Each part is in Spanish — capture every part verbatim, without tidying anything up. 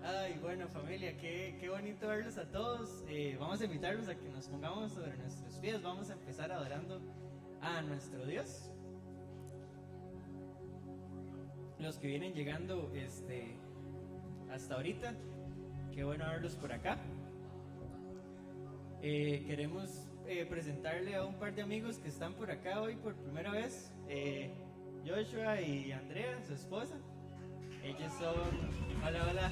Ay, bueno, familia, qué, qué bonito verlos a todos. Eh, vamos a invitarlos a que nos pongamos sobre nuestros pies. Vamos a empezar adorando a nuestro Dios. Los que vienen llegando este, hasta ahorita, qué bueno verlos por acá. Eh, queremos eh, presentarle a un par de amigos que están por acá hoy por primera vez. Eh, Joshua y Andrea, su esposa. Ellos son... Hola, hola.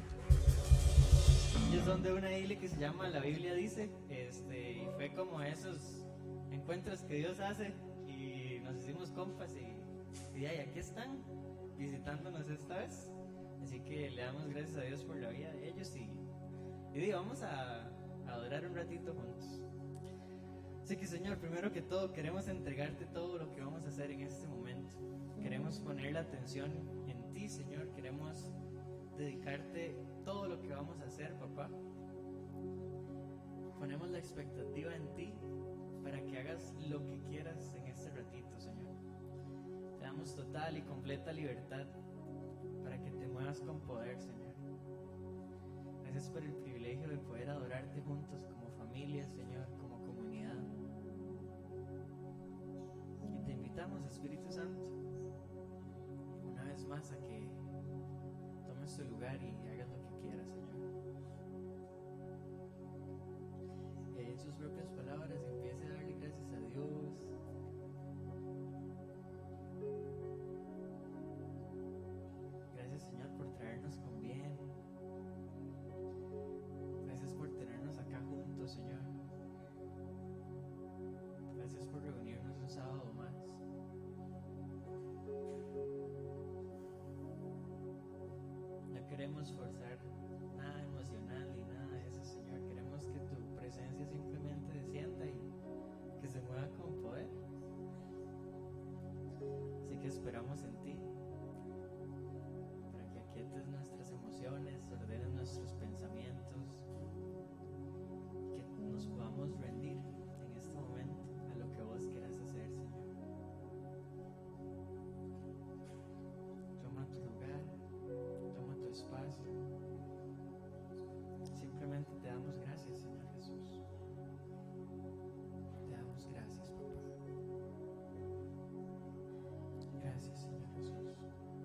Ellos son de una isla que se llama La Biblia Dice. Este, y fue como esos encuentros que Dios hace. Y nos hicimos compas y, y ahí, aquí están, visitándonos esta vez. Así que le damos gracias a Dios por la vida de ellos. Y, y digo, vamos a, a adorar un ratito juntos. Así que, Señor, primero que todo queremos entregarte todo lo que vamos a hacer en este momento. Queremos poner la atención en ti, Señor. Queremos dedicarte todo lo que vamos a hacer, papá. Ponemos la expectativa en ti para que hagas lo que quieras en este ratito, Señor. Te damos total y completa libertad para que te muevas con poder, Señor. Gracias por el privilegio de poder adorarte juntos como familia, Señor, como comunidad. Y te invitamos, Espíritu Santo, una vez más a que tomes tu lugar y hagas lo que quieras, Señor. Y en sus propias palabras empiece a darle gracias a Dios. Gracias, Señor, por traernos con bien. Gracias por tenernos acá juntos, Señor. Gracias por reunirnos un sábado más. No queremos forzar nada emocional ni nada de eso, Señor. Queremos que tu presencia simplemente descienda y que se mueva con poder. Así que esperamos en ti, para que aquietes nuestras emociones, ordenes nuestros pensamientos, que nos podamos rendir en este momento a lo que vos quieras hacer, Señor. Toma tu lugar, toma tu espacio. Simplemente te damos gracias, Señor Jesús. Te damos gracias, papá. Gracias, Señor Jesús.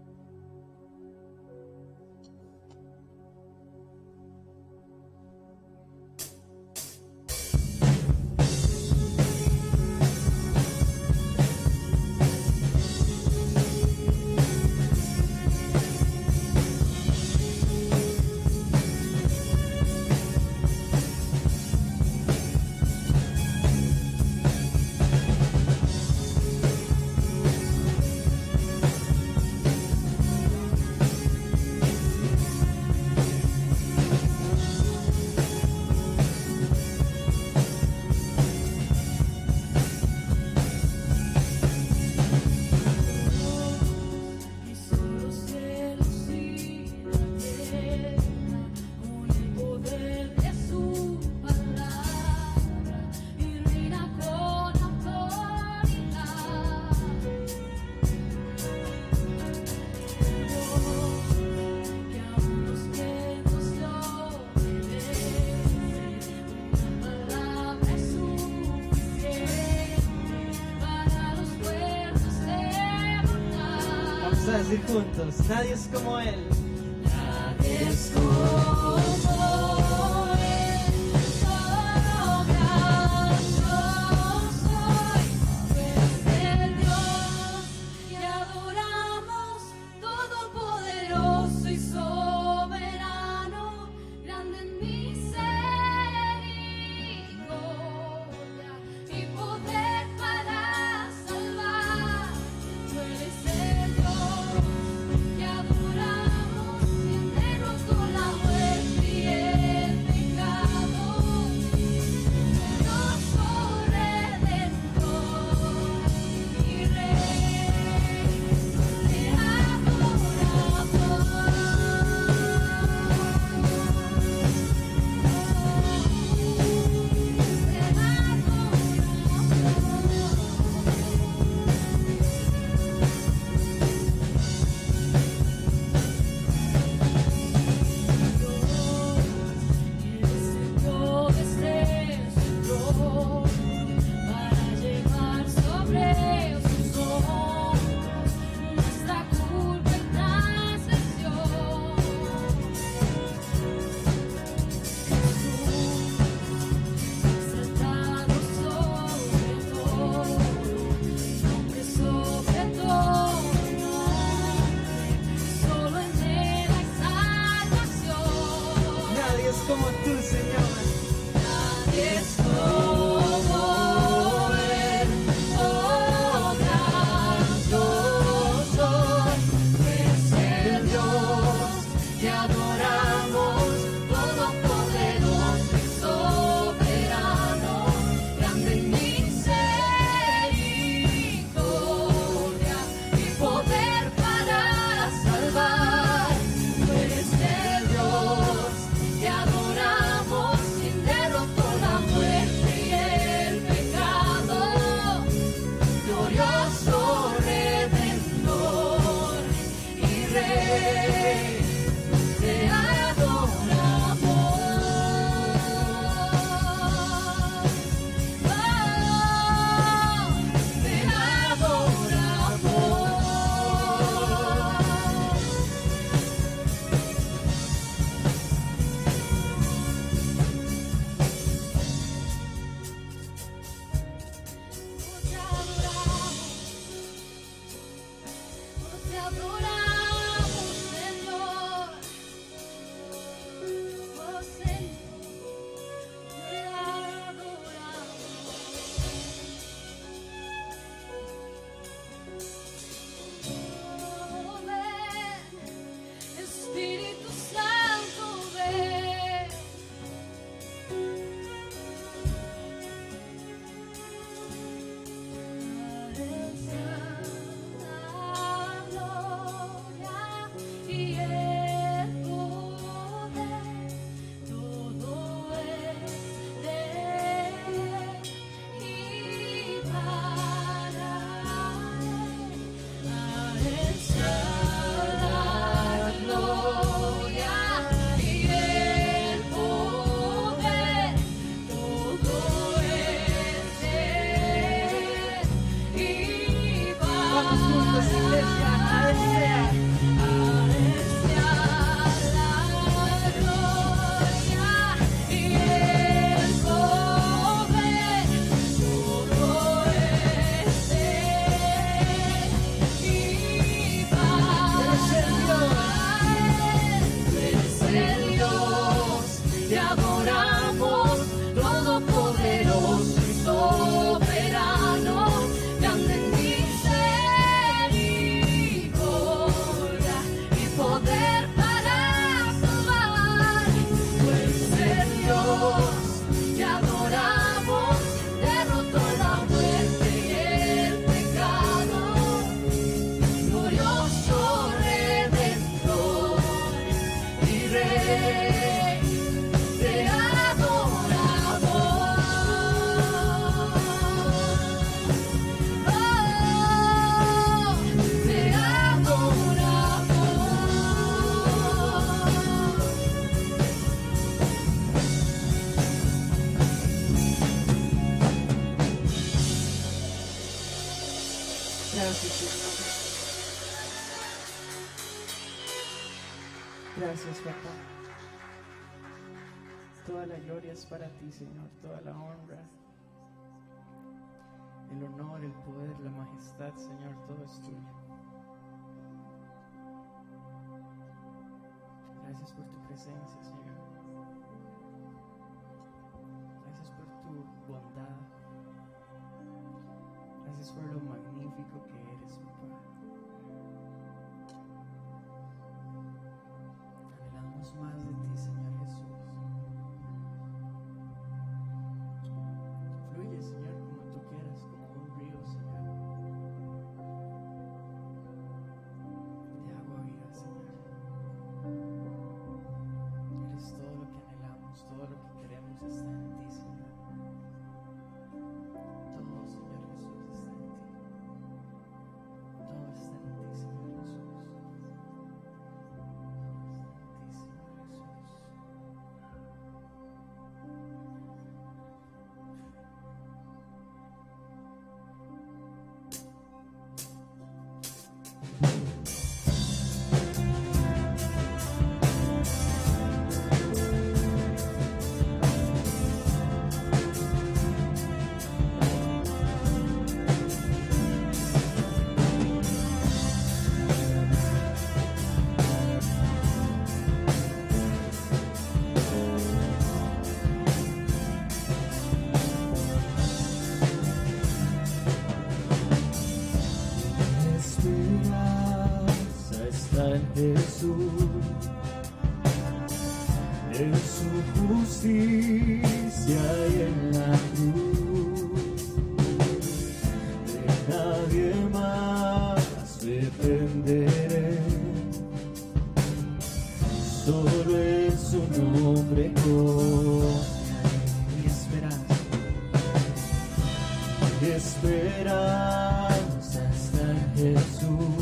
Decir juntos, nadie es como él. Nadie es como él. Todo grandioso soy, pues el Dios que adoramos, todopoderoso y soberano, grande en misericordia y poder para salvar. Tú eres el Dios que adoramos y en negro con la huella. Gracias, Señor. Gracias, papá. Toda la gloria es para ti, Señor. Toda la honra, el honor, el poder, la majestad, Señor, todo es tuyo. Gracias por tu presencia, Señor. Gracias por tu bondad. Gracias por lo magnífico que eres, papá. Anhelamos más de ti, Señor Jesús. Fluye, Señor, como tú quieras, como un río, Señor. De agua viva, Señor. Eres todo lo que anhelamos, todo lo que queremos está en ti, Señor. Todo, Señor Jesús, está en ti. Todo está en ti, Señor Jesús. Jesús, en su justicia y en la cruz, de nadie más dependeré, solo en su nombre confiaré. Mi esperanza, mi esperanza está en Jesús.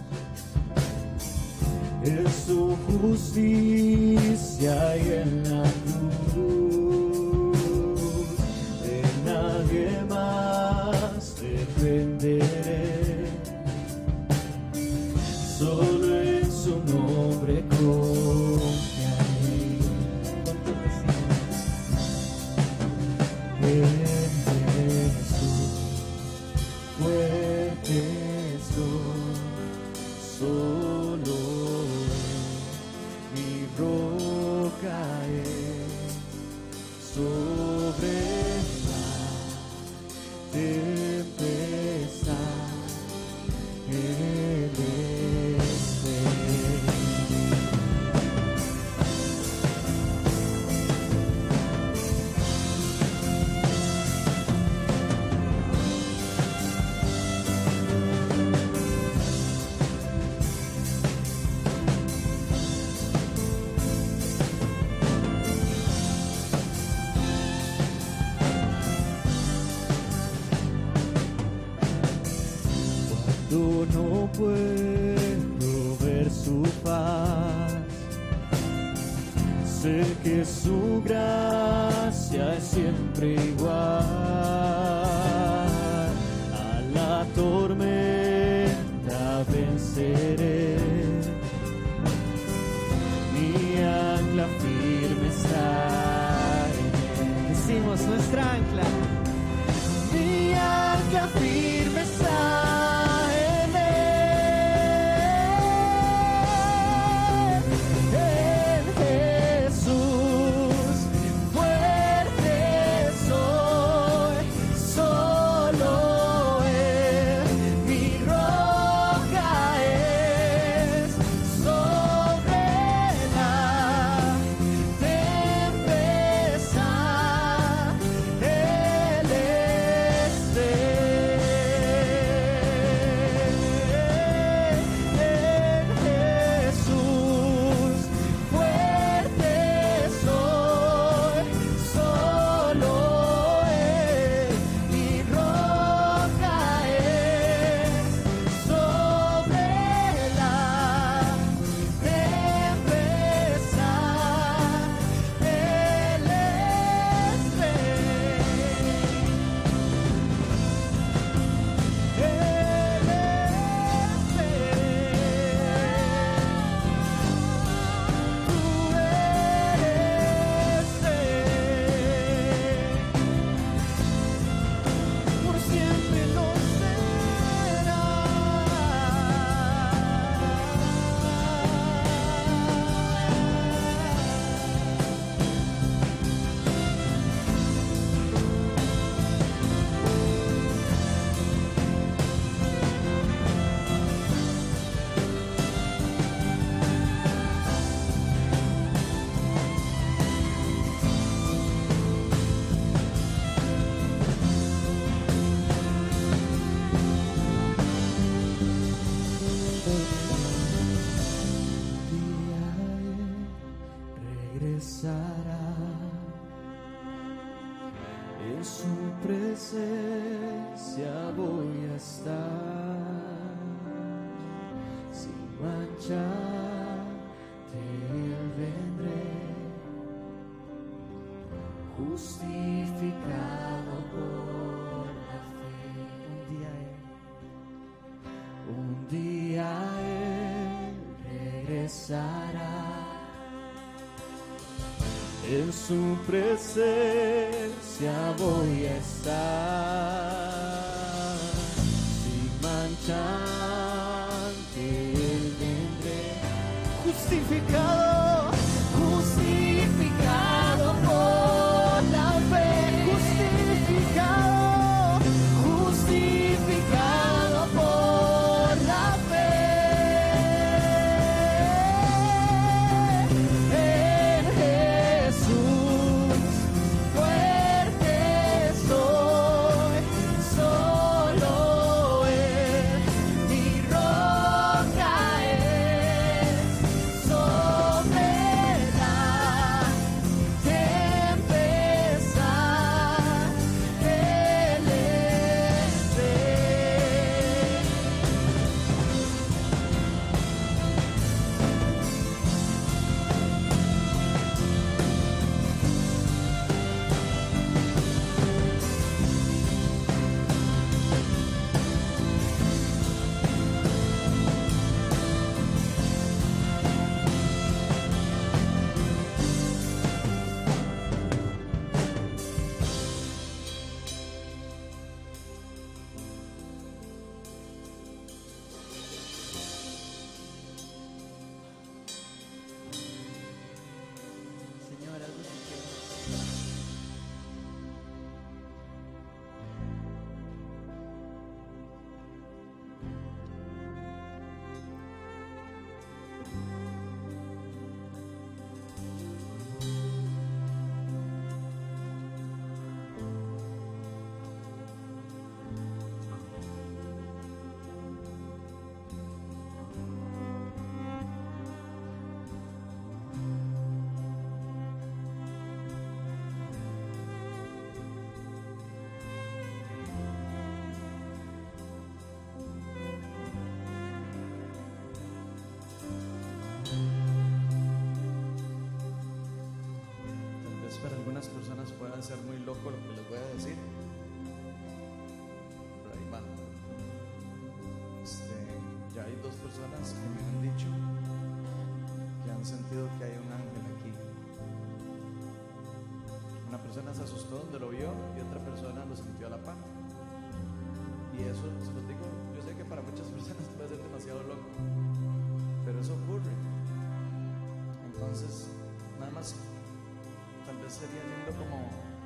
En su justicia y en la cruz, de nadie más dependeré, solo en su nombre confiaré. En Jesús, fuerte estoy. cuando no puedo ver su paz. Sé que su gracia es siempre igual. A la tormenta venceré. Mi ancla firme está en él. Decimos nuestra ancla. Mi ancla firme está en él, en Jesús, fuerte soy, solo Él, mi roca es, sobre la tempestad, Él regresará, en su presencia voy a estar, sin mancharte Él vendré, justificado por la fe. Un día Él, un día Él regresará, en su presencia voy a estar, sin mancharte Él vendré, justificado, justificado por la fe, justificado, justificado por la fe. Sobre pueda ser muy loco lo que les voy a decir, pero ahí va. Este, ya hay dos personas que me han dicho que han sentido que hay un ángel aquí. Una persona se asustó donde lo vio y otra persona lo sintió a la par. Y eso, se los digo, yo sé que para muchas personas puede ser demasiado loco, pero eso ocurre. Entonces, nada más, tal vez sería lindo como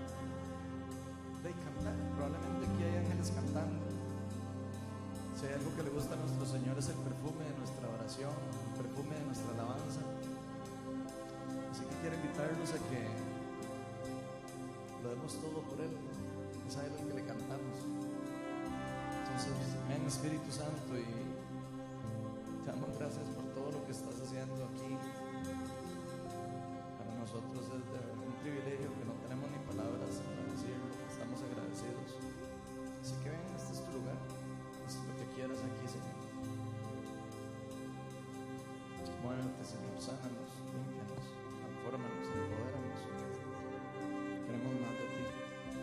de cantar. Probablemente aquí hay ángeles cantando. Si hay algo que le gusta a nuestro Señor es el perfume de nuestra oración, el perfume de nuestra alabanza. Así que quiero invitarlos a que lo demos todo por Él. Es a Él al que le cantamos. Entonces, ven Espíritu Santo y te damos gracias por todo lo que estás haciendo aquí. Para nosotros es de verdad un privilegio que no tenemos ni palabras para decirlo. Estamos agradecidos. Así que ven, este es tu lugar. Haz lo que quieras aquí, Señor. Muévete, Señor. Sánanos, límpianos, transfórmanos, empodéranos. Queremos más de ti.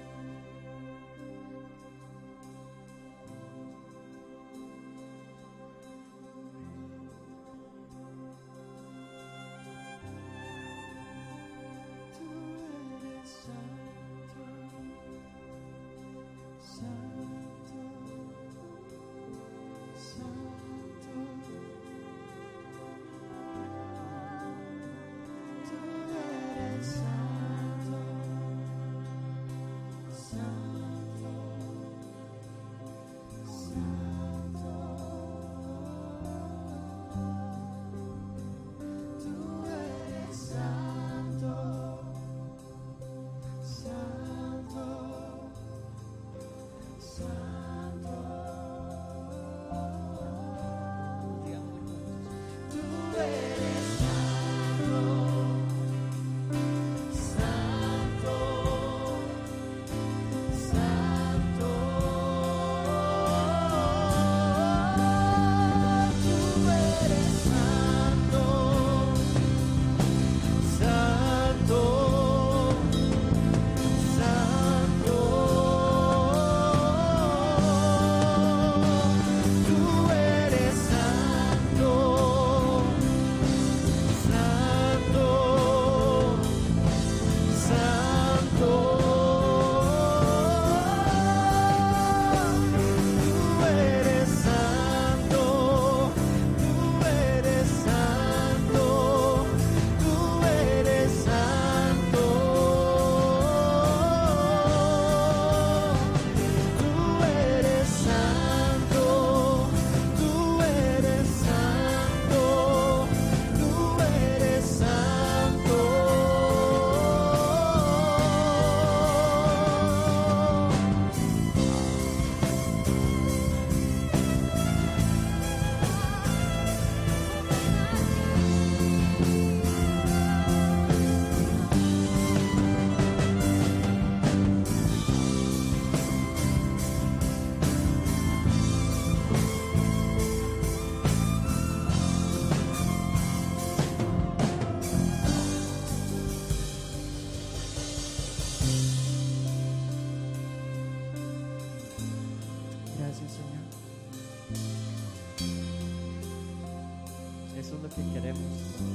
Eso es lo que queremos,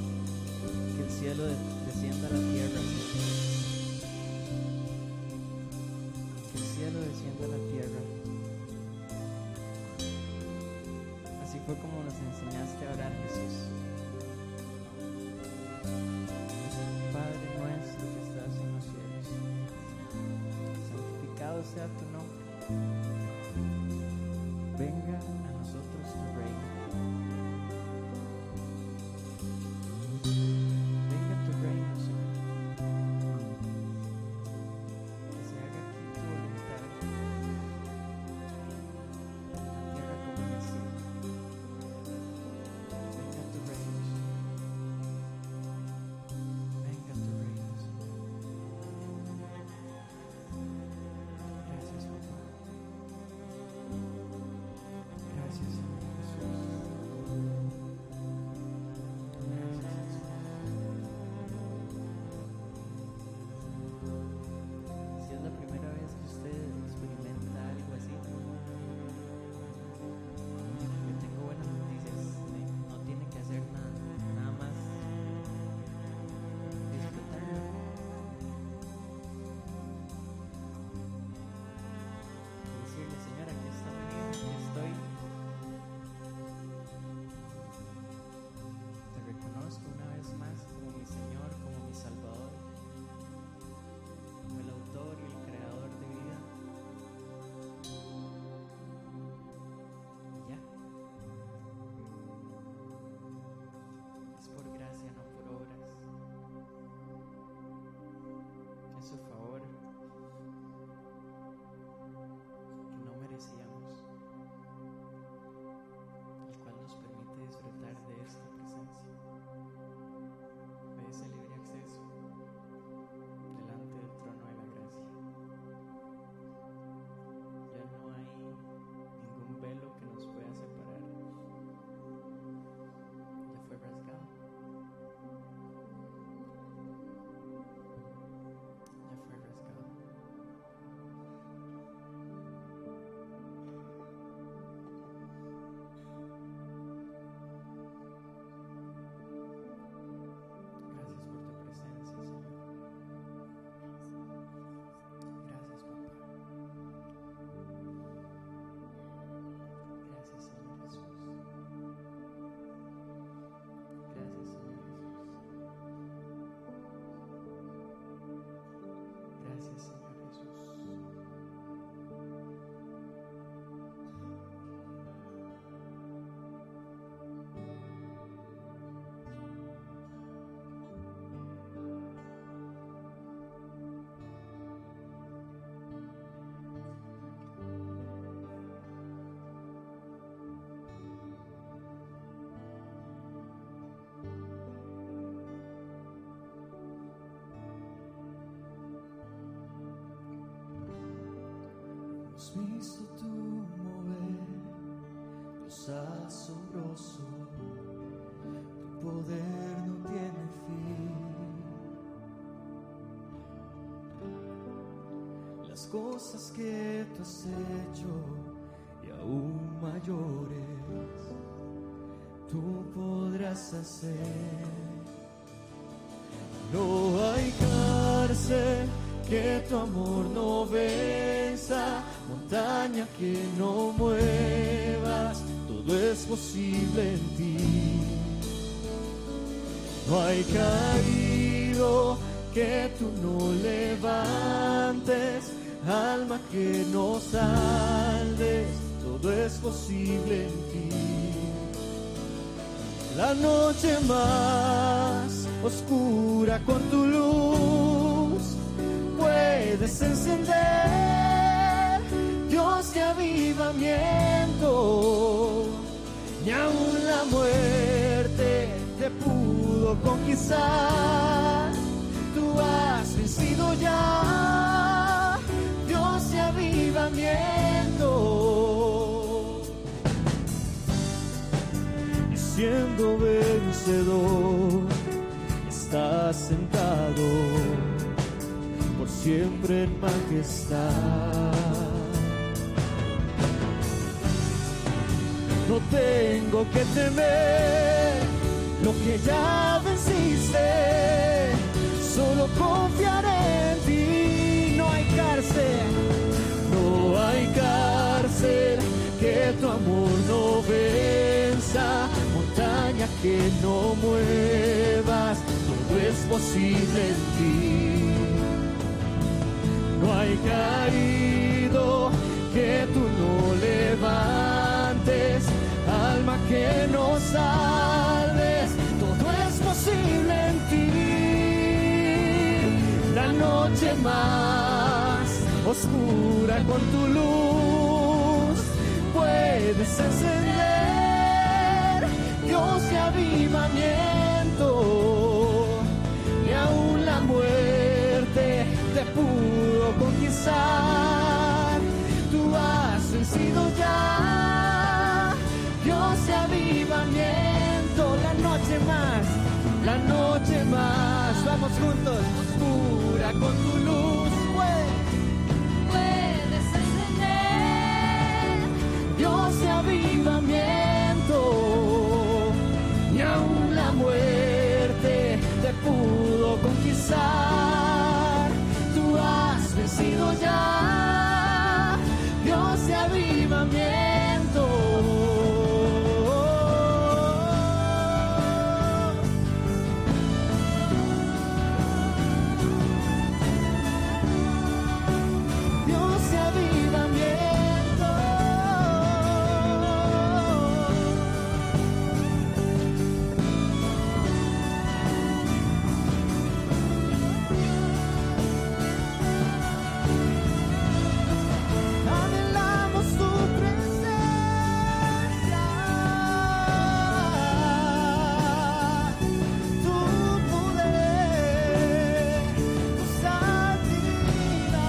que el cielo descienda a la tierra, que el cielo descienda a la tierra. Así fue como nos enseñaste a orar, Jesús. Padre nuestro que estás en los cielos, santificado sea tu nombre. Venga a nosotros tu reino. Venga tu reino, Señor. Que se haga aquí tu voluntad, en la tierra como en el cielo. Venga tu reino, Señor. Venga tu reino, Señor. Gracias, Padre. visto tú mover, Dios asombroso, tu poder no tiene fin. Las cosas que tú has hecho y aún mayores, tú podrás hacer. No hay cárcel que tu amor no venza, montaña que no muevas, todo es posible en ti. No hay caído que tú no levantes, alma que no salves, todo es posible en ti. La noche más oscura con tu luz puedes encender, Dios de avivamiento, ni aun la muerte te pudo conquistar. Tú has vencido ya, Dios de avivamiento, y siendo vencedor estás sentado por siempre en majestad. No tengo que temer lo que ya venciste, solo confiaré en ti. No hay cárcel, no hay cárcel que tu amor no venza, montaña que no muevas, todo es posible en ti. No hay caído que tú no levantes, alma que no salves, todo es posible en ti. La noche más oscura con tu luz puedes encender, Dios de avivamiento, ni aun la muerte te pudo conquistar. Tú has vencido ya, Dios de avivamiento. La noche más, la noche más, vamos juntos, oscura con tu luz puedes encender, Dios de avivamiento, ni aun la muerte te pudo conquistar. Tú has vencido ya, Dios de avivamiento. Dios de avivamiento. Anhelamos tu presencia, tu poder, tu santidad.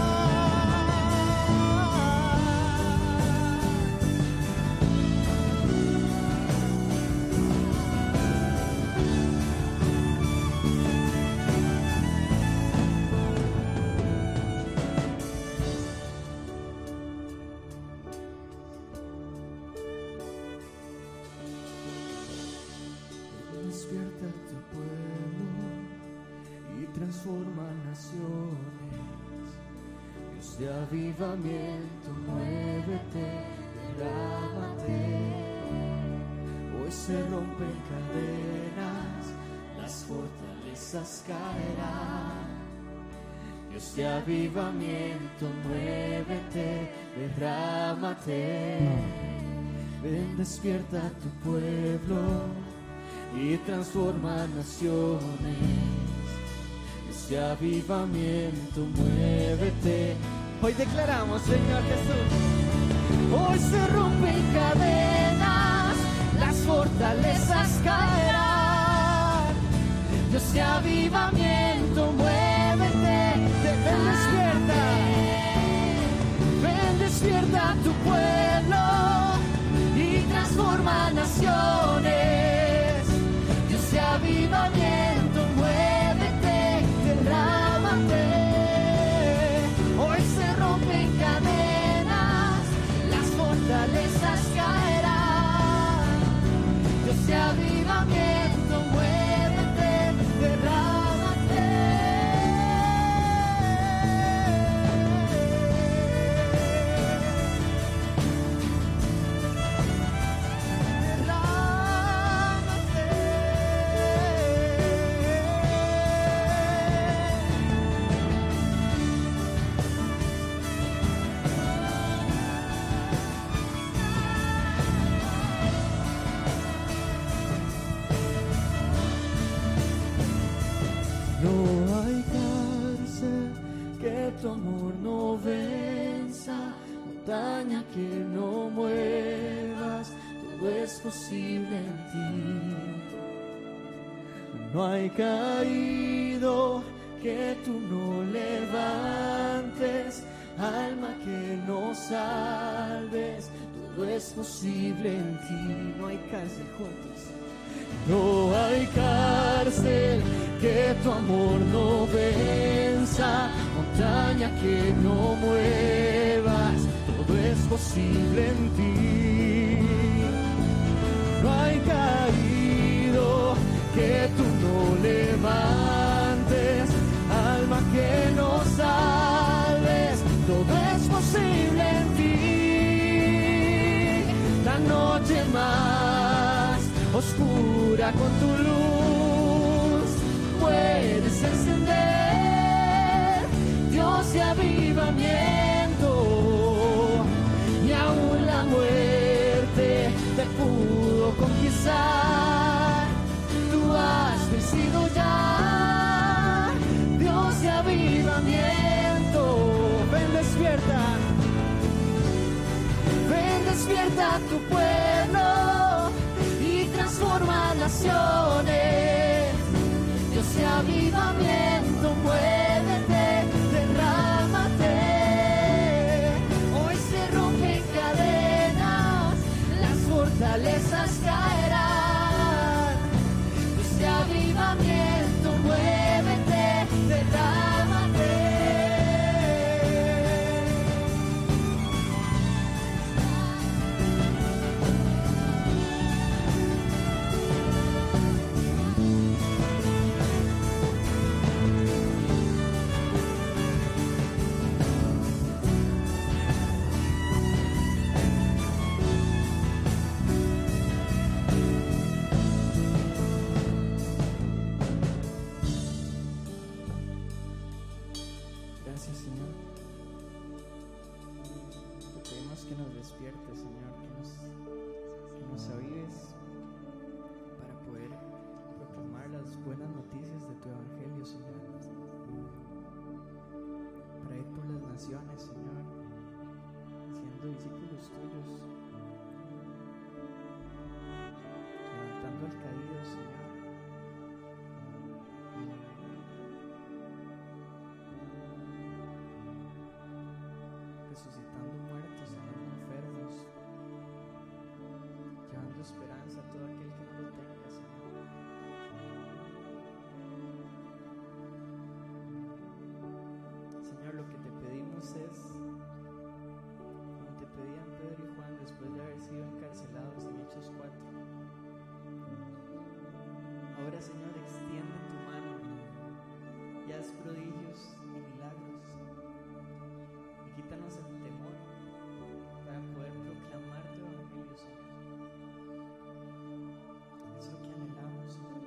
Despierta tu pueblo y transforma naciones. Dios de avivamiento, muévete, derrámate. Hoy se rompen cadenas, las fortalezas caerán. Dios de avivamiento, muévete, derrámate. Ven, despierta tu pueblo y transforma naciones. Ese avivamiento, muévete. Hoy declaramos, Señor Jesús, hoy se rompen cadenas, las fortalezas caerán. Dios de avivamiento, muévete. Ven, despierta. Ven, despierta. avivamiento, muévete, derrámate. No hay cárcel que tu amor no venza, montaña que no muevas, todo es posible en ti. No hay caído que tú no levantes, alma que no salves, todo es posible en ti. No hay cárcel juntos. No hay cárcel que tu amor no venza, montaña que no muevas, todo es posible en ti. No hay caído que tú no levantes, alma que no salves, todo es posible en ti. La noche más oscura con tu luz puedes encender, Dios de avivamiento, y aún la muerte te pudo conquistar, tú has vencido ya, Dios de avivamiento. Ven, despierta, ven, despierta tu pueblo, transforma naciones, Dios de avivamiento, muévete, derrámate. Hoy se rompen cadenas, las fortalezas caerán, Dios de avivamiento, muévete, derrámate. Gracias, Señor. Te pedimos que nos despiertes, Señor, que nos, que nos avives para poder proclamar las buenas noticias de tu evangelio, Señor. Para ir por las naciones, Señor, siendo discípulos tuyos, levantando al caído, Señor. Resucitando muertos, sanando enfermos, llevando esperanza a todo aquel que no lo tenga, Señor. Señor, lo que te pedimos es, como te pedían Pedro y Juan después de haber sido encarcelados en Hechos cuatro, ahora, Señor, extiende tu mano y haz prodigios y milagros. Quítanos el temor para poder proclamar tu evangelio, Señor. Es lo que anhelamos, Señor.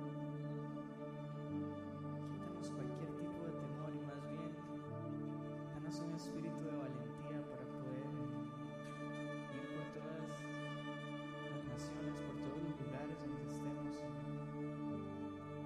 Quítanos cualquier tipo de temor y más bien danos un espíritu de valentía para poder ir por todas las naciones, por todos los lugares donde estemos, Señor.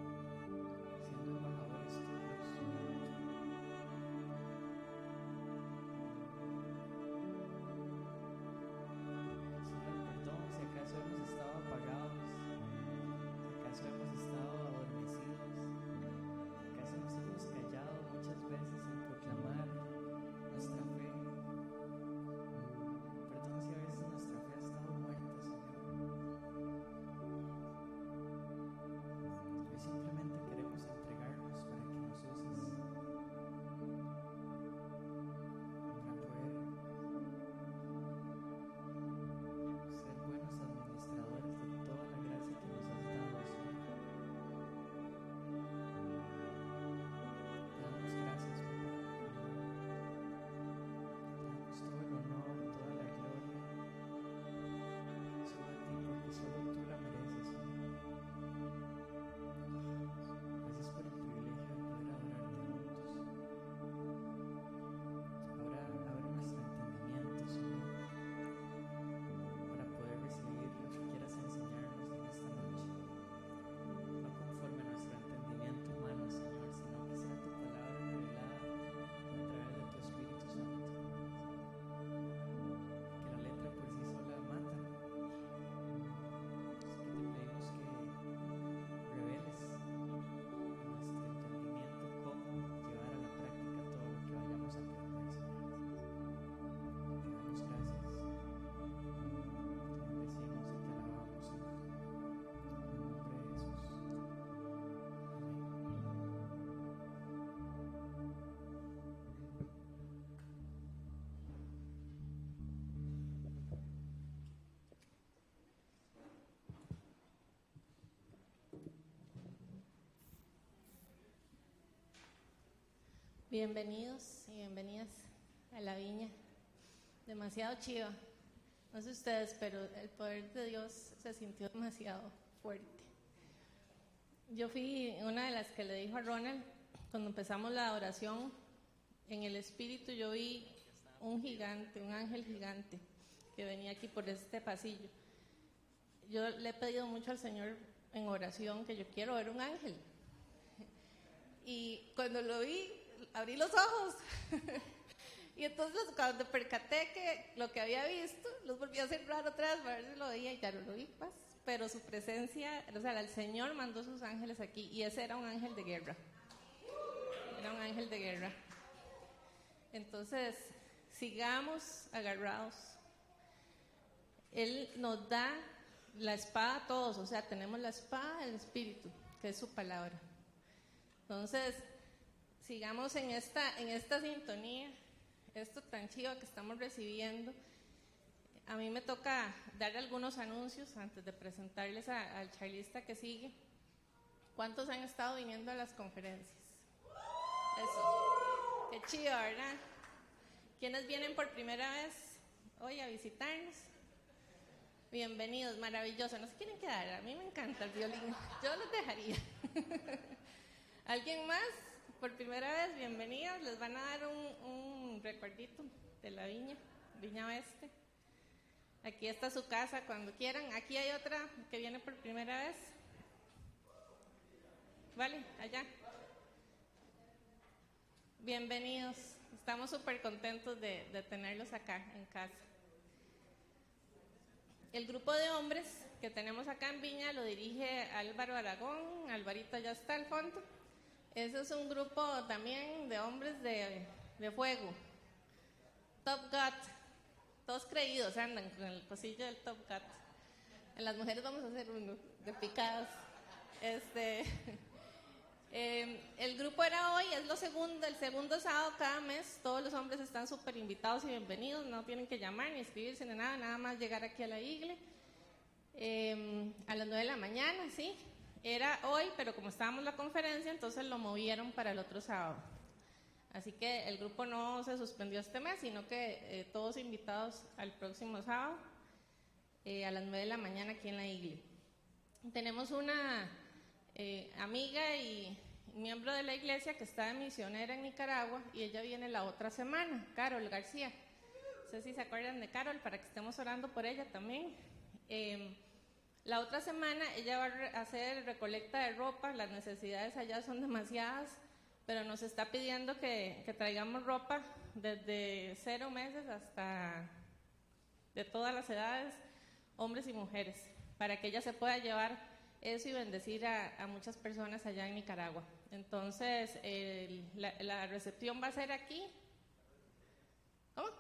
Bienvenidos y bienvenidas a la viña. Demasiado chiva. No sé ustedes, pero el poder de Dios se sintió demasiado fuerte. Yo fui una de las que le dijo a Ronald, cuando empezamos la oración, en el espíritu yo vi un gigante, un ángel gigante, que venía aquí por este pasillo. Yo le he pedido mucho al Señor en oración que yo quiero ver un ángel. Y cuando lo vi, abrí los ojos. Y entonces cuando percaté que lo que había visto, los volví a cerrar otra vez para ver si lo veía y ya no lo vi, pues. Pero su presencia, o sea, el Señor mandó sus ángeles aquí y ese era un ángel de guerra. Era un ángel de guerra. Entonces, sigamos agarrados. Él nos da la espada a todos, o sea, tenemos la espada del Espíritu, que es su palabra. Entonces, sigamos en esta, en esta sintonía, esto tan chido que estamos recibiendo. A mí me toca dar algunos anuncios antes de presentarles a, al charlista que sigue. ¿Cuántos han estado viniendo a las conferencias? Eso, qué chido, ¿verdad? ¿Quiénes vienen por primera vez hoy a visitarnos? Bienvenidos, maravilloso. ¿No se quieren quedar? A mí me encanta el violín. Yo los dejaría. ¿Alguien más? Por primera vez, bienvenidos. Les van a dar un, un recuerdito de la viña, Viña Oeste. Aquí está su casa cuando quieran. Aquí hay otra que viene por primera vez. Vale, allá. Bienvenidos. Estamos súper contentos de, de tenerlos acá en casa. El grupo de hombres que tenemos acá en Viña lo dirige Álvaro Aragón. Alvarito ya está al fondo. Ese es un grupo también de hombres de, de fuego. Top God. Todos creídos andan con el cosillo del Top God. En las mujeres vamos a hacer uno de picadas. Este, eh, el grupo era hoy, es lo segundo, el segundo sábado cada mes. Todos los hombres están súper invitados y bienvenidos. No tienen que llamar ni escribirse ni nada, nada más llegar aquí a la iglesia. Eh, a las nueve de la mañana, sí. Era hoy, pero como estábamos en la conferencia, entonces lo movieron para el otro sábado. Así que el grupo no se suspendió este mes, sino que eh, todos invitados al próximo sábado eh, a las nueve de la mañana aquí en la iglesia. Tenemos una eh, amiga y miembro de la iglesia que está de misionera en Nicaragua y ella viene la otra semana, Carol García. No sé si se acuerdan de Carol, para que estemos orando por ella también. Eh, la otra semana ella va a hacer recolecta de ropa, las necesidades allá son demasiadas, pero nos está pidiendo que, que traigamos ropa desde cero meses hasta de todas las edades, hombres y mujeres, para que ella se pueda llevar eso y bendecir a, a muchas personas allá en Nicaragua. Entonces, el, la, la recepción va a ser aquí. ¿Cómo?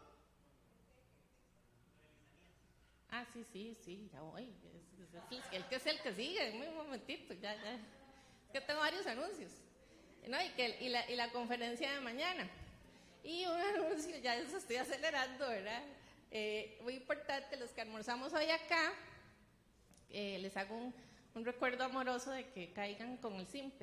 Ah, sí, sí, sí, ya voy. Es, es, es, el que es el que sigue, un momentito, ya, ya. Es que tengo varios anuncios. ¿No? Y, que, y, la, y la conferencia de mañana. Y un anuncio, ya eso estoy acelerando, ¿verdad? Eh, muy importante, los que almorzamos hoy acá, eh, les hago un, un recuerdo amoroso de que caigan con el simpe.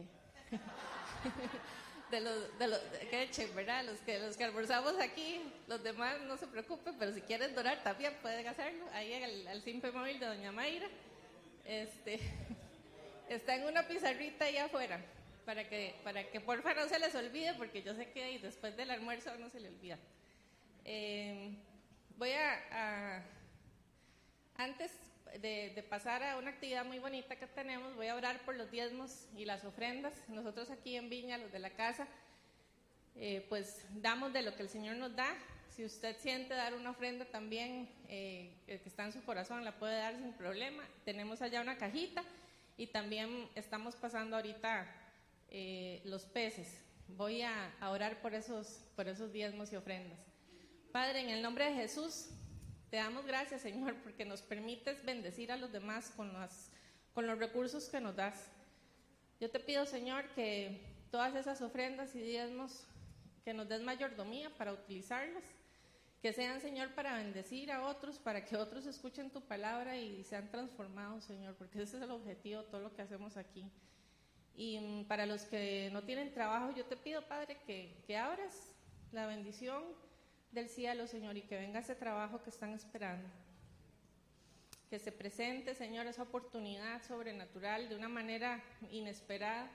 de los, de los, que echen, ¿verdad? Los que, los que almorzamos aquí, los demás no se preocupen, pero si quieren donar también pueden hacerlo. Ahí en el, el simpe móvil de doña Mayra. Este, está en una pizarrita ahí afuera. Para que, para que porfa no se les olvide, porque yo sé que después del almuerzo no se le olvida. Eh, voy a, a antes de, de pasar a una actividad muy bonita que tenemos, voy a orar por los diezmos y las ofrendas. Nosotros aquí en Viña, los de la casa, eh, pues damos de lo que el Señor nos da. Si usted siente dar una ofrenda también, eh, el que está en su corazón la puede dar sin problema. Tenemos allá una cajita y también estamos pasando ahorita Eh, los peces. Voy a, a orar por esos, por esos diezmos y ofrendas. Padre, en el nombre de Jesús, te damos gracias, Señor, porque nos permites bendecir a los demás con, las, con los recursos que nos das. Yo te pido, Señor, que todas esas ofrendas y diezmos, que nos des mayordomía para utilizarlas, que sean, Señor, para bendecir a otros, para que otros escuchen tu palabra y sean transformados, Señor, porque ese es el objetivo de todo lo que hacemos aquí. Y mm, para los que no tienen trabajo, yo te pido, Padre, que, que abras la bendición del cielo, Señor, y que venga ese trabajo que están esperando. Que se presente, Señor, esa oportunidad sobrenatural de una manera inesperada.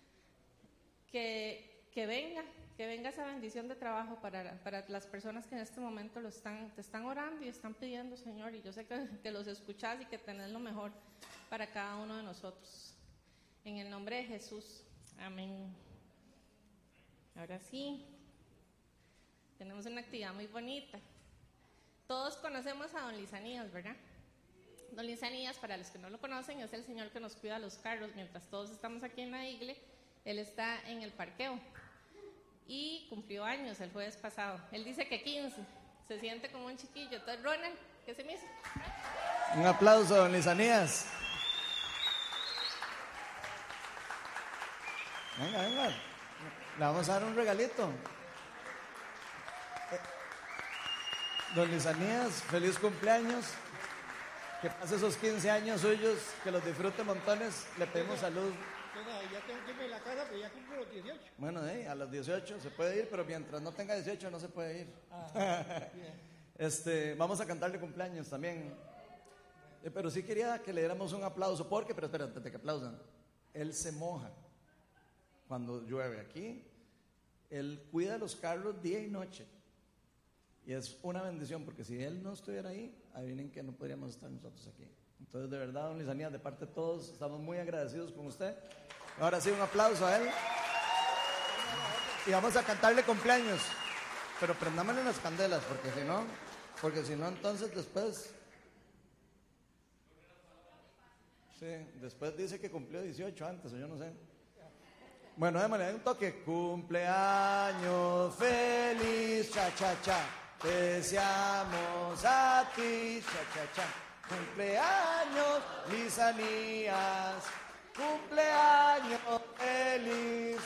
Que, que venga, que venga esa bendición de trabajo para, para las personas que en este momento lo están, te están orando y están pidiendo, Señor. Y yo sé que, que los escuchás y que tenés lo mejor para cada uno de nosotros. En el nombre de Jesús. Amén. Ahora sí. Tenemos una actividad muy bonita. Todos conocemos a don Lizanías, ¿verdad? Don Lizanías, para los que no lo conocen, es el señor que nos cuida los carros. Mientras todos estamos aquí en la iglesia, él está en el parqueo. Y cumplió años el jueves pasado. Él dice que quince. Se siente como un chiquillo. Entonces, Ronald, ¿qué se me hizo? Un aplauso, don Lizanías. Venga, venga. Le vamos a dar un regalito. Don Lizanías, feliz cumpleaños. Que pase esos quince años suyos, que los disfrute montones. Le pedimos salud. Ya tengo que irme a la casa, pero ya cumplo los dieciocho. Bueno, eh, a los dieciocho se puede ir, pero mientras no tenga dieciocho no se puede ir. Ah, este, vamos a cantarle cumpleaños también. Eh, pero sí quería que le diéramos un aplauso, porque, pero espera, antes de que aplaudan, él se moja cuando llueve aquí. Él cuida los carros día y noche. Y es una bendición, porque si él no estuviera ahí, adivinen que no podríamos estar nosotros aquí. Entonces, de verdad, don Lizanías, de parte de todos, estamos muy agradecidos con usted. Ahora sí, un aplauso a él. Y vamos a cantarle cumpleaños. Pero prendámosle las candelas, porque si no, porque si no, entonces después... Sí, después dice que cumplió dieciocho antes, o yo no sé. Bueno, démosle un toque. Cumpleaños feliz, cha, cha, cha. Te deseamos a ti, cha, cha, cha. Cumpleaños, Lizanías. Cumpleaños feliz.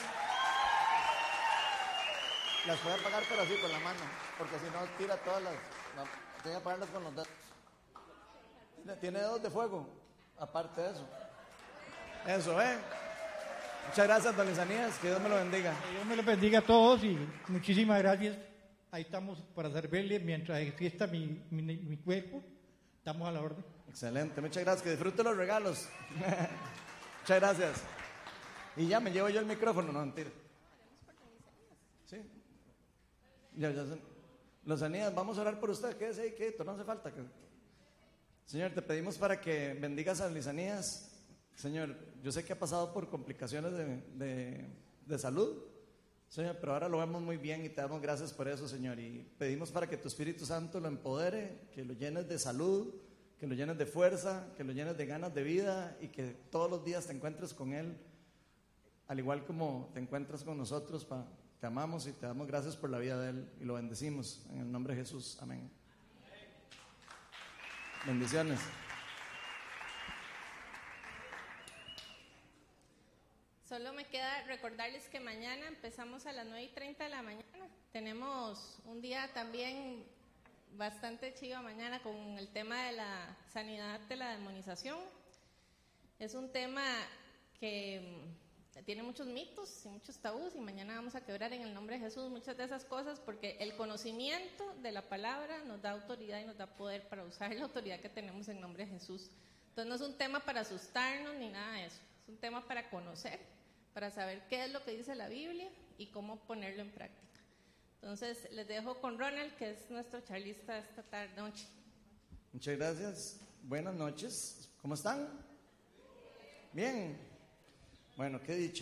Las voy a apagar, pero así con la mano, porque si no tira todas las. No, tengo que apagarlas con los dedos. Tiene dedos de fuego, aparte de eso. Eso, ¿eh? Muchas gracias, don Lizanías, que Dios me lo bendiga. Que Dios me lo bendiga a todos y muchísimas gracias. Ahí estamos para servirle mientras exista mi, mi, mi cuerpo. Estamos a la orden. Excelente, muchas gracias, que disfrute los regalos. Muchas gracias. Y ya me llevo yo el micrófono, no, mentira. Sí. Ya, ya, los Lizanías, vamos a orar por usted, quédese ahí, quieto, no hace falta que... Señor, te pedimos para que bendigas a Lizanías. Señor, yo sé que ha pasado por complicaciones de, de, de salud, Señor, pero ahora lo vemos muy bien y te damos gracias por eso, Señor. Y pedimos para que tu Espíritu Santo lo empodere, que lo llenes de salud, que lo llenes de fuerza, que lo llenes de ganas de vida y que todos los días te encuentres con Él, al igual como te encuentras con nosotros. Pa, te amamos y te damos gracias por la vida de Él y lo bendecimos en el nombre de Jesús. Amén. Bendiciones. Solo me queda recordarles que mañana empezamos a las nueve y treinta de la mañana. Tenemos un día también bastante chido mañana con el tema de la sanidad de la demonización. Es un tema que tiene muchos mitos y muchos tabús, y mañana vamos a quebrar en el nombre de Jesús muchas de esas cosas, porque el conocimiento de la palabra nos da autoridad y nos da poder para usar la autoridad que tenemos en nombre de Jesús. Entonces no es un tema para asustarnos ni nada de eso, es un tema para conocer, para saber qué es lo que dice la Biblia y cómo ponerlo en práctica. Entonces les dejo con Ronald, que es nuestro charlista esta tarde noche. Muchas gracias, buenas noches, ¿cómo están? Bien, bueno, qué dicha.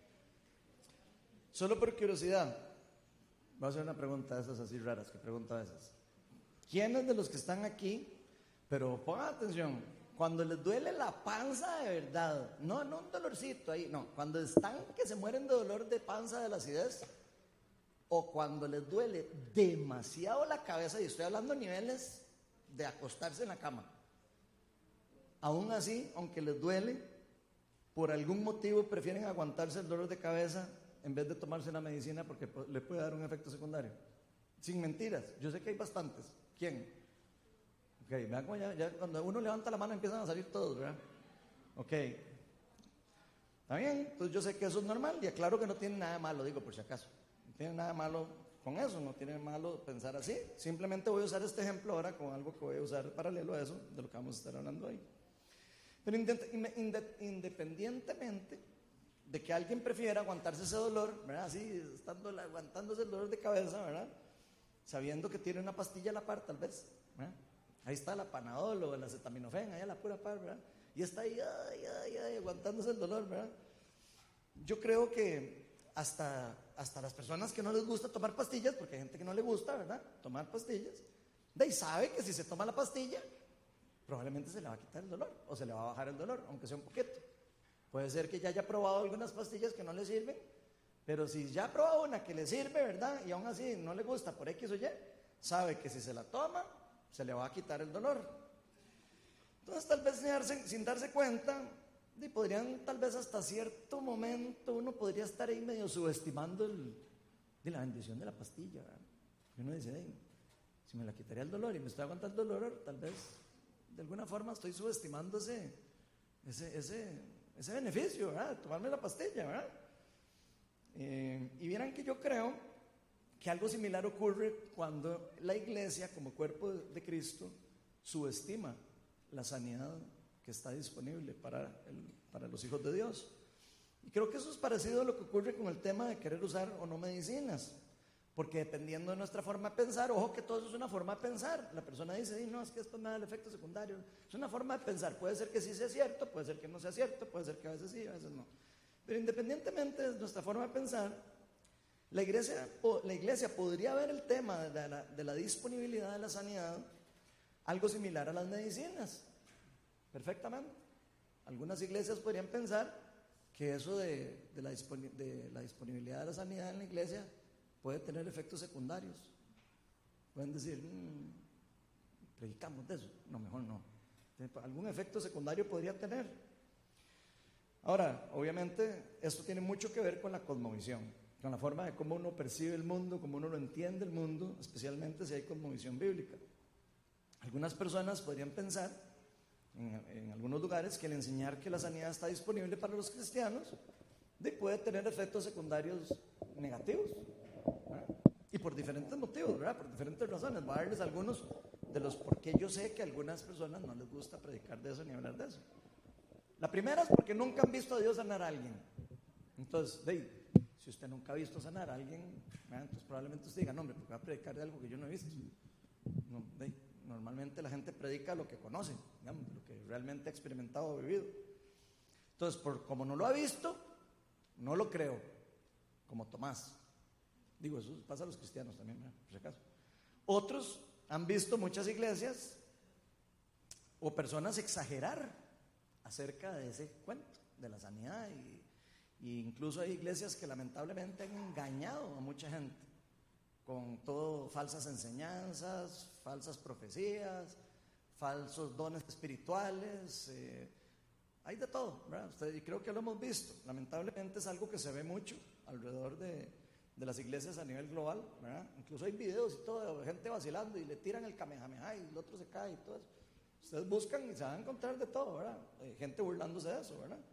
Solo por curiosidad, voy a hacer una pregunta de esas así raras que pregunto a veces. ¿Quiénes de los que están aquí, pero pongan atención, cuando les duele la panza de verdad, no, no un dolorcito ahí, no, cuando están que se mueren de dolor de panza de la acidez, o cuando les duele demasiado la cabeza, y estoy hablando a niveles de acostarse en la cama, aún así, aunque les duele, por algún motivo prefieren aguantarse el dolor de cabeza en vez de tomarse una medicina porque le puede dar un efecto secundario? Sin mentiras, yo sé que hay bastantes. ¿Quién? Ok, vean cómo ya, ya cuando uno levanta la mano empiezan a salir todos, ¿verdad? Ok. ¿Está bien? Entonces yo sé que eso es normal y aclaro que no tiene nada de malo, digo por si acaso. No tiene nada de malo con eso, no tiene malo pensar así. Simplemente voy a usar este ejemplo ahora con algo que voy a usar paralelo a eso, de lo que vamos a estar hablando hoy. Pero independientemente de que alguien prefiera aguantarse ese dolor, ¿verdad? Así, estando, aguantándose el dolor de cabeza, ¿verdad? Sabiendo que tiene una pastilla a la par, tal vez, ¿verdad? Ahí está la Panadol o el acetaminofén, ahí a la pura par, ¿verdad? Y está ahí, ay, ay, ay, aguantándose el dolor, ¿verdad? Yo creo que hasta, hasta las personas que no les gusta tomar pastillas, porque hay gente que no le gusta, ¿verdad? Tomar pastillas, de ahí sabe que si se toma la pastilla, probablemente se le va a quitar el dolor, o se le va a bajar el dolor, aunque sea un poquito. Puede ser que ya haya probado algunas pastillas que no le sirven, pero si ya ha probado una que le sirve, ¿verdad? Y aún así no le gusta por X o Y, sabe que si se la toma, se le va a quitar el dolor. Entonces tal vez sin darse, sin darse cuenta, y podrían tal vez hasta cierto momento uno podría estar ahí medio subestimando el, de la bendición de la pastilla, ¿verdad? Y uno dice, hey, si me la quitaría el dolor y me estoy aguantando el dolor, tal vez de alguna forma estoy subestimando ese, ese, ese, ese beneficio, ¿verdad? De tomarme la pastilla, ¿verdad? Eh, y vieran que yo creo que algo similar ocurre cuando la iglesia como cuerpo de Cristo subestima la sanidad que está disponible para, el, para los hijos de Dios. Y creo que eso es parecido a lo que ocurre con el tema de querer usar o no medicinas, porque dependiendo de nuestra forma de pensar, ojo que todo eso es una forma de pensar. La persona dice, no, es que esto me da el efecto secundario. Es una forma de pensar, puede ser que sí sea cierto, puede ser que no sea cierto, puede ser que a veces sí, a veces no. Pero independientemente de nuestra forma de pensar, la iglesia, la iglesia podría ver el tema de la, de la disponibilidad de la sanidad algo similar a las medicinas, perfectamente. Algunas iglesias podrían pensar que eso de, de, la, de la disponibilidad de la sanidad en la iglesia puede tener efectos secundarios. Pueden decir, mmm, predicamos de eso. No, mejor no. Algún efecto secundario podría tener. Ahora, obviamente, esto tiene mucho que ver con la cosmovisión, con la forma de cómo uno percibe el mundo, cómo uno lo entiende el mundo, especialmente si hay cosmovisión bíblica. Algunas personas podrían pensar, en, en algunos lugares, que el enseñar que la sanidad está disponible para los cristianos puede tener efectos secundarios negativos, ¿verdad? Y por diferentes motivos, ¿verdad? Por diferentes razones. Voy a darles algunos de los por qué yo sé que a algunas personas no les gusta predicar de eso ni hablar de eso. La primera es porque nunca han visto a Dios sanar a alguien. Entonces, de, si usted nunca ha visto sanar a alguien, ¿verdad? Entonces probablemente usted diga, no hombre, porque va a predicar de algo que yo no he visto. No, de, normalmente la gente predica lo que conoce, digamos, lo que realmente ha experimentado o vivido. Entonces, por, como no lo ha visto, no lo creo, como Tomás. Digo, eso pasa a los cristianos también, ¿verdad? Por si acaso. Otros han visto muchas iglesias o personas exagerar acerca de ese cuento, de la sanidad, y, y incluso hay iglesias que lamentablemente han engañado a mucha gente con todo falsas enseñanzas, falsas profecías, falsos dones espirituales, eh, hay de todo, ¿verdad? Usted, y creo que lo hemos visto, lamentablemente es algo que se ve mucho alrededor de, de las iglesias a nivel global, ¿verdad? Incluso hay videos y todo de gente vacilando y le tiran el kamehameha y el otro se cae y todo eso. Ustedes buscan y se van a encontrar de todo, ¿verdad? Hay gente burlándose de eso, ¿verdad?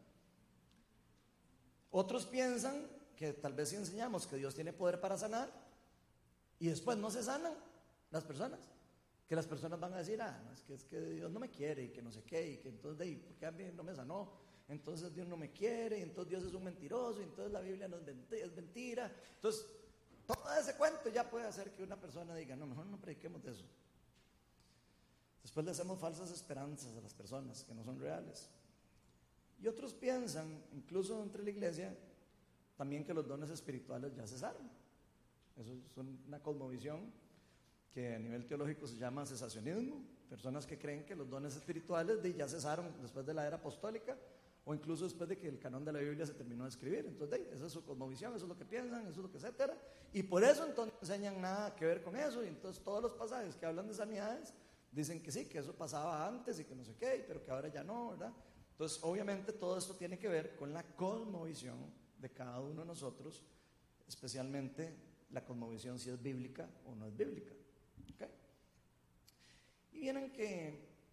Otros piensan que tal vez si enseñamos que Dios tiene poder para sanar y después no se sanan las personas, que las personas van a decir, ah, no, es que, es que Dios no me quiere y que no sé qué, y que entonces, ¿por qué a mí no me sanó? Entonces Dios no me quiere, y entonces Dios es un mentiroso, y entonces la Biblia no es mentira. Entonces, todo ese cuento ya puede hacer que una persona diga, no, mejor no prediquemos de eso. Después le hacemos falsas esperanzas a las personas que no son reales. Y otros piensan, incluso entre la iglesia, también que los dones espirituales ya cesaron. Eso es una cosmovisión que a nivel teológico se llama cesacionismo. Personas que creen que los dones espirituales ya cesaron después de la era apostólica, o incluso después de que el canon de la Biblia se terminó de escribir. Entonces, esa es su cosmovisión, eso es lo que piensan, eso es lo que etcétera. Y por eso entonces no enseñan nada que ver con eso. Y entonces todos los pasajes que hablan de sanidades dicen que sí, que eso pasaba antes y que no sé qué, pero que ahora ya no, ¿verdad? Entonces, obviamente todo esto tiene que ver con la cosmovisión de cada uno de nosotros, especialmente la cosmovisión si es bíblica o no es bíblica. ¿Okay? Y vieron que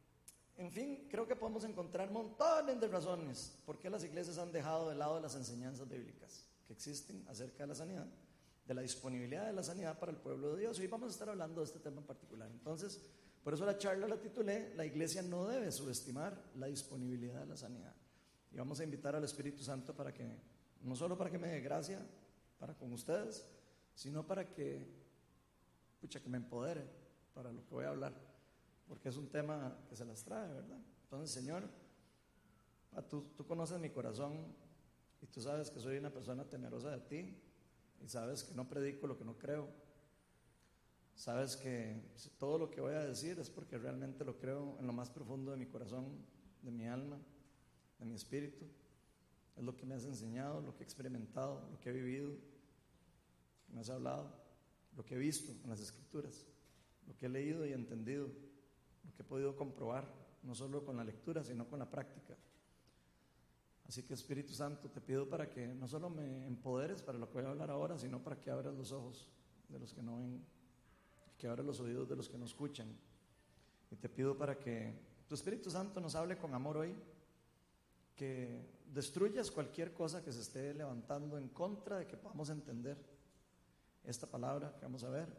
En fin, creo que podemos encontrar montones de razones por qué las iglesias han dejado de lado las enseñanzas bíblicas que existen acerca de la sanidad, de la disponibilidad de la sanidad para el pueblo de Dios. Hoy vamos a estar hablando de este tema en particular. Entonces, por eso la charla la titulé: la iglesia no debe subestimar la disponibilidad de la sanidad. Y vamos a invitar al Espíritu Santo para que, no solo para que me dé gracia para con ustedes, sino para que, pucha, que me empodere para lo que voy a hablar, porque es un tema que se las trae, ¿verdad? Entonces, Señor, ah, tú, tú conoces mi corazón y tú sabes que soy una persona temerosa de ti, y sabes que no predico lo que no creo. Sabes que todo lo que voy a decir es porque realmente lo creo en lo más profundo de mi corazón, de mi alma, de mi espíritu. Es lo que me has enseñado, lo que he experimentado, lo que he vivido, lo que me has hablado, lo que he visto en las Escrituras, lo que he leído y entendido, lo que he podido comprobar, no solo con la lectura, sino con la práctica. Así que, Espíritu Santo, te pido para que no solo me empoderes para lo que voy a hablar ahora, sino para que abras los ojos de los que no ven, que abras los oídos de los que no escuchan. Y te pido para que tu Espíritu Santo nos hable con amor hoy, que destruyas cualquier cosa que se esté levantando en contra de que podamos entender esta palabra que vamos a ver.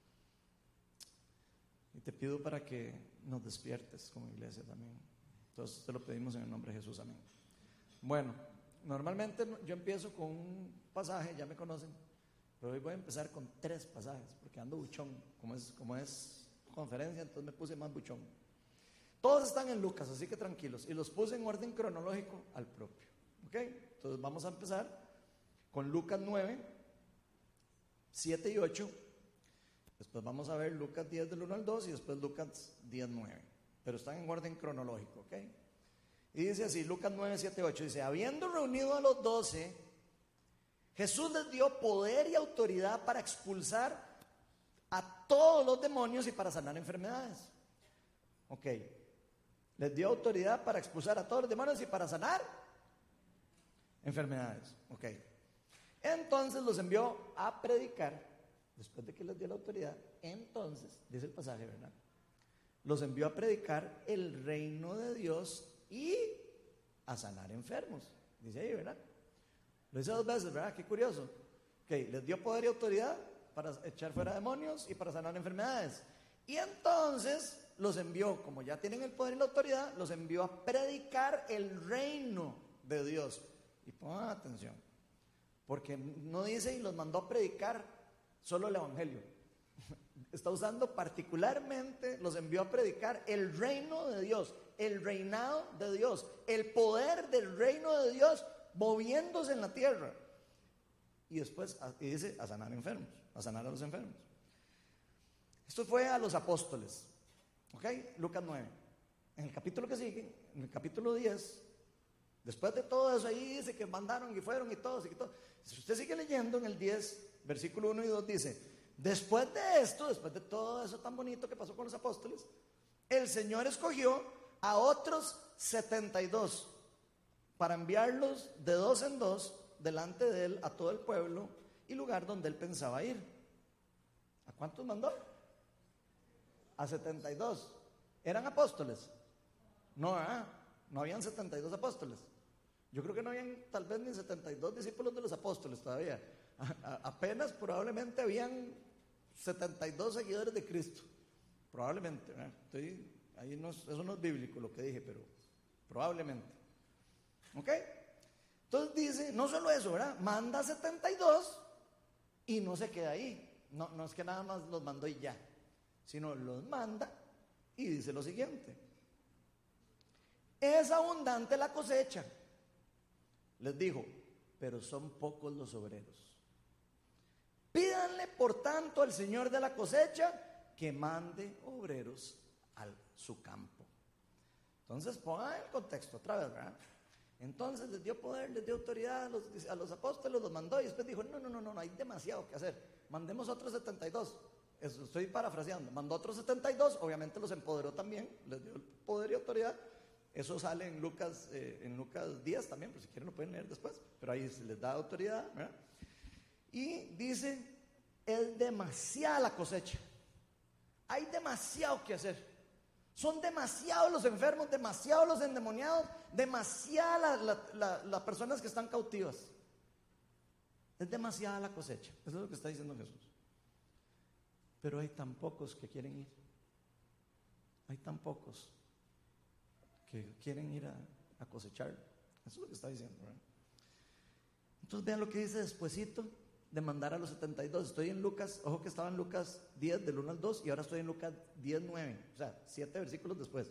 Y te pido para que nos despiertes como iglesia también. Entonces te lo pedimos en el nombre de Jesús, amén. Bueno, normalmente yo empiezo con un pasaje, ya me conocen, pero hoy voy a empezar con tres pasajes, porque ando buchón, como es, como es conferencia, entonces me puse más buchón. Todos están en Lucas, así que tranquilos, y los puse en orden cronológico al propio, ¿ok? Entonces vamos a empezar con Lucas nueve, siete y ocho, después vamos a ver Lucas diez del uno al dos y después Lucas diez, nueve, pero están en orden cronológico, ¿ok? Y dice así, Lucas nueve, siete, ocho, dice: habiendo reunido a los doce, Jesús les dio poder y autoridad para expulsar a todos los demonios y para sanar enfermedades. Ok, les dio autoridad para expulsar a todos los demonios y para sanar enfermedades. Ok, entonces los envió a predicar, después de que les dio la autoridad, entonces, dice el pasaje, ¿verdad? Los envió a predicar el reino de Dios y a sanar enfermos, dice ahí, ¿verdad? Lo dice dos veces, ¿verdad? Qué curioso. Ok, les dio poder y autoridad para echar fuera demonios y para sanar enfermedades. Y entonces los envió, como ya tienen el poder y la autoridad, los envió a predicar el reino de Dios. Y pongan atención, porque no dice y los mandó a predicar solo el evangelio. Está usando particularmente, los envió a predicar el reino de Dios, el reinado de Dios, el poder del reino de Dios moviéndose en la tierra. Y después y dice a sanar enfermos, a sanar a los enfermos. Esto fue a los apóstoles, ¿ok? Lucas nueve. En el capítulo que sigue, en el capítulo diez, después de todo eso, ahí dice que mandaron y fueron y todos y todo. Si usted sigue leyendo en el diez, versículo uno y dos, dice: después de esto, después de todo eso tan bonito que pasó con los apóstoles, el Señor escogió a otros setenta y dos para enviarlos de dos en dos delante de él a todo el pueblo y lugar donde él pensaba ir. ¿A cuántos mandó? A setenta y dos. ¿Eran apóstoles? No, ¿eh? No habían setenta y dos apóstoles. Yo creo que no habían tal vez ni setenta y dos discípulos de los apóstoles todavía. A, a, apenas probablemente habían setenta y dos seguidores de Cristo. Probablemente, ¿eh? Estoy, ahí no, eso no es bíblico lo que dije, pero probablemente. ¿Ok? Entonces dice, no solo eso, ¿verdad? Manda setenta y dos y no se queda ahí. No, no es que nada más los mandó y ya, sino los manda y dice lo siguiente: es abundante la cosecha, les dijo, pero son pocos los obreros. Pídanle por tanto al Señor de la cosecha que mande obreros a su campo. Entonces pongan el contexto otra vez, ¿verdad? Entonces les dio poder, les dio autoridad a los, a los apóstoles, los mandó y después dijo: no, no, no, no, hay demasiado que hacer, mandemos otros setenta y dos. Eso estoy parafraseando. Mandó otros setenta y dos, obviamente los empoderó también, les dio poder y autoridad. Eso sale en Lucas, eh, en Lucas diez también, por si quieren lo pueden leer después, pero ahí se les da autoridad, ¿verdad? Y dice: es demasiada la cosecha, hay demasiado que hacer. Son demasiados los enfermos, demasiados los endemoniados, demasiadas las la, la, la personas que están cautivas. Es demasiada la cosecha. Eso es lo que está diciendo Jesús. Pero hay tan pocos que quieren ir. Hay tan pocos que quieren ir a, a cosechar. Eso es lo que está diciendo, ¿verdad? Entonces vean lo que dice despuesito de mandar a los setenta y dos. Estoy en Lucas, ojo que estaba en Lucas diez del uno al dos y ahora estoy en Lucas diez, nueve, o sea, siete versículos después.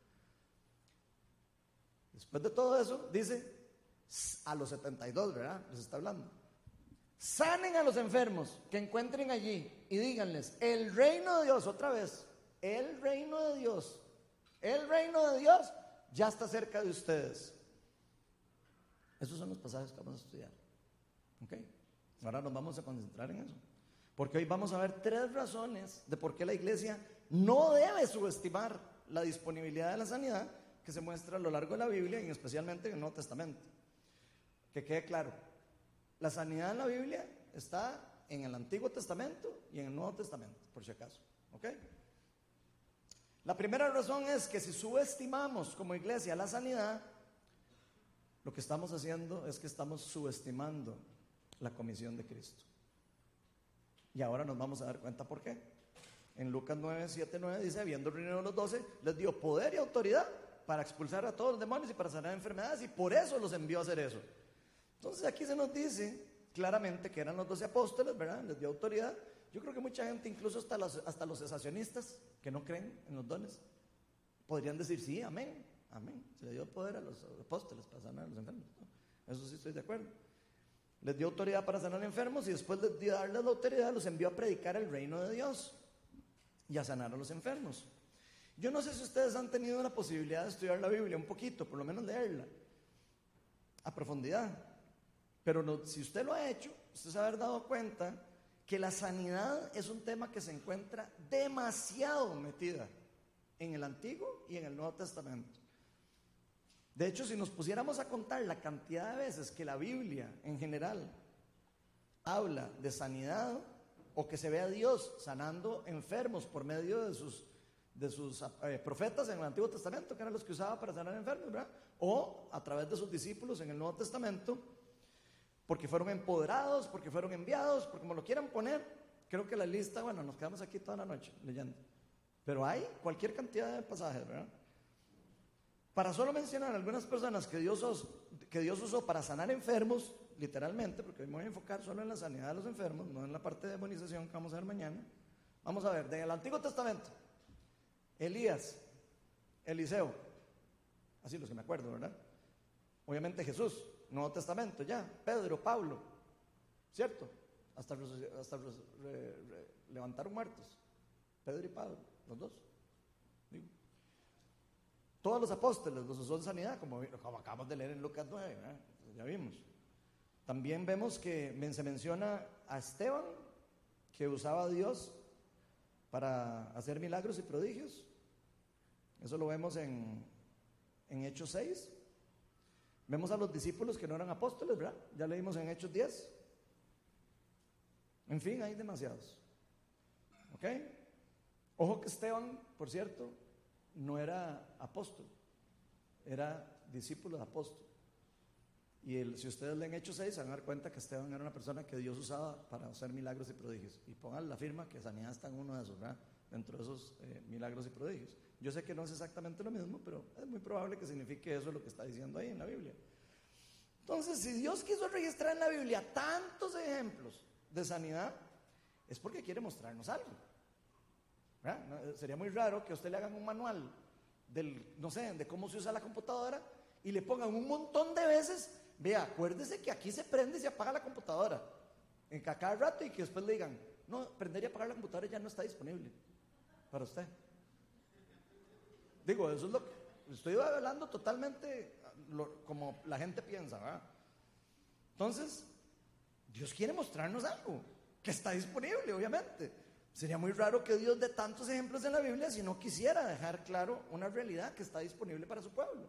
Después de todo eso dice a los setenta y dos, ¿verdad? Les está hablando. Sanen a los enfermos que encuentren allí y díganles, el reino de Dios, otra vez, el reino de Dios, el reino de Dios ya está cerca de ustedes. Esos son los pasajes que vamos a estudiar. ¿Ok? Ahora nos vamos a concentrar en eso. Porque hoy vamos a ver tres razones de por qué la iglesia no debe subestimar la disponibilidad de la sanidad que se muestra a lo largo de la Biblia y especialmente en el Nuevo Testamento. Que quede claro, la sanidad en la Biblia está en el Antiguo Testamento y en el Nuevo Testamento, por si acaso. ¿Ok? La primera razón es que si subestimamos como iglesia la sanidad, lo que estamos haciendo es que estamos subestimando la comisión de Cristo. Y ahora nos vamos a dar cuenta por qué. En Lucas nueve, siete, nueve dice, habiendo reunido a los doce, les dio poder y autoridad para expulsar a todos los demonios y para sanar enfermedades, y por eso los envió a hacer eso. Entonces aquí se nos dice claramente que eran los doce apóstoles, ¿verdad? Les dio autoridad. Yo creo que mucha gente, incluso hasta los, hasta los cesacionistas que no creen en los dones, podrían decir, sí, amén, amén. Se le dio poder a los apóstoles para sanar a los enfermos, ¿no? Eso sí estoy de acuerdo. Les dio autoridad para sanar enfermos y después de darles la autoridad los envió a predicar el reino de Dios y a sanar a los enfermos. Yo no sé si ustedes han tenido la posibilidad de estudiar la Biblia un poquito, por lo menos leerla a profundidad, pero no, si usted lo ha hecho, usted se va a haber dado cuenta que la sanidad es un tema que se encuentra demasiado metida en el Antiguo y en el Nuevo Testamento. De hecho, si nos pusiéramos a contar la cantidad de veces que la Biblia en general habla de sanidad o que se ve a Dios sanando enfermos por medio de sus, de sus eh, profetas en el Antiguo Testamento, que eran los que usaba para sanar enfermos, ¿verdad? O a través de sus discípulos en el Nuevo Testamento, porque fueron empoderados, porque fueron enviados, porque como lo quieran poner, creo que la lista, bueno, nos quedamos aquí toda la noche leyendo, pero hay cualquier cantidad de pasajes, ¿verdad? Para solo mencionar algunas personas que Dios, que Dios usó para sanar enfermos, literalmente, porque hoy me voy a enfocar solo en la sanidad de los enfermos, no en la parte de demonización que vamos a ver mañana. Vamos a ver, del Antiguo Testamento, Elías, Eliseo, así los que me acuerdo, ¿verdad? Obviamente Jesús, Nuevo Testamento ya, Pedro, Pablo, ¿cierto? Hasta, hasta re, re, levantaron muertos, Pedro y Pablo, los dos. Digo. Todos los apóstoles los usó en sanidad, como, como acabamos de leer en Lucas nueve, ¿verdad? Ya vimos. También vemos que se menciona a Esteban, que usaba a Dios para hacer milagros y prodigios. Eso lo vemos en, en Hechos seis. Vemos a los discípulos que no eran apóstoles, ¿verdad? Ya leímos en Hechos diez. En fin, hay demasiados. ¿Ok? Ojo que Esteban, por cierto, no era apóstol, era discípulo de apóstol. Y el, si ustedes leen Hechos seis, se van a dar cuenta que Esteban era una persona que Dios usaba para hacer milagros y prodigios. Y pongan la firma que sanidad está en uno de esos, ¿verdad? Dentro de esos eh, milagros y prodigios. Yo sé que no es exactamente lo mismo, pero es muy probable que signifique eso lo que está diciendo ahí en la Biblia. Entonces, si Dios quiso registrar en la Biblia tantos ejemplos de sanidad, es porque quiere mostrarnos algo. ¿verdad? Sería muy raro que a usted le hagan un manual del, no sé, de cómo se usa la computadora y le pongan un montón de veces, vea, acuérdese que aquí se prende y se apaga la computadora en cada rato, y que después le digan, no, prender y apagar la computadora ya no está disponible para usted. Digo, eso es lo que estoy hablando totalmente lo, como la gente piensa, ¿verdad? Entonces, Dios quiere mostrarnos algo que está disponible, obviamente. Sería muy raro que Dios dé tantos ejemplos en la Biblia si no quisiera dejar claro una realidad que está disponible para su pueblo.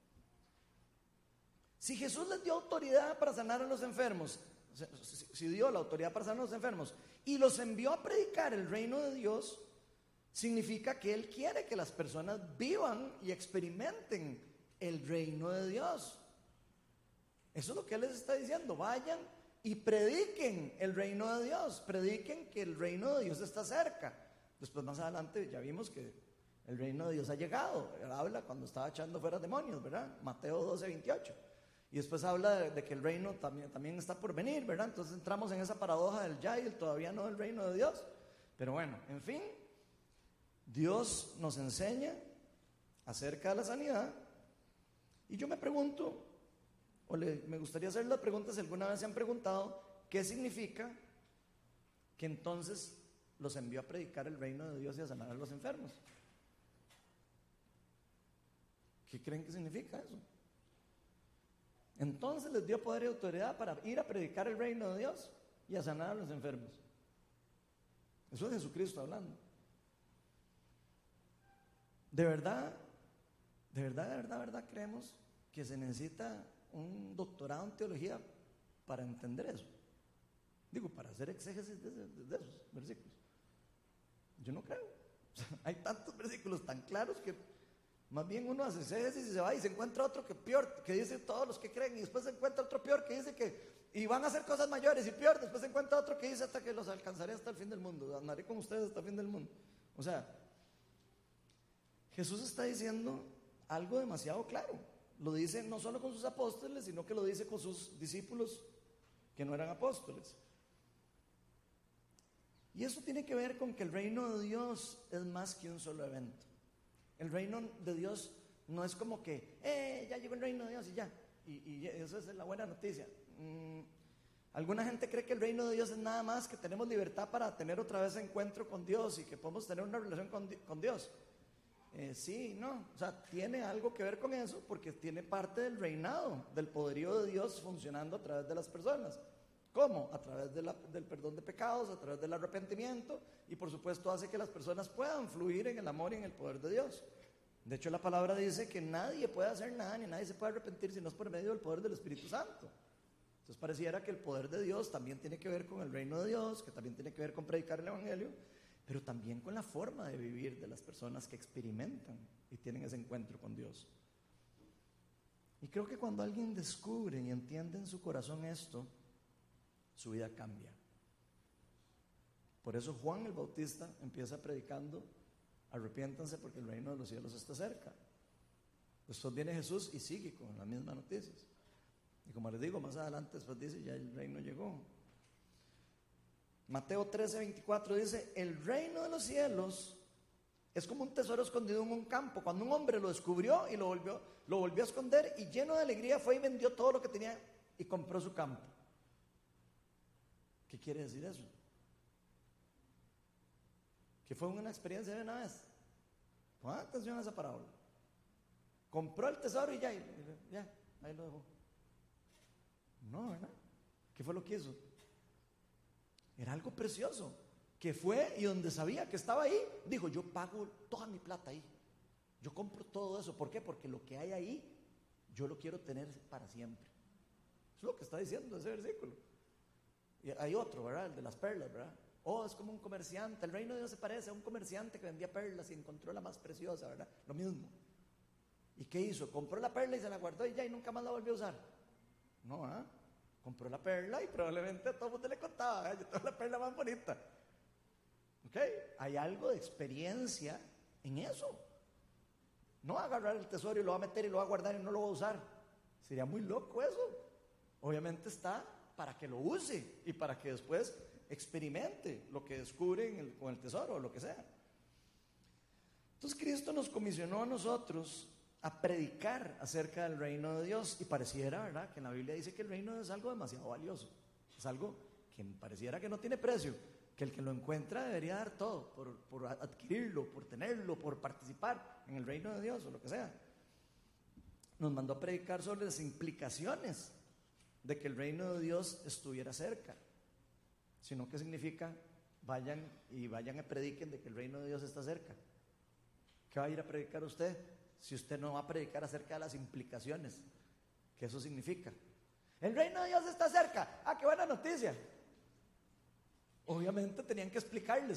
Si Jesús les dio autoridad para sanar a los enfermos, si dio la autoridad para sanar a los enfermos y los envió a predicar el reino de Dios, significa que Él quiere que las personas vivan y experimenten el reino de Dios. Eso es lo que Él les está diciendo. Vayan y prediquen el reino de Dios. Prediquen que el reino de Dios está cerca. Después más adelante ya vimos que el reino de Dios ha llegado. Él habla cuando estaba echando fuera demonios, ¿verdad? Mateo doce, veintiocho. Y después habla de, de que el reino también, también está por venir, ¿verdad? Entonces entramos en esa paradoja del ya y el todavía no del reino de Dios. Pero bueno, en fin, Dios nos enseña acerca de la sanidad. Y yo me pregunto, o le, me gustaría hacer la pregunta si alguna vez se han preguntado, ¿qué significa que entonces los envió a predicar el reino de Dios y a sanar a los enfermos? ¿Qué creen que significa eso? Entonces les dio poder y autoridad para ir a predicar el reino de Dios y a sanar a los enfermos. Eso es Jesucristo hablando. De verdad, de verdad, de verdad, de verdad creemos que se necesita un doctorado en teología para entender eso. Digo, para hacer exégesis de, de, de esos versículos. Yo no creo. O sea, hay tantos versículos tan claros que más bien uno hace exégesis y se va y se encuentra otro que peor, que dice todos los que creen, y después se encuentra otro peor que dice que y van a hacer cosas mayores y peor, después se encuentra otro que dice hasta que los alcanzaré hasta el fin del mundo, andaré con ustedes hasta el fin del mundo. O sea, Jesús está diciendo algo demasiado claro. Lo dice no solo con sus apóstoles, sino que lo dice con sus discípulos que no eran apóstoles. Y eso tiene que ver con que el reino de Dios es más que un solo evento. El reino de Dios no es como que, eh, ya llegó el reino de Dios y ya. Y, y eso es la buena noticia. Mm, alguna gente cree que el reino de Dios es nada más que tenemos libertad para tener otra vez encuentro con Dios y que podemos tener una relación con, con Dios. Eh, sí, no, o sea, tiene algo que ver con eso porque tiene parte del reinado, del poderío de Dios funcionando a través de las personas. ¿Cómo? A través de la, del perdón de pecados, a través del arrepentimiento, y por supuesto hace que las personas puedan fluir en el amor y en el poder de Dios. De hecho, la palabra dice que nadie puede hacer nada ni nadie se puede arrepentir si no es por medio del poder del Espíritu Santo. Entonces pareciera que el poder de Dios también tiene que ver con el reino de Dios, que también tiene que ver con predicar el Evangelio, pero también con la forma de vivir de las personas que experimentan y tienen ese encuentro con Dios. Y creo que cuando alguien descubre y entiende en su corazón esto, su vida cambia. Por eso Juan el Bautista empieza predicando: arrepiéntanse porque el reino de los cielos está cerca. Después viene Jesús y sigue con las mismas noticias. Y como les digo, más adelante después dice: ya el reino llegó. Mateo trece, veinticuatro dice: el reino de los cielos es como un tesoro escondido en un campo. Cuando un hombre lo descubrió y lo volvió, lo volvió a esconder, y lleno de alegría fue y vendió todo lo que tenía y compró su campo. ¿Qué quiere decir eso? Que fue una experiencia de una vez. Pongan atención a esa parábola. Compró el tesoro y ya, y ya, ahí lo dejó. No, ¿verdad? ¿Qué fue lo que hizo? Era algo precioso. Que fue y donde sabía que estaba ahí, dijo: yo pago toda mi plata ahí. Yo compro todo eso. ¿Por qué? Porque lo que hay ahí, yo lo quiero tener para siempre. Eso es lo que está diciendo ese versículo. Y hay otro, ¿verdad? El de las perlas, ¿verdad? Oh, es como un comerciante. El reino de Dios se parece a un comerciante que vendía perlas y encontró la más preciosa, ¿verdad? Lo mismo. ¿Y qué hizo? Compró la perla y se la guardó y ya, y nunca más la volvió a usar. No, ¿ah? ¿eh? Compró la perla y probablemente a todo el mundo le contaba: ¿eh? Yo tengo la perla más bonita. ¿Ok? Hay algo de experiencia en eso. No va a agarrar el tesoro y lo va a meter y lo va a guardar y no lo va a usar. Sería muy loco eso. Obviamente está para que lo use y para que después experimente lo que descubre en el, con el tesoro o lo que sea. Entonces Cristo nos comisionó a nosotros a predicar acerca del reino de Dios, y pareciera, ¿verdad?, que en la Biblia dice que el reino es algo demasiado valioso, es algo que pareciera que no tiene precio, que el que lo encuentra debería dar todo por, por adquirirlo, por tenerlo, por participar en el reino de Dios o lo que sea. Nos mandó a predicar sobre las implicaciones de que el reino de Dios estuviera cerca, sino que significa: vayan y vayan a prediquen de que el reino de Dios está cerca. ¿Qué va a ir a predicar usted si usted no va a predicar acerca de las implicaciones que eso significa? El reino de Dios está cerca. Ah, qué buena noticia. Obviamente tenían que explicarles.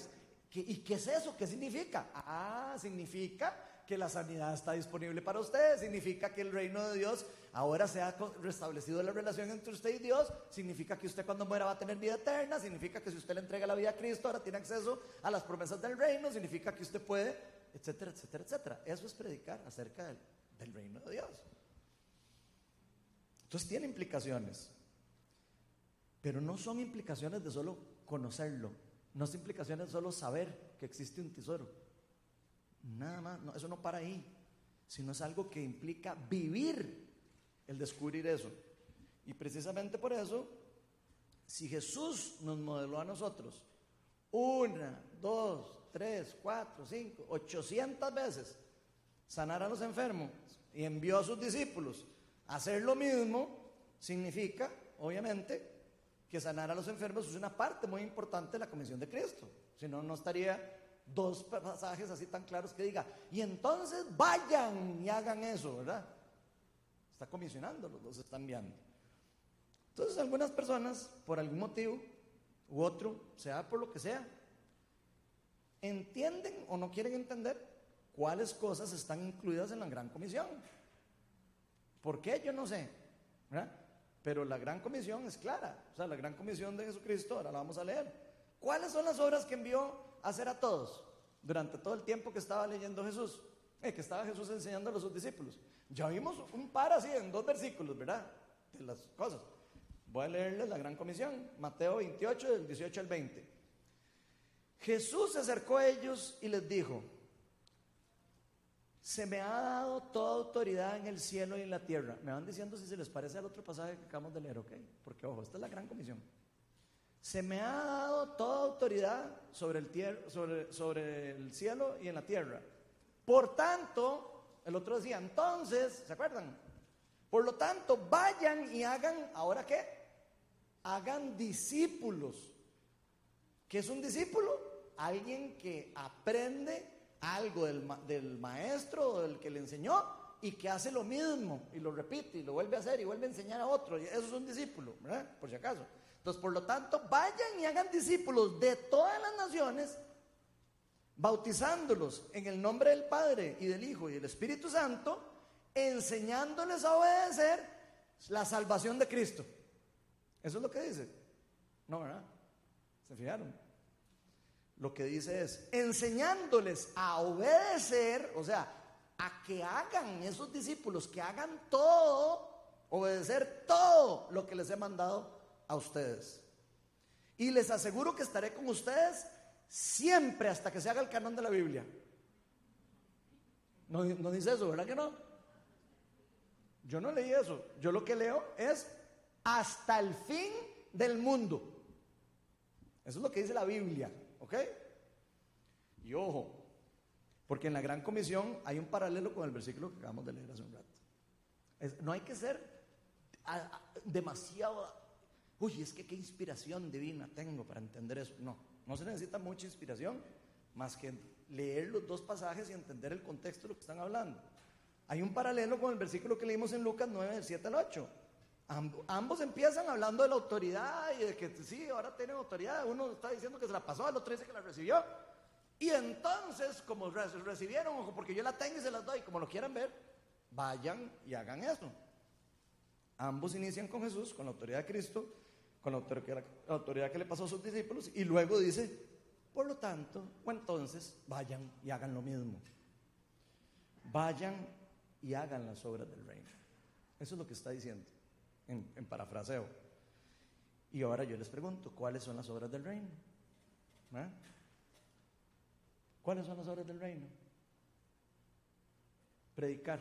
¿Qué, ¿Y qué es eso? ¿Qué significa? Ah, significa que la sanidad está disponible para ustedes, significa que el reino de Dios ahora se ha restablecido la relación entre usted y Dios, significa que usted cuando muera va a tener vida eterna, significa que si usted le entrega la vida a Cristo ahora tiene acceso a las promesas del reino, significa que usted puede, etcétera, etcétera, etcétera. Eso es predicar acerca del, del reino de Dios. Entonces tiene implicaciones, pero no son implicaciones de solo conocerlo, no son implicaciones de solo saber que existe un tesoro. Nada más, no, eso no para ahí, sino es algo que implica vivir el descubrir eso. Y precisamente por eso, si Jesús nos modeló a nosotros una, dos, tres, cuatro, cinco, ochocientas veces sanar a los enfermos y envió a sus discípulos a hacer lo mismo, significa, obviamente, que sanar a los enfermos es una parte muy importante de la comisión de Cristo. Si no, no estaría dos pasajes así tan claros que diga, y entonces vayan y hagan eso, ¿verdad? Está comisionándolos, los está enviando. Entonces algunas personas, por algún motivo u otro, sea por lo que sea, entienden o no quieren entender cuáles cosas están incluidas en la gran comisión. ¿Por qué? Yo no sé, ¿verdad? Pero la gran comisión es clara, o sea, la gran comisión de Jesucristo, ahora la vamos a leer. ¿Cuáles son las obras que envió a hacer a todos durante todo el tiempo que estaba leyendo Jesús, eh, que estaba Jesús enseñando a sus discípulos? Ya vimos un par así en dos versículos, ¿verdad? De las cosas. Voy a leerles la gran comisión, Mateo veintiocho, del dieciocho al veinte. Jesús se acercó a ellos y les dijo: se me ha dado toda autoridad en el cielo y en la tierra. Me van diciendo si se les parece al otro pasaje que acabamos de leer, ¿ok? Porque ojo, esta es la gran comisión. Se me ha dado toda autoridad sobre el, tier- sobre, sobre el cielo y en la tierra. Por tanto, el otro decía, entonces, ¿se acuerdan? Por lo tanto, vayan y hagan, ¿ahora qué? Hagan discípulos. ¿Qué es un discípulo? Alguien que aprende algo del, ma- del maestro o del que le enseñó y que hace lo mismo y lo repite y lo vuelve a hacer y vuelve a enseñar a otro. Eso es un discípulo, ¿verdad? Por si acaso. Entonces, por lo tanto, vayan y hagan discípulos de todas las naciones, bautizándolos en el nombre del Padre y del Hijo y del Espíritu Santo, enseñándoles a obedecer la salvación de Cristo. Eso es lo que dice. No, ¿verdad? ¿Se fijaron? Lo que dice es, enseñándoles a obedecer, o sea, a que hagan esos discípulos, que hagan todo, obedecer todo lo que les he mandado a ustedes. Y les aseguro que estaré con ustedes siempre hasta que se haga el canon de la Biblia. No, no dice eso, ¿verdad que no? Yo no leí eso. Yo lo que leo es hasta el fin del mundo. Eso es lo que dice la Biblia, ¿ok? Y ojo, porque en la gran comisión hay un paralelo con el versículo que acabamos de leer hace un rato. Es, no hay que ser a, a, demasiado... Uy, es que qué inspiración divina tengo para entender eso. No, no se necesita mucha inspiración, más que leer los dos pasajes y entender el contexto de lo que están hablando. Hay un paralelo con el versículo que leímos en Lucas nueve, del siete al ocho. Amb- ambos empiezan hablando de la autoridad y de que sí, ahora tienen autoridad. Uno está diciendo que se la pasó, el otro dice que la recibió. Y entonces, como re- recibieron, ojo, porque yo la tengo y se las doy, como lo quieran ver, vayan y hagan eso. Ambos inician con Jesús, con la autoridad de Cristo, con la autoridad, la autoridad que le pasó a sus discípulos, y luego dice, por lo tanto, o entonces, vayan y hagan lo mismo. Vayan y hagan las obras del reino. Eso es lo que está diciendo, en, en parafraseo. Y ahora yo les pregunto, ¿cuáles son las obras del reino? ¿Eh? ¿Cuáles son las obras del reino? Predicar.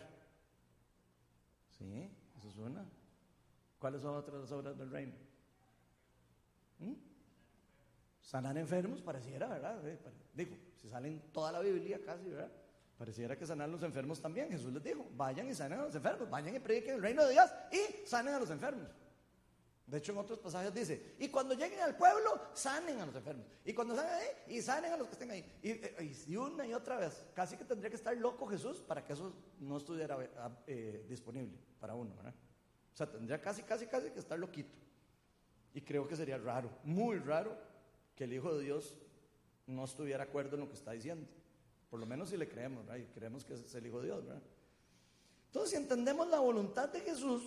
Sí, eso es una. ¿Cuáles son otras las obras del reino? ¿Mm? Sanar enfermos, pareciera, ¿verdad? Digo, si salen toda la Biblia casi, ¿verdad? Pareciera que sanar a los enfermos también. Jesús les dijo, vayan y sanen a los enfermos, vayan y prediquen el reino de Dios y sanen a los enfermos. De hecho, en otros pasajes dice, y cuando lleguen al pueblo, sanen a los enfermos. Y cuando salgan ahí, y sanen a los que estén ahí. Y, y, y una y otra vez, casi que tendría que estar loco Jesús para que eso no estuviera eh, disponible para uno, ¿verdad? O sea, tendría casi, casi, casi que estar loquito. Y creo que sería raro, muy raro, que el Hijo de Dios no estuviera de acuerdo en lo que está diciendo. Por lo menos si le creemos, ¿verdad? Y creemos que es el Hijo de Dios, ¿verdad? Entonces, si entendemos la voluntad de Jesús,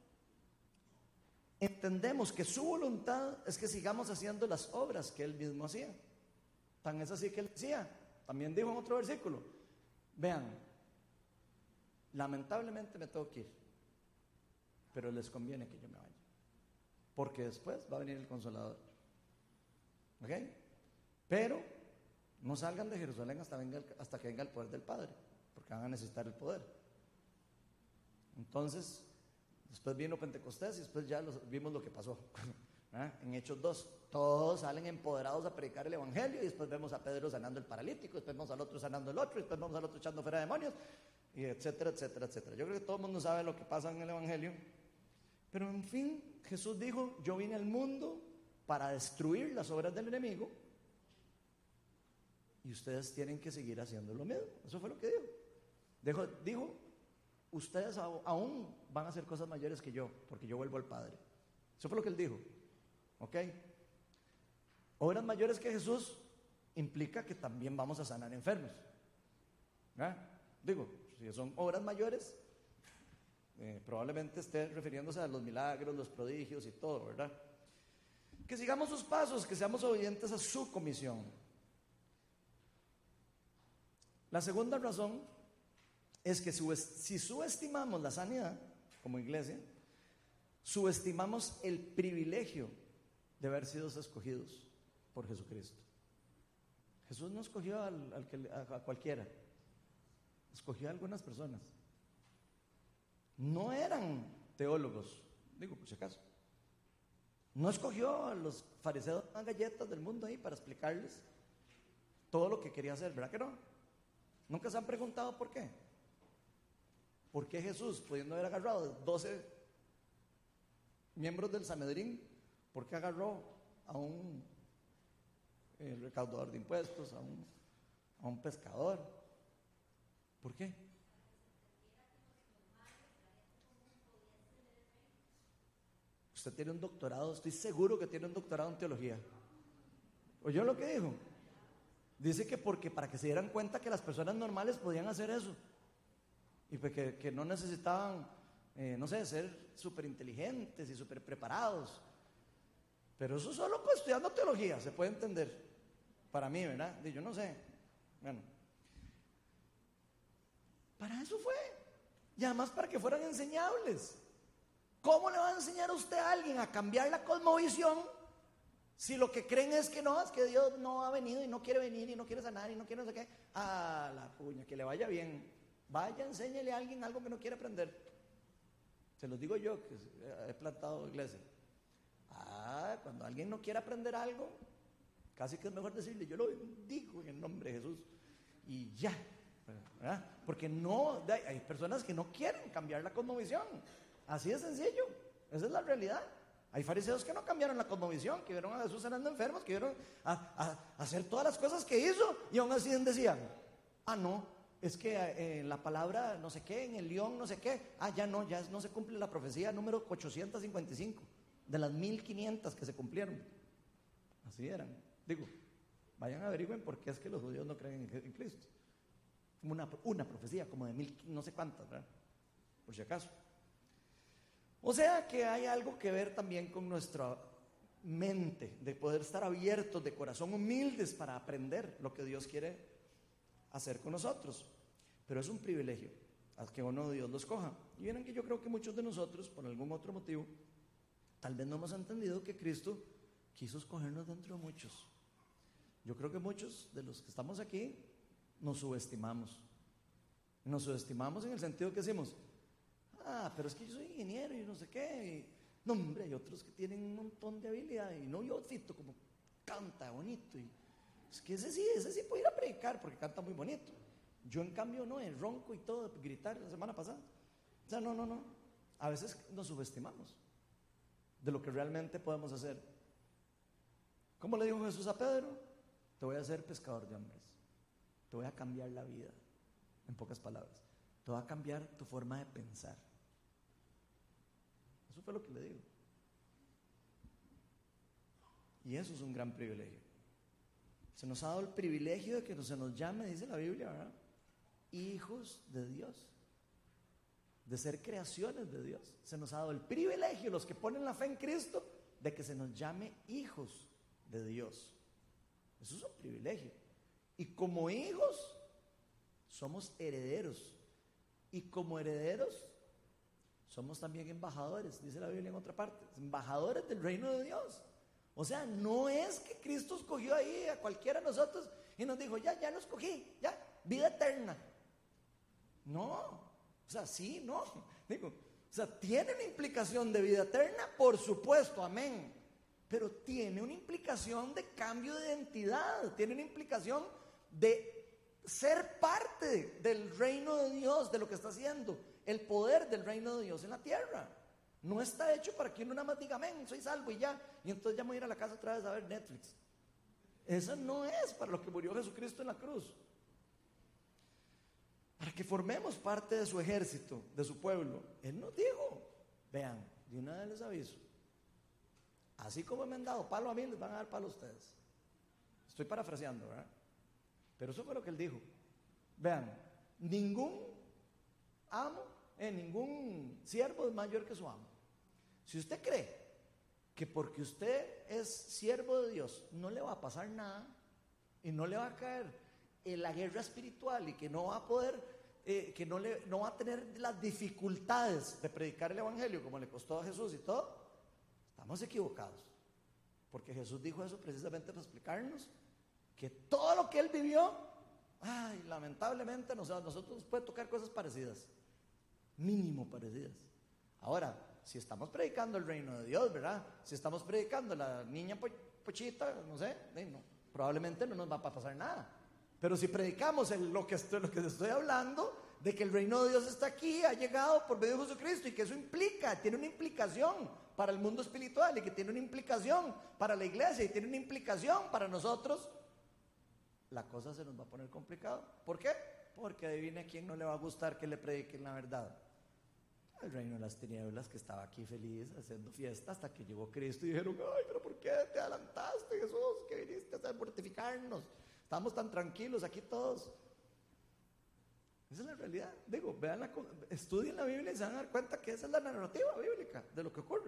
entendemos que su voluntad es que sigamos haciendo las obras que Él mismo hacía. Tan es así que Él decía, también dijo en otro versículo, vean, lamentablemente me tengo que ir, pero les conviene que yo me vaya, porque después va a venir el Consolador. ¿Ok? Pero no salgan de Jerusalén hasta, venga el, hasta que venga el poder del Padre, porque van a necesitar el poder. Entonces, después vino Pentecostés y después ya los, vimos lo que pasó. ¿Ah? En Hechos dos, todos salen empoderados a predicar el Evangelio, y después vemos a Pedro sanando el paralítico, después vemos al otro sanando el otro, después vemos al otro echando fuera demonios, y etcétera, etcétera, etcétera. Yo creo que todo el mundo sabe lo que pasa en el Evangelio, pero en fin, Jesús dijo, yo vine al mundo para destruir las obras del enemigo, y ustedes tienen que seguir haciendo lo mismo. Eso fue lo que dijo. Dijo, dijo ustedes aún van a hacer cosas mayores que yo, porque yo vuelvo al Padre. Eso fue lo que Él dijo. ¿Ok? Obras mayores que Jesús implica que también vamos a sanar enfermos. ¿Ah? Digo, si son obras mayores, eh, probablemente esté refiriéndose a los milagros, los prodigios y todo, ¿verdad? Que sigamos sus pasos, que seamos obedientes a su comisión. La segunda razón es que si subestimamos la sanidad como iglesia, subestimamos el privilegio de haber sido escogidos por Jesucristo. Jesús no escogió al, al que, a, a cualquiera, escogió a algunas personas. No eran teólogos, digo por si acaso. No escogió a los fariseos más galletas del mundo ahí para explicarles todo lo que quería hacer, ¿verdad que no? ¿Nunca se han preguntado por qué? ¿Por qué Jesús, pudiendo haber agarrado doce miembros del Sanedrín, por qué agarró a un eh, recaudador de impuestos, a un, a un pescador? ¿Por qué? Usted tiene un doctorado, estoy seguro que tiene un doctorado en teología. ¿Oyó lo que dijo? Dice que porque para que se dieran cuenta que las personas normales podían hacer eso, y pues que, que no necesitaban, eh, no sé, ser súper inteligentes y súper preparados. Pero eso solo pues estudiando teología se puede entender, para mí, ¿verdad? Yo no sé. Bueno, para eso fue, y además para que fueran enseñables. ¿Cómo le va a enseñar a usted a alguien a cambiar la cosmovisión si lo que creen es que no, es que Dios no ha venido y no quiere venir y no quiere sanar y no quiere no sé qué? Ah, la puña, que le vaya bien. Vaya, enséñele a alguien algo que no quiere aprender. Se los digo yo, que he plantado iglesia. Ah, cuando alguien no quiere aprender algo, casi que es mejor decirle, yo lo bendigo en el nombre de Jesús, y ya, ¿verdad? Porque no, hay personas que no quieren cambiar la cosmovisión. Así de sencillo, esa es la realidad. Hay fariseos que no cambiaron la cosmovisión, que vieron a Jesús sanando enfermos, que vieron a, a, a hacer todas las cosas que hizo, y aún así decían, ah no, es que eh, la palabra no sé qué, en el león no sé qué, ah ya no, ya no se cumple la profecía número ochocientos cincuenta y cinco, de las mil quinientas que se cumplieron. Así eran. Digo, vayan a averigüen por qué es que los judíos no creen en, en Cristo. Como una, una profecía, como de mil, no sé cuántas, ¿verdad? Por si acaso. O sea que hay algo que ver también con nuestra mente, de poder estar abiertos, de corazón humildes para aprender lo que Dios quiere hacer con nosotros. Pero es un privilegio a que uno de Dios los coja. Y miren que yo creo que muchos de nosotros, por algún otro motivo, tal vez no hemos entendido que Cristo quiso escogernos dentro de muchos. Yo creo que muchos de los que estamos aquí nos subestimamos. Nos subestimamos en el sentido que decimos, ah, pero es que yo soy ingeniero y no sé qué. Y, no, hombre, hay otros que tienen un montón de habilidad. Y no, yo Fito, como canta bonito. Y es que ese sí, ese sí puede ir a predicar porque canta muy bonito. Yo, en cambio, no, el ronco y todo, gritar la semana pasada. O sea, no, no, no. A veces nos subestimamos de lo que realmente podemos hacer. ¿Cómo le dijo Jesús a Pedro? Te voy a hacer pescador de hombres. Te voy a cambiar la vida, en pocas palabras. Te voy a cambiar tu forma de pensar. Eso fue lo que le digo. Y eso es un gran privilegio. Se nos ha dado el privilegio de que se nos llame, dice la Biblia, ¿verdad?, hijos de Dios, de ser creaciones de Dios. Se nos ha dado el privilegio, los que ponen la fe en Cristo, de que se nos llame hijos de Dios. Eso es un privilegio. Y como hijos somos herederos, y como herederos somos también embajadores, dice la Biblia en otra parte, embajadores del reino de Dios. O sea, no es que Cristo escogió ahí a cualquiera de nosotros y nos dijo, ya, ya lo escogí, ya, vida eterna. No, o sea, sí, no. Digo, o sea, tiene una implicación de vida eterna, por supuesto, amén. Pero tiene una implicación de cambio de identidad, tiene una implicación de ser parte del reino de Dios, de lo que está haciendo, el poder del reino de Dios en la tierra. No está hecho para que uno nada más diga, amén, soy salvo y ya, y entonces ya me voy a ir a la casa otra vez a ver Netflix. Eso no es para lo que murió Jesucristo en la cruz. Para que formemos parte de su ejército, de su pueblo. Él nos dijo, vean, de una vez les aviso, así como me han dado palo a mí, les van a dar palo a ustedes. Estoy parafraseando, ¿verdad? Pero eso fue lo que él dijo. Vean, ningún amo, eh, ningún siervo es mayor que su amo. Si usted cree que porque usted es siervo de Dios no le va a pasar nada y no le va a caer en la guerra espiritual y que no va a poder, eh, que no, le, no va a tener las dificultades de predicar el evangelio como le costó a Jesús y todo, estamos equivocados. Porque Jesús dijo eso precisamente para explicarnos que todo lo que él vivió, ay, lamentablemente a nosotros nos puede tocar cosas parecidas, mínimo parecidas. Ahora, si estamos predicando el reino de Dios, ¿verdad? Si estamos predicando la niña po- pochita, no sé, no, probablemente no nos va a pasar nada. Pero si predicamos el, lo, que estoy, lo que estoy hablando, de que el reino de Dios está aquí, ha llegado por medio de Jesucristo, y que eso implica, tiene una implicación para el mundo espiritual, y que tiene una implicación para la iglesia, y tiene una implicación para nosotros, la cosa se nos va a poner complicado. ¿Por qué? Porque adivine a quién no le va a gustar que le prediquen la verdad. El reino de las tinieblas, que estaba aquí feliz haciendo fiesta hasta que llegó Cristo y dijeron, ay, pero ¿por qué te adelantaste, Jesús? Que viniste a mortificarnos, estamos tan tranquilos aquí todos. Esa es la realidad. Digo, vean la, estudien la Biblia y se van a dar cuenta que esa es la narrativa bíblica de lo que ocurre.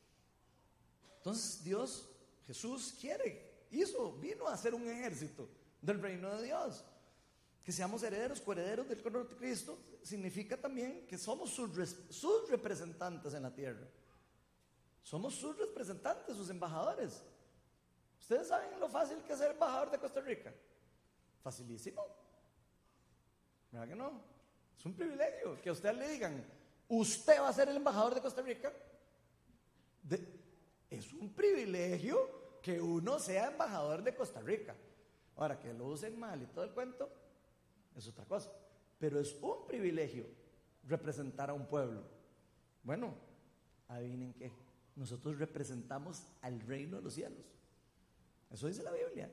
Entonces Dios, Jesús quiere, hizo, vino a hacer un ejército del reino de Dios. Que seamos herederos, coherederos del trono de Cristo, significa también que somos sus, sus representantes en la tierra. Somos sus representantes, sus embajadores. ¿Ustedes saben lo fácil que es ser embajador de Costa Rica? Facilísimo. ¿Verdad que no? Es un privilegio que a usted le digan, usted va a ser el embajador de Costa Rica. De, es un privilegio que uno sea embajador de Costa Rica. Ahora, que lo usen mal y todo el cuento es otra cosa, pero es un privilegio representar a un pueblo. Bueno, adivinen qué, nosotros representamos al reino de los cielos. Eso dice la Biblia.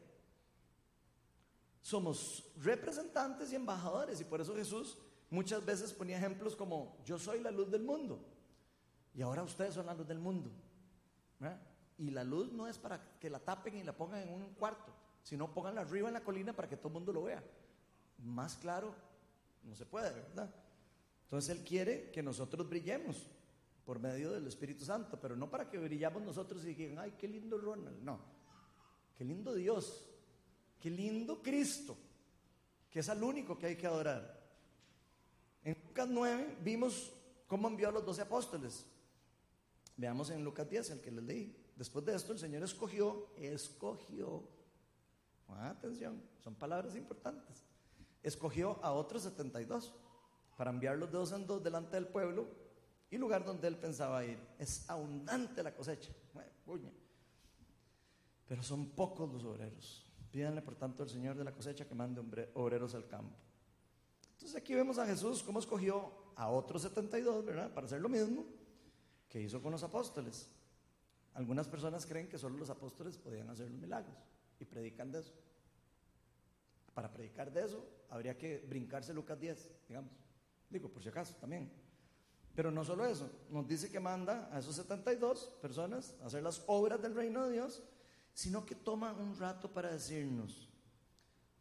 Somos representantes y embajadores, y por eso Jesús muchas veces ponía ejemplos como, yo soy la luz del mundo, y ahora ustedes son la luz del mundo, ¿verdad? Y la luz no es para que la tapen y la pongan en un cuarto, sino pónganla arriba en la colina para que todo el mundo lo vea. Más claro no se puede, ¿verdad? Entonces Él quiere que nosotros brillemos por medio del Espíritu Santo, pero no para que brillamos nosotros y digan, ay, qué lindo Ronald. No, qué lindo Dios, qué lindo Cristo, que es al único que hay que adorar. En Lucas nueve vimos cómo envió a los doce apóstoles. Veamos en Lucas diez, el que les leí. Después de esto el Señor escogió, escogió, atención, son palabras importantes, escogió a otros setenta y dos para enviarlos de dos en dos delante del pueblo y lugar donde él pensaba ir. Es abundante la cosecha, bueno, pero son pocos los obreros. Pídanle por tanto al Señor de la cosecha que mande obreros al campo. Entonces aquí vemos a Jesús cómo escogió a otros setenta y dos, ¿verdad? Para hacer lo mismo que hizo con los apóstoles. Algunas personas creen que solo los apóstoles podían hacer los milagros y predican de eso. Para predicar de eso habría que brincarse Lucas diez, digamos, digo por si acaso también. Pero no solo eso, nos dice que manda a esos setenta y dos personas a hacer las obras del reino de Dios, sino que toma un rato para decirnos,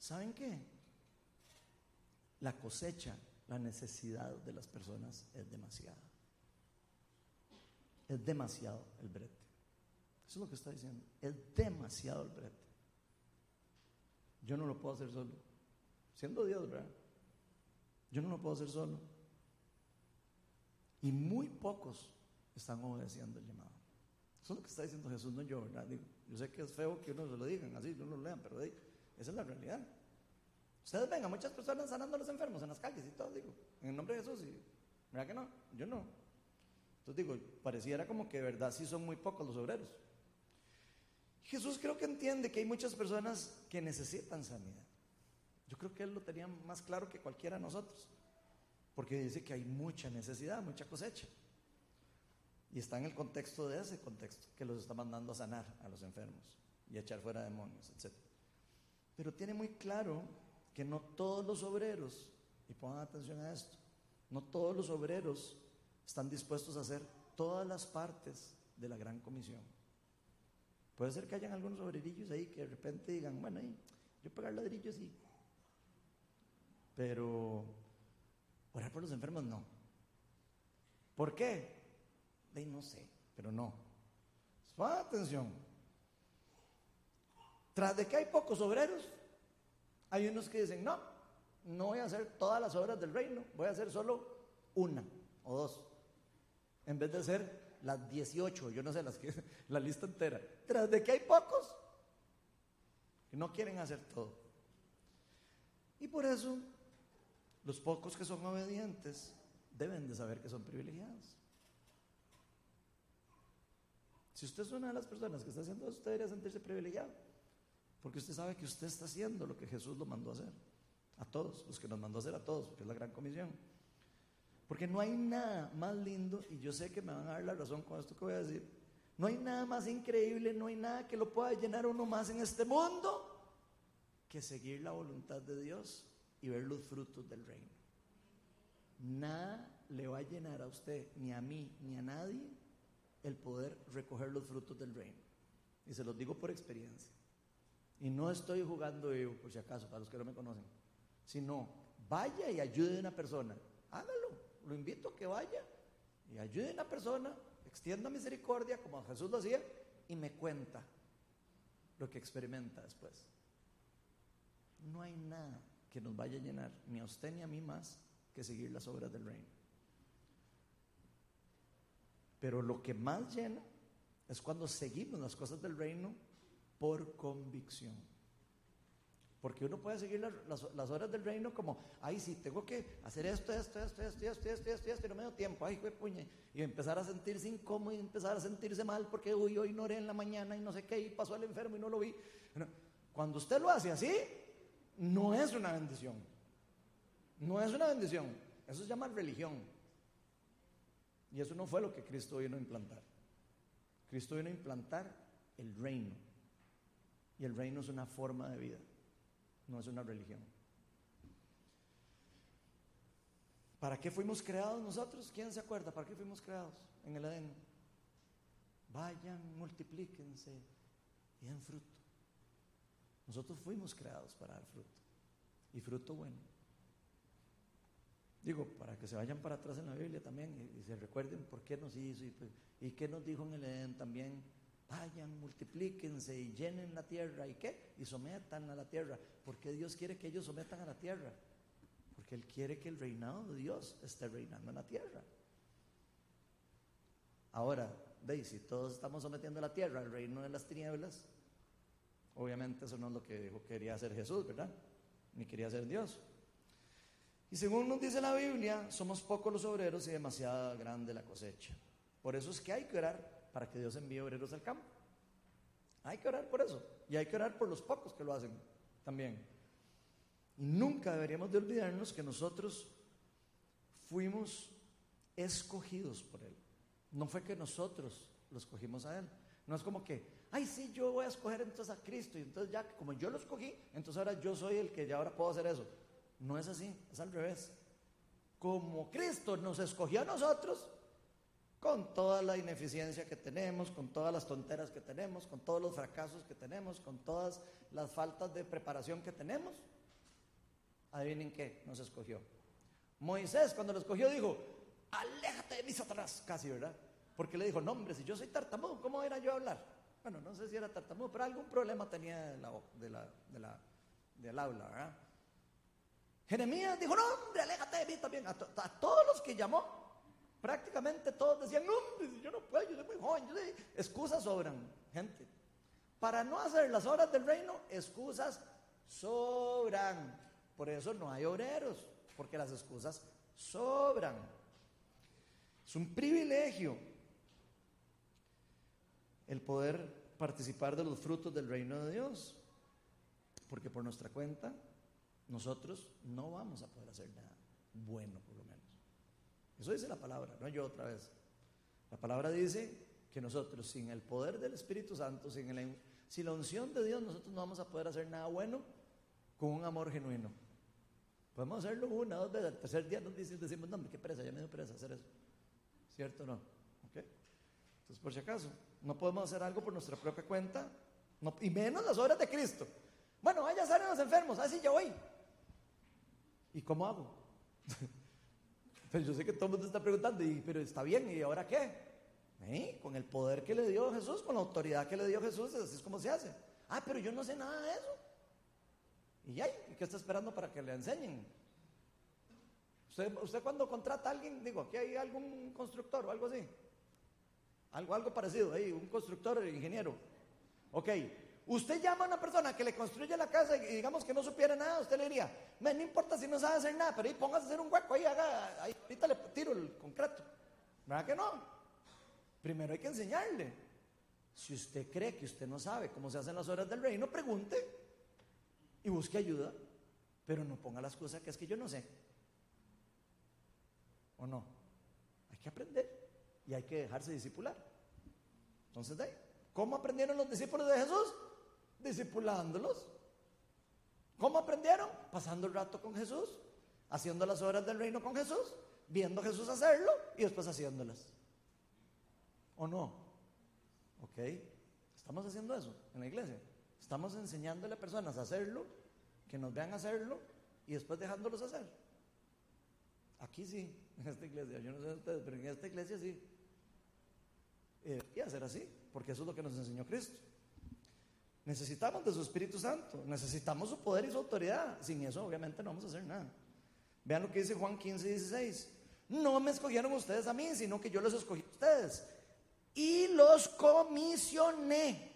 ¿saben qué? La cosecha, la necesidad de las personas es demasiada. Es demasiado el brete. Eso es lo que está diciendo. Es demasiado el brete. Yo no lo puedo hacer solo. Siendo Dios, ¿verdad? Yo no lo puedo hacer solo. Y muy pocos están obedeciendo el llamado. Eso es lo que está diciendo Jesús, no yo, ¿verdad? Digo, yo sé que es feo que uno se lo digan así, no lo lean, pero digo, esa es la realidad. Ustedes ven a muchas personas sanando a los enfermos en las calles y todo, digo, en el nombre de Jesús, y, ¿verdad que no? Yo no. Entonces digo, pareciera como que de verdad sí son muy pocos los obreros. Jesús creo que entiende que hay muchas personas que necesitan sanidad. Yo creo que Él lo tenía más claro que cualquiera de nosotros, porque dice que hay mucha necesidad, mucha cosecha. Y está en el contexto de ese contexto, que los está mandando a sanar a los enfermos y a echar fuera demonios, etcétera. Pero tiene muy claro que no todos los obreros, y pongan atención a esto, no todos los obreros están dispuestos a hacer todas las partes de la gran comisión. Puede ser que hayan algunos obrerillos ahí que de repente digan, bueno, ahí, yo pegar ladrillos sí, pero orar por los enfermos no. ¿Por qué? De no sé, pero no. Pongan atención. Tras de que hay pocos obreros, hay unos que dicen, no, no voy a hacer todas las obras del reino, voy a hacer solo una o dos, en vez de hacer las dieciocho, yo no sé, las que, la lista entera. Tras de que hay pocos que no quieren hacer todo. Y por eso, los pocos que son obedientes deben de saber que son privilegiados. Si usted es una de las personas que está haciendo eso, usted debería sentirse privilegiado, porque usted sabe que usted está haciendo lo que Jesús lo mandó a hacer, a todos, los que nos mandó a hacer a todos, porque es la gran comisión. Porque no hay nada más lindo, y yo sé que me van a dar la razón con esto que voy a decir, no hay nada más increíble, no hay nada que lo pueda llenar uno más en este mundo que seguir la voluntad de Dios y ver los frutos del reino. Nada le va a llenar a usted, ni a mí, ni a nadie, el poder recoger los frutos del reino. Y se los digo por experiencia. Y no estoy jugando yo, por si acaso, para los que no me conocen, sino vaya y ayude a una persona. Hágalo, lo invito a que vaya y ayude a una persona, extienda misericordia como Jesús lo hacía, y me cuenta lo que experimenta después. No hay nada que nos vaya a llenar, ni a usted ni a mí más, que seguir las obras del reino. Pero lo que más llena es cuando seguimos las cosas del reino por convicción. Porque uno puede seguir las, las, las obras del reino como, ay, sí, tengo que hacer esto, esto, esto, esto, esto, esto, esto, esto, y no me dio tiempo, ay, puñe, y empezar a sentirse incómodo y empezar a sentirse mal porque, uy, hoy no oré en la mañana y no sé qué, y pasó el enfermo y no lo vi. Cuando usted lo hace así, no es una bendición. No es una bendición. Eso se llama religión. Y eso no fue lo que Cristo vino a implantar. Cristo vino a implantar el reino. Y el reino es una forma de vida, no es una religión. ¿Para qué fuimos creados nosotros? ¿Quién se acuerda? ¿Para qué fuimos creados en el Edén? Vayan, multiplíquense y den fruto. Nosotros fuimos creados para dar fruto, y fruto bueno. Digo, para que se vayan para atrás en la Biblia también y, y se recuerden por qué nos hizo y, y qué nos dijo en el Edén también. Vayan, multiplíquense y llenen la tierra. ¿Y qué? Y sometan a la tierra. ¿Por qué Dios quiere que ellos sometan a la tierra? Porque Él quiere que el reinado de Dios esté reinando en la tierra. Ahora, veis, si todos estamos sometiendo a la tierra al reino de las tinieblas, obviamente eso no es lo que dijo, quería hacer Jesús, ¿verdad? Ni quería ser Dios. Y según nos dice la Biblia, somos pocos los obreros y demasiado grande la cosecha. Por eso es que hay que orar para que Dios envíe obreros al campo. Hay que orar por eso. Y hay que orar por los pocos que lo hacen también. Y nunca deberíamos de olvidarnos que nosotros fuimos escogidos por Él. No fue que nosotros lo escogimos a Él. No es como que, ay, sí, yo voy a escoger entonces a Cristo. Y entonces ya, como yo lo escogí, entonces ahora yo soy el que ya ahora puedo hacer eso. No es así, es al revés. Como Cristo nos escogió a nosotros, con toda la ineficiencia que tenemos, con todas las tonteras que tenemos, con todos los fracasos que tenemos, con todas las faltas de preparación que tenemos. Adivinen qué, nos escogió. Moisés, cuando lo escogió, dijo: aléjate de mí, Satanás, casi, ¿verdad? Porque le dijo: no, hombre, si yo soy tartamudo, ¿cómo era yo a hablar? Bueno, no sé si era tartamudo, pero algún problema tenía de la, de la, de la, del habla, ¿verdad? Jeremías dijo: no, hombre, aléjate de mí también. A, to, a todos los que llamó, prácticamente todos decían: no, hombre, yo no puedo, yo soy muy joven. Yo soy... Excusas sobran, gente. Para no hacer las obras del reino, excusas sobran. Por eso no hay obreros, porque las excusas sobran. Es un privilegio el poder participar de los frutos del reino de Dios, porque por nuestra cuenta nosotros no vamos a poder hacer nada bueno, por lo menos. Eso dice la palabra, no yo otra vez. La palabra dice que nosotros, sin el poder del Espíritu Santo, sin, el, sin la unción de Dios, nosotros no vamos a poder hacer nada bueno con un amor genuino. Podemos hacerlo una, dos veces, al tercer día nos dicen, decimos: no, hombre, qué pereza, ya me dio pereza hacer eso. ¿Cierto o no? ¿Okay? Entonces, por si acaso, no podemos hacer algo por nuestra propia cuenta, no, y menos las obras de Cristo. Bueno, vaya, salen los enfermos, así ya voy. ¿Y cómo hago? Pues yo sé que todo el mundo está preguntando, y, pero está bien, ¿y ahora qué? ¿Eh? Con el poder que le dio Jesús, con la autoridad que le dio Jesús, así es como se hace. Ah, pero yo no sé nada de eso. ¿Y ya? ¿Y qué está esperando para que le enseñen? Usted, usted cuando contrata a alguien, digo, aquí hay algún constructor o algo así, algo, algo parecido, ahí, un constructor, ingeniero. Ok, usted llama a una persona que le construye la casa y digamos que no supiera nada, usted le diría: no importa si no sabe hacer nada, pero ahí póngase a hacer un hueco, ahí haga, ahí, ahorita le tiro el concreto. ¿Verdad que no? Primero hay que enseñarle. Si usted cree que usted no sabe cómo se hacen las obras del reino, pregunte y busque ayuda, pero no ponga las cosas que es que yo no sé. ¿O no? Hay que aprender y hay que dejarse discipular. Entonces, ¿de? ¿Cómo aprendieron los discípulos de Jesús? Discipulándolos. ¿Cómo aprendieron? Pasando el rato con Jesús, haciendo las obras del reino con Jesús, viendo a Jesús hacerlo y después haciéndolas. ¿O no? ¿Ok? Estamos haciendo eso en la iglesia. Estamos enseñándole a personas a hacerlo, que nos vean hacerlo y después dejándolos hacer. Aquí sí, en esta iglesia, yo no sé de ustedes, pero en esta iglesia sí. Eh, y hacer así, porque eso es lo que nos enseñó Cristo. Necesitamos de su Espíritu Santo, necesitamos su poder y su autoridad. Sin eso obviamente no vamos a hacer nada. Vean lo que dice Juan quince, dieciséis. No me escogieron ustedes a mí, sino que yo los escogí a ustedes y los comisioné.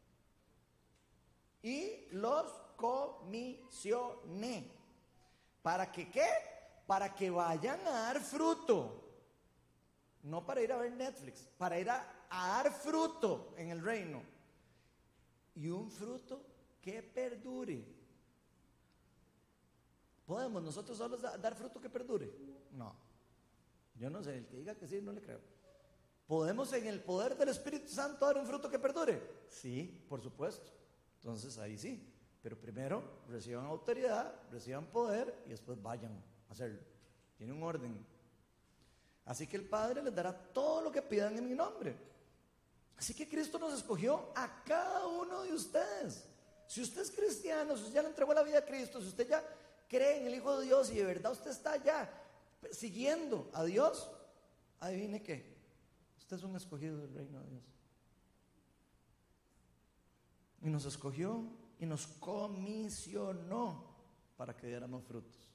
Y los comisioné. ¿Para que qué? Para que vayan a dar fruto. No para ir a ver Netflix, para ir a, a dar fruto en el reino. Y un fruto que perdure. ¿Podemos nosotros solos dar fruto que perdure? No. Yo no sé, el que diga que sí, no le creo. ¿Podemos en el poder del Espíritu Santo dar un fruto que perdure? Sí, por supuesto. Entonces ahí sí. Pero primero reciban autoridad, reciban poder y después vayan a hacerlo. Tiene un orden. Así que el Padre les dará todo lo que pidan en mi nombre. Así que Cristo nos escogió a cada uno de ustedes. Si usted es cristiano, si usted ya le entregó la vida a Cristo, si usted ya cree en el Hijo de Dios y de verdad usted está ya siguiendo a Dios, adivine qué, usted es un escogido del reino de Dios. Y nos escogió y nos comisionó para que diéramos frutos,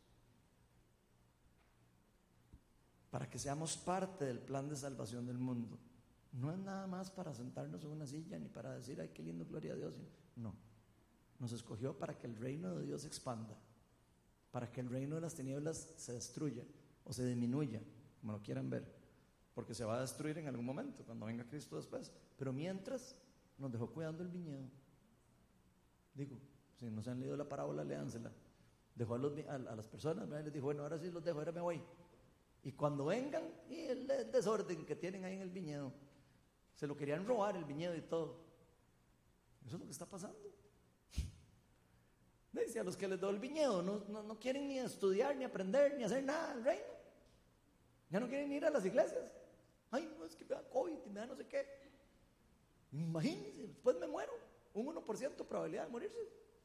para que seamos parte del plan de salvación del mundo. No es nada más para sentarnos en una silla ni para decir: ay, qué lindo, gloria a Dios. No, nos escogió para que el reino de Dios se expanda, para que el reino de las tinieblas se destruya o se disminuya, como lo quieran ver, porque se va a destruir en algún momento cuando venga Cristo después. Pero mientras nos dejó cuidando el viñedo. Digo, si no se han leído la parábola, léansela. Dejó a, los, a, a las personas, les dijo: bueno, ahora sí los dejo, ahora me voy. Y cuando vengan, y el desorden que tienen ahí en el viñedo, se lo querían robar el viñedo y todo. Eso es lo que está pasando. Dice: a los que les doy el viñedo no, no, no quieren ni estudiar, ni aprender, ni hacer nada del reino. Ya no quieren ir a las iglesias. Ay, no, es que me da COVID y me da no sé qué. Imagínense, después me muero. Un uno por ciento probabilidad de morirse.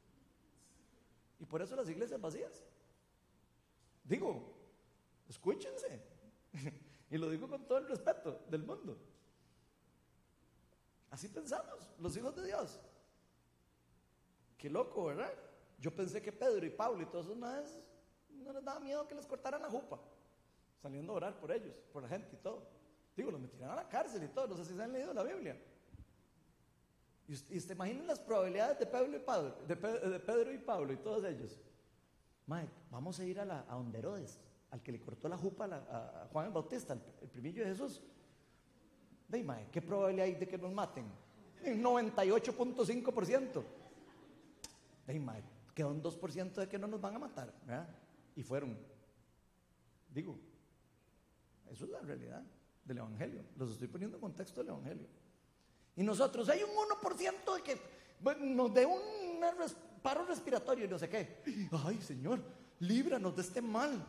Y por eso las iglesias vacías. Digo, escúchense. Y lo digo con todo el respeto del mundo. Así pensamos, los hijos de Dios. Qué loco, ¿verdad? Yo pensé que Pedro y Pablo y todos esos más no les daba miedo que les cortaran la jupa, saliendo a orar por ellos, por la gente y todo. Digo, los metieron a la cárcel y todo. No sé si se han leído la Biblia. Y usted, y usted imaginen las probabilidades de Pedro y Pablo, de, Pe- de Pedro y Pablo y todos ellos. Mike, vamos a ir a, la, a donde Herodes, al que le cortó la jupa a, la, a Juan el Bautista, el, el primillo de Jesús. De Mike, ¿qué probabilidad hay de que nos maten? En noventa y ocho punto cinco por ciento. De Mike, queda un dos por ciento de que no nos van a matar, ¿verdad? Y fueron. Digo, eso es la realidad del Evangelio. Los estoy poniendo en contexto del Evangelio. Y nosotros, hay un uno por ciento de que bueno, nos dé un res, paro respiratorio y no sé qué. Ay, Señor, líbranos de este mal.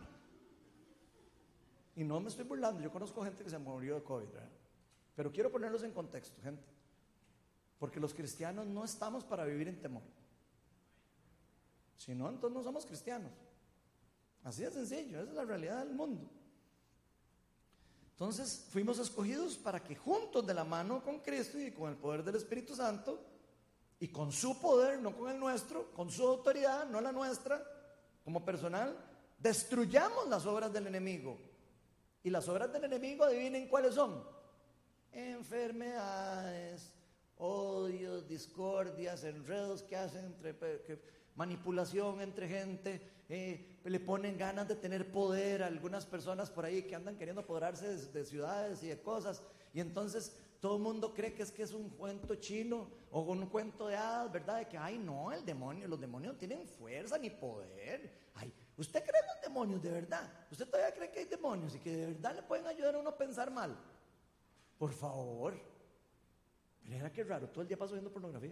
Y no me estoy burlando, yo conozco gente que se murió de COVID, ¿verdad? Pero quiero ponerlos en contexto, gente. Porque los cristianos no estamos para vivir en temor. Si no, entonces no somos cristianos. Así de sencillo, esa es la realidad del mundo. Entonces fuimos escogidos para que juntos de la mano con Cristo y con el poder del Espíritu Santo y con su poder, no con el nuestro, con su autoridad, no la nuestra, como personal, destruyamos las obras del enemigo. Y las obras del enemigo, adivinen cuáles son: enfermedades, odios, discordias, enredos que hacen entre, que, manipulación entre gente. Eh, le ponen ganas de tener poder a algunas personas por ahí que andan queriendo apoderarse de, de ciudades y de cosas, y entonces todo el mundo cree que es que es un cuento chino o un cuento de hadas, ¿verdad? De que, ay no, el demonio, los demonios no tienen fuerza ni poder. Ay, ¿usted cree en los demonios de verdad? ¿Usted todavía cree que hay demonios y que de verdad le pueden ayudar a uno a pensar mal? Por favor. Mira qué raro, todo el día paso viendo pornografía.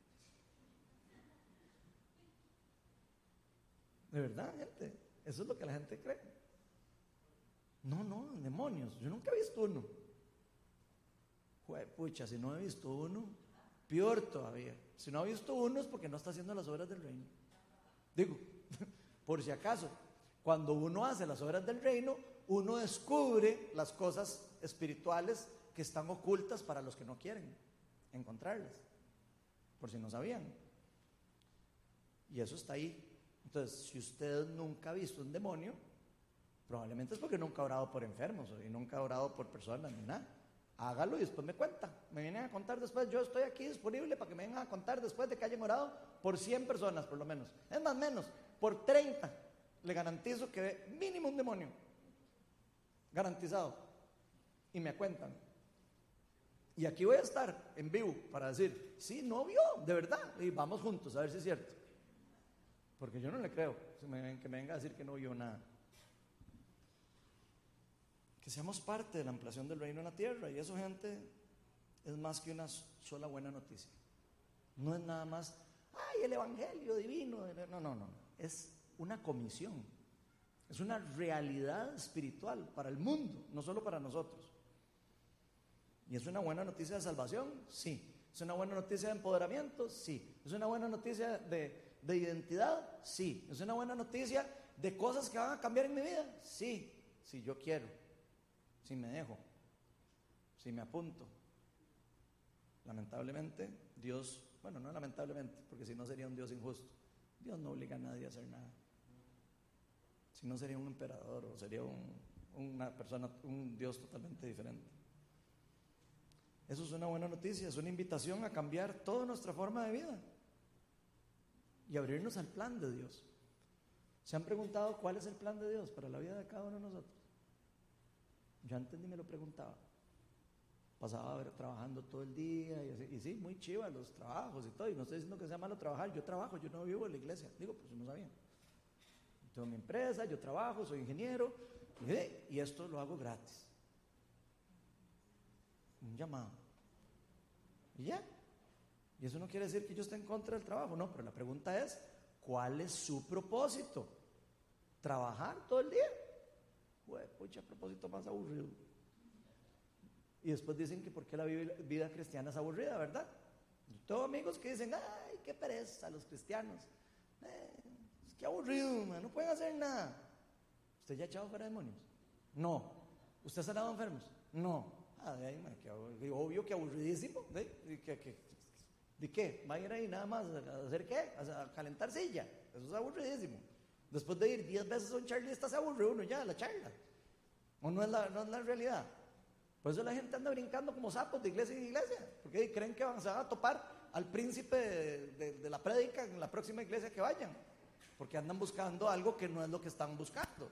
De verdad, gente, eso es lo que la gente cree. No, no, demonios, yo nunca he visto uno. Jue, pucha, si no he visto uno, peor todavía. Si no ha visto uno es porque no está haciendo las obras del reino. Digo, por si acaso, cuando uno hace las obras del reino, uno descubre las cosas espirituales que están ocultas para los que no quieren encontrarlas, por si no sabían. Y eso está ahí. Entonces, si usted nunca ha visto un demonio, probablemente es porque nunca ha orado por enfermos y nunca ha orado por personas ni nada. Hágalo y después me cuenta. Me vienen a contar después. Yo estoy aquí disponible para que me vengan a contar después de que hayan orado por cien personas, por lo menos. Es más menos, por treinta. Le garantizo que ve mínimo un demonio. Garantizado. Y me cuentan. Y aquí voy a estar en vivo para decir, sí, no vio, de verdad. Y vamos juntos a ver si es cierto. Porque yo no le creo que me venga a decir que no vio nada. Que seamos parte de la ampliación del reino en la tierra. Y eso, gente, es más que una sola buena noticia. No es nada más, ay, el evangelio divino. No, no, no. Es una comisión. Es una realidad espiritual para el mundo, no solo para nosotros. ¿Y es una buena noticia de salvación? Sí. ¿Es una buena noticia de empoderamiento? Sí. ¿Es una buena noticia de, de identidad? Sí. ¿Es una buena noticia de cosas que van a cambiar en mi vida? Sí. Si yo quiero, si me dejo, si me apunto. Lamentablemente, Dios, bueno, no lamentablemente, porque si no sería un Dios injusto. Dios no obliga a nadie a hacer nada. Si no sería un emperador o sería un, una persona, un Dios totalmente diferente. Eso es una buena noticia, es una invitación a cambiar toda nuestra forma de vida y abrirnos al plan de Dios. ¿Se han preguntado cuál es el plan de Dios para la vida de cada uno de nosotros? Yo antes ni me lo preguntaba. Pasaba a ver, trabajando todo el día y, así, y sí, muy chiva los trabajos y todo. Y no estoy diciendo que sea malo trabajar, yo trabajo, yo no vivo en la iglesia. Digo, pues no sabía. Tengo mi empresa, yo trabajo, soy ingeniero y, y esto lo hago gratis. Un llamado. Y ya. Y eso no quiere decir que yo esté en contra del trabajo, no, pero la pregunta es, ¿cuál es su propósito? ¿Trabajar todo el día? Pues, pucha, propósito más aburrido. Y después dicen que por qué la vida cristiana es aburrida, ¿verdad? Yo tengo amigos que dicen, ay, qué pereza los cristianos. Eh, qué aburrido, man, no pueden hacer nada. ¿Usted ya ha echado fuera demonios? No. ¿Usted ha sanado enfermos? No. Ah, de ahí, man, que, obvio que aburridísimo. ¿De, de, de, de, ¿De qué? ¿Va a ir ahí nada más a hacer qué? A calentar silla. Eso es aburridísimo. Después de ir diez veces a un charlista se aburre uno ya de la charla. ¿O no es la, no es la realidad? Por eso la gente anda brincando como sapos de iglesia en iglesia. Porque creen que van, se van a topar al príncipe de, de, de la prédica en la próxima iglesia que vayan. Porque andan buscando algo que no es lo que están buscando.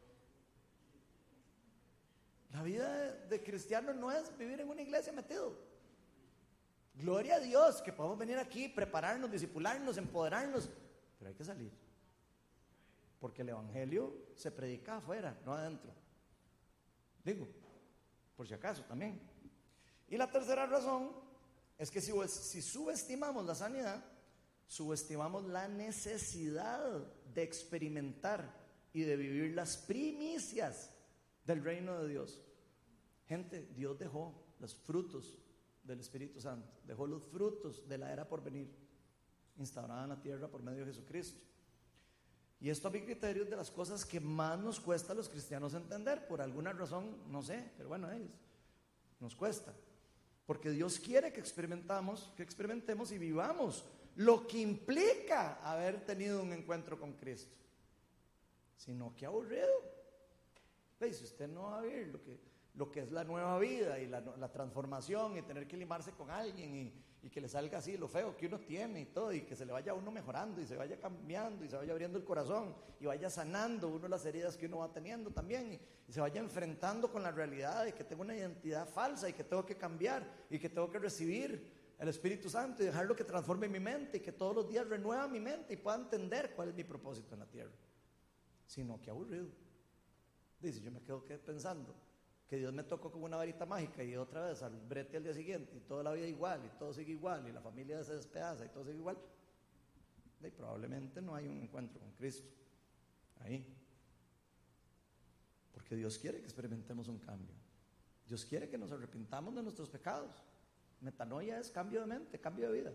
La vida de, de cristiano no es vivir en una iglesia metido. Gloria a Dios que podemos venir aquí, prepararnos, discipularnos, empoderarnos. Pero hay que salir. Porque el evangelio se predica afuera, no adentro. Digo, por si acaso también. Y la tercera razón es que si, si subestimamos la sanidad, subestimamos la necesidad de experimentar y de vivir las primicias del reino de Dios. Gente, Dios dejó los frutos del Espíritu Santo, dejó los frutos de la era por venir, instaurada en la tierra por medio de Jesucristo. Y esto a mi criterio es de las cosas que más nos cuesta a los cristianos entender, por alguna razón, no sé, pero bueno, ellos nos cuesta, porque Dios quiere que experimentamos, que experimentemos y vivamos lo que implica haber tenido un encuentro con Cristo. Sino que aburrido. ¿Veis? Si usted no va a vivir lo que, lo que es la nueva vida y la, la transformación y tener que limarse con alguien y, y que le salga así lo feo que uno tiene y todo, y que se le vaya a uno mejorando y se vaya cambiando y se vaya abriendo el corazón y vaya sanando uno las heridas que uno va teniendo también y, y se vaya enfrentando con la realidad de que tengo una identidad falsa y que tengo que cambiar y que tengo que recibir el Espíritu Santo y dejarlo que transforme mi mente y que todos los días renueva mi mente y pueda entender cuál es mi propósito en la tierra. Sino que aburrido. Dice, yo me quedo pensando que Dios me tocó como una varita mágica y otra vez al brete al día siguiente y toda la vida igual y todo sigue igual y la familia se despedaza y todo sigue igual. Y probablemente no hay un encuentro con Cristo ahí. Porque Dios quiere que experimentemos un cambio. Dios quiere que nos arrepintamos de nuestros pecados. Metanoia es cambio de mente, cambio de vida.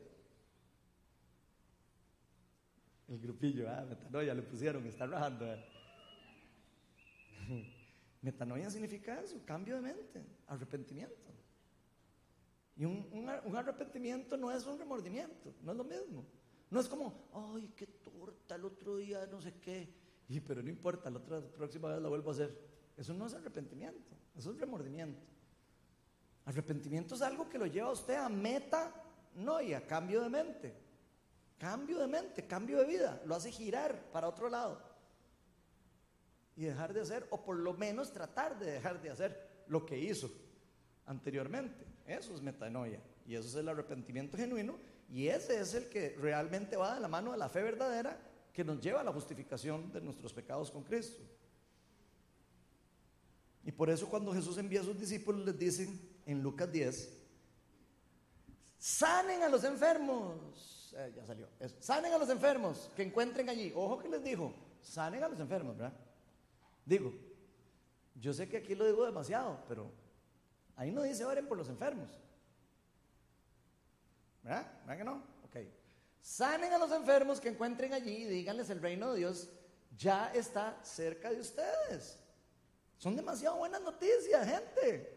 El grupillo, ah, metanoia le pusieron, está rajando. ¿eh? Metanoia significa eso, cambio de mente, arrepentimiento. Y un, un, un arrepentimiento no es un remordimiento, no es lo mismo. No es como, ay, qué torta el otro día, no sé qué, y, pero no importa, la otra próxima vez la vuelvo a hacer. Eso no es arrepentimiento, eso es remordimiento. Arrepentimiento es algo que lo lleva a usted a metanoia, cambio de mente. Cambio de mente, cambio de vida, lo hace girar para otro lado y dejar de hacer, o por lo menos tratar de dejar de hacer lo que hizo anteriormente. Eso es metanoia y eso es el arrepentimiento genuino, y ese es el que realmente va de la mano de la fe verdadera que nos lleva a la justificación de nuestros pecados con Cristo. Y por eso cuando Jesús envía a sus discípulos les dicen en Lucas diez, sanen a los enfermos. Eh, ya salió. Es, sanen a los enfermos que encuentren allí. Ojo que les dijo, sanen a los enfermos, ¿verdad? Digo, yo sé que aquí lo digo demasiado, pero ahí no dice oren por los enfermos. ¿Verdad? ¿Verdad que no? Ok. Sanen a los enfermos que encuentren allí y díganles el reino de Dios ya está cerca de ustedes. Son demasiado buenas noticias, gente.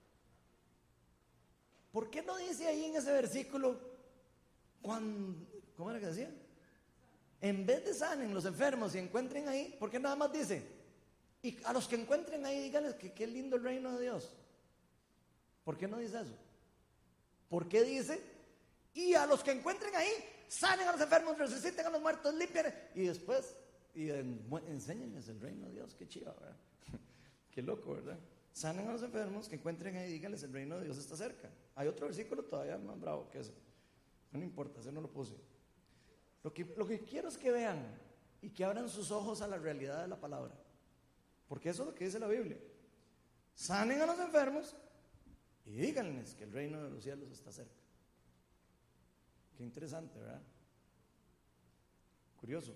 ¿Por qué no dice ahí en ese versículo, cuando, ¿cómo era que decía? En vez de sanen los enfermos y encuentren ahí, ¿por qué nada más dice? Y a los que encuentren ahí, díganles que qué lindo el reino de Dios. ¿Por qué no dice eso? ¿Por qué dice? Y a los que encuentren ahí, sanen a los enfermos, resuciten a los muertos, limpian. Y después, y en, enséñenles el reino de Dios. Qué chiva, ¿verdad? Qué loco, ¿verdad? Sanen a los enfermos que encuentren ahí, díganles el reino de Dios está cerca. Hay otro versículo todavía más bravo que ese. No importa, ese no lo puse. Lo que, lo que quiero es que vean y que abran sus ojos a la realidad de la palabra. Porque eso es lo que dice la Biblia. Sanen a los enfermos y díganles que el reino de los cielos está cerca. Qué interesante, ¿verdad? Curioso.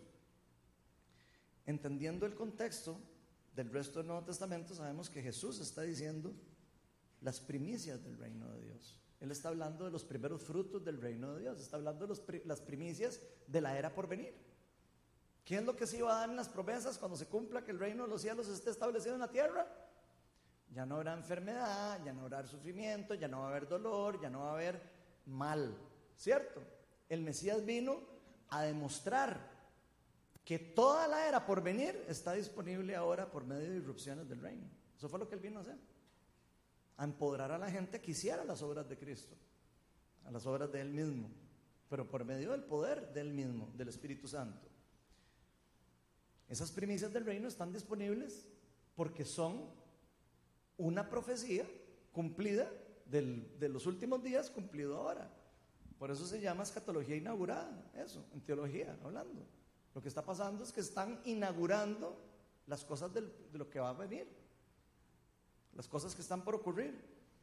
Entendiendo el contexto del resto del Nuevo Testamento, sabemos que Jesús está diciendo las primicias del reino de Dios. Él está hablando de los primeros frutos del reino de Dios, está hablando de los, las primicias de la era por venir. ¿Qué es lo que se iba a dar en las promesas cuando se cumpla que el reino de los cielos esté establecido en la tierra? Ya no habrá enfermedad, ya no habrá sufrimiento, ya no va a haber dolor, ya no va a haber mal, ¿cierto? El Mesías vino a demostrar que toda la era por venir está disponible ahora por medio de irrupciones del reino. Eso fue lo que él vino a hacer, a empoderar a la gente que hiciera las obras de Cristo, a las obras de él mismo, pero por medio del poder de él mismo, del Espíritu Santo. Esas primicias del reino están disponibles porque son una profecía cumplida del, de los últimos días, cumplido ahora. Por eso se llama escatología inaugurada, eso, en teología hablando. Lo que está pasando es que están inaugurando las cosas del, de lo que va a venir, las cosas que están por ocurrir.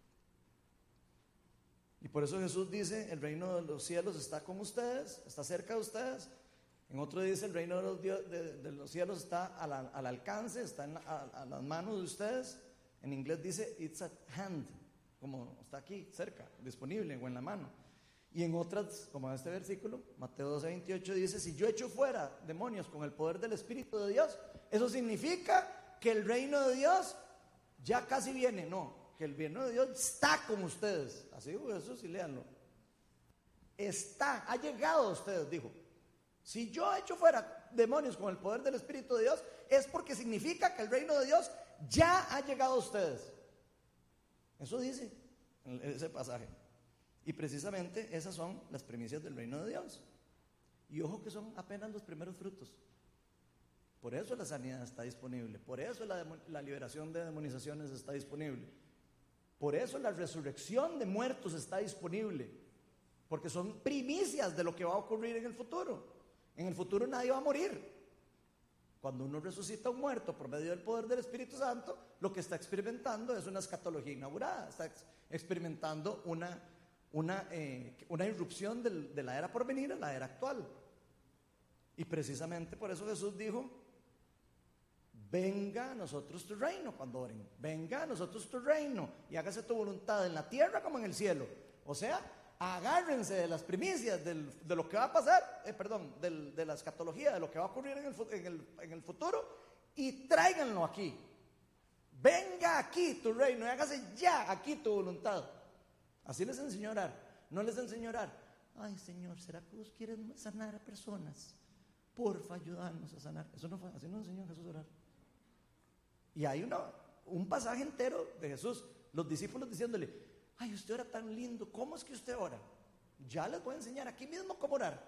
Y por eso Jesús dice, el reino de los cielos está con ustedes, está cerca de ustedes. En otro dice, el reino de los, Dios, de, de los cielos está al, al alcance, está en, a, a las manos de ustedes. En inglés dice, it's at hand, como está aquí, cerca, disponible o en la mano. Y en otras, como en este versículo, Mateo doce veintiocho dice, si yo echo fuera demonios con el poder del Espíritu de Dios, eso significa que el reino de Dios ya casi viene. No, que el reino de Dios está con ustedes. Así dijo Jesús, y léanlo. Está, ha llegado a ustedes, dijo. Si yo echo fuera demonios con el poder del Espíritu de Dios, es porque significa que el reino de Dios ya ha llegado a ustedes. Eso dice en ese pasaje. Y precisamente esas son las primicias del reino de Dios. Y ojo que son apenas los primeros frutos. Por eso la sanidad está disponible. Por eso la, la liberación de demonizaciones está disponible. Por eso la resurrección de muertos está disponible. Porque son primicias de lo que va a ocurrir en el futuro. En el futuro nadie va a morir. Cuando uno resucita a un muerto por medio del poder del Espíritu Santo, lo que está experimentando es una escatología inaugurada. Está ex- experimentando una, una, eh, una irrupción del, de la era por venir a la era actual. Y precisamente por eso Jesús dijo, venga a nosotros tu reino, cuando oren. Venga a nosotros tu reino y hágase tu voluntad en la tierra como en el cielo. O sea, agárrense de las primicias del, de lo que va a pasar, eh, perdón, del, de la escatología, de lo que va a ocurrir en el, en, el, en el futuro, y tráiganlo aquí. Venga aquí tu reino y hágase ya aquí tu voluntad. Así les enseñó a orar. No les enseñó a orar, ay Señor, ¿será que vos quieres sanar a personas? Porfa, ayúdanos a sanar. Eso no fue, así nos enseñó Jesús a orar. Y hay una, un pasaje entero de Jesús, los discípulos diciéndole, ay, usted ora tan lindo, ¿cómo es que usted ora? Ya les voy a enseñar aquí mismo cómo orar.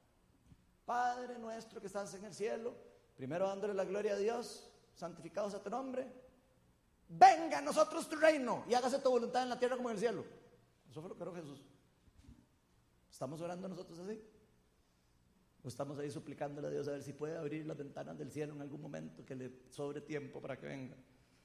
Padre nuestro que estás en el cielo, primero dándole la gloria a Dios, santificado sea tu nombre. Venga a nosotros tu reino y hágase tu voluntad en la tierra como en el cielo. Eso fue lo que oró Jesús. ¿Estamos orando nosotros así? ¿O estamos ahí suplicándole a Dios a ver si puede abrir las ventanas del cielo en algún momento, que le sobre tiempo para que venga?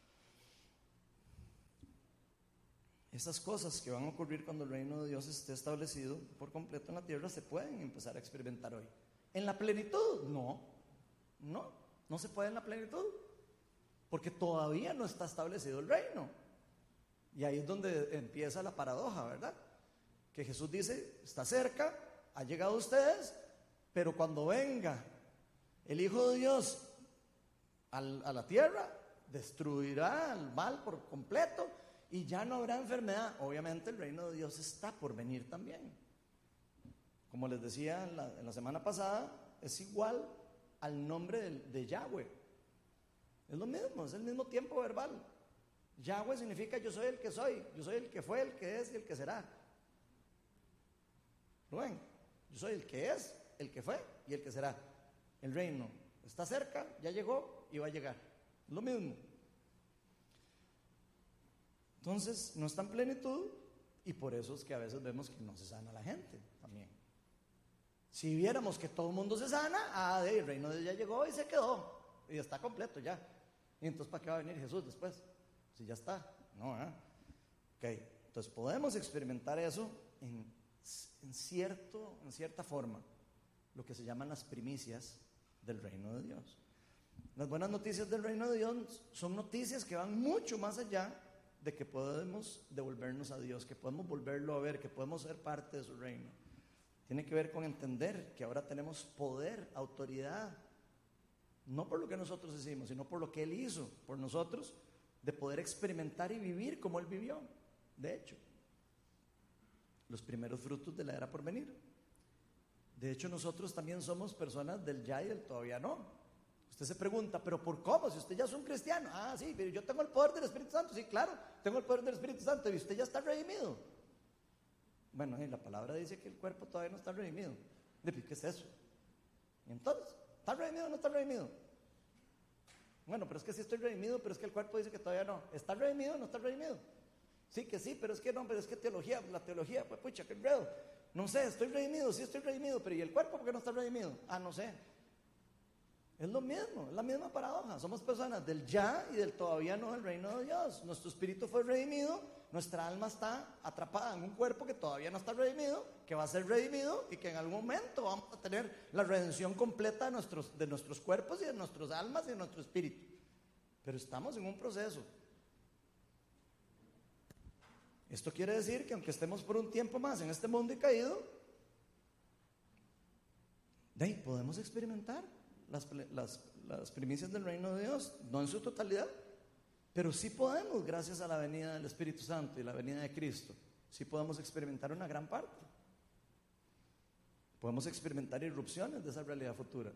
Esas cosas que van a ocurrir cuando el reino de Dios esté establecido por completo en la tierra se pueden empezar a experimentar hoy. ¿En la plenitud? No, no, no se puede en la plenitud, porque todavía no está establecido el reino. Y ahí es donde empieza la paradoja, ¿verdad? Que Jesús dice, está cerca, ha llegado a ustedes, pero cuando venga el Hijo de Dios al, a la tierra, destruirá el mal por completo y ya no habrá enfermedad. Obviamente el reino de Dios está por venir también. Como les decía en la, en la semana pasada, es igual al nombre de, de Yahweh. Es lo mismo, es el mismo tiempo verbal. Yahweh significa yo soy el que soy, yo soy el que fue, el que es y el que será. ¿Lo ven? Yo soy el que es, el que fue y el que será. El reino está cerca, ya llegó y va a llegar. Es lo mismo. Entonces, no está en plenitud y por eso es que a veces vemos que no se sana la gente también. Si viéramos que todo el mundo se sana, ah, el reino de Dios ya llegó y se quedó y está completo ya. Y entonces, ¿para qué va a venir Jesús después? Si ya está, no, ¿eh? Ok, entonces podemos experimentar eso en, en, cierto, en cierta forma, lo que se llaman las primicias del reino de Dios. Las buenas noticias del reino de Dios son noticias que van mucho más allá de que podemos devolvernos a Dios, que podemos volverlo a ver, que podemos ser parte de su reino. Tiene que ver con entender que ahora tenemos poder, autoridad, no por lo que nosotros hicimos, sino por lo que Él hizo por nosotros, de poder experimentar y vivir como Él vivió. De hecho, los primeros frutos de la era por venir. De hecho, nosotros también somos personas del ya y del todavía no. Usted se pregunta, ¿pero por cómo? Si usted ya es un cristiano. Ah, sí, pero yo tengo el poder del Espíritu Santo. Sí, claro, tengo el poder del Espíritu Santo. Y usted ya está redimido. Bueno, y la palabra dice que el cuerpo todavía no está redimido. ¿Qué es eso? ¿Y entonces? ¿Está redimido o no está redimido? Bueno, pero es que sí estoy redimido, pero es que el cuerpo dice que todavía no. ¿Está redimido o no está redimido? Sí, que sí, pero es que no, pero es que teología, la teología, pues pucha, qué enredo. No sé, estoy redimido, sí estoy redimido, pero ¿y el cuerpo por qué no está redimido? Ah, no sé. Es lo mismo, es la misma paradoja. Somos personas del ya y del todavía no del reino de Dios. Nuestro espíritu fue redimido, nuestra alma está atrapada en un cuerpo que todavía no está redimido, que va a ser redimido y que en algún momento vamos a tener la redención completa de nuestros, de nuestros cuerpos y de nuestras almas y de nuestro espíritu. Pero estamos en un proceso. Esto quiere decir que aunque estemos por un tiempo más en este mundo y caído, de ahí podemos experimentar Las, las, las primicias del reino de Dios, no en su totalidad, pero sí podemos, gracias a la venida del Espíritu Santo y la venida de Cristo, sí podemos experimentar una gran parte. Podemos experimentar irrupciones de esa realidad futura.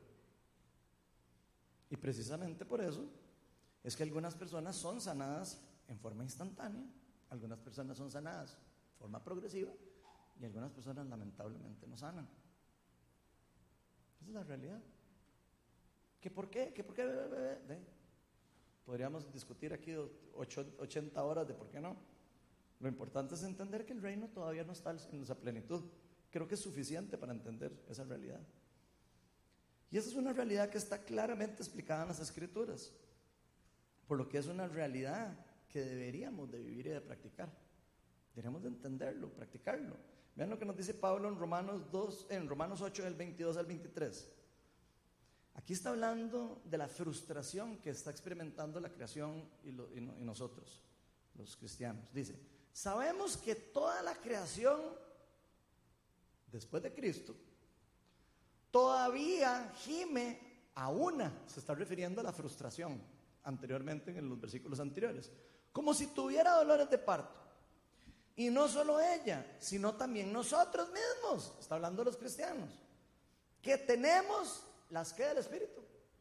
Y precisamente por eso es que algunas personas son sanadas en forma instantánea, algunas personas son sanadas de forma progresiva y algunas personas lamentablemente no sanan. Esa es la realidad. ¿Qué por qué? ¿Qué por qué? ¿Eh? Podríamos discutir aquí ochenta horas de por qué no. Lo importante es entender que el reino todavía no está en esa plenitud. Creo que es suficiente para entender esa realidad. Y esa es una realidad que está claramente explicada en las Escrituras, por lo que es una realidad que deberíamos de vivir y de practicar. Deberíamos de entenderlo, practicarlo. Vean lo que nos dice Pablo en Romanos dos, en Romanos ocho, del veintidós al veintitrés. Aquí está hablando de la frustración que está experimentando la creación y, lo, y, no, y nosotros, los cristianos. Dice, sabemos que toda la creación, después de Cristo, todavía gime a una. Se está refiriendo a la frustración anteriormente en los versículos anteriores. Como si tuviera dolores de parto. Y no solo ella, sino también nosotros mismos. Está hablando de los cristianos. Que tenemos... ¿Las qué del Espíritu?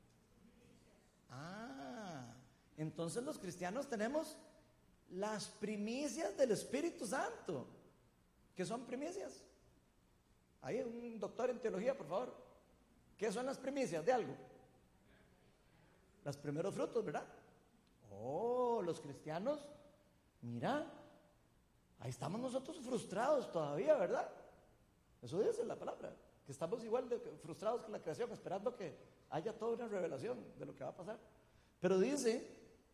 Ah, entonces los cristianos tenemos las primicias del Espíritu Santo. ¿Qué son primicias? Ahí un doctor en teología, por favor. ¿Qué son las primicias de algo? Los primeros frutos, ¿verdad? Oh, los cristianos, mira, ahí estamos nosotros frustrados todavía, ¿verdad? Eso dice la palabra. Que estamos igual de frustrados que la creación, esperando que haya toda una revelación de lo que va a pasar. Pero dice,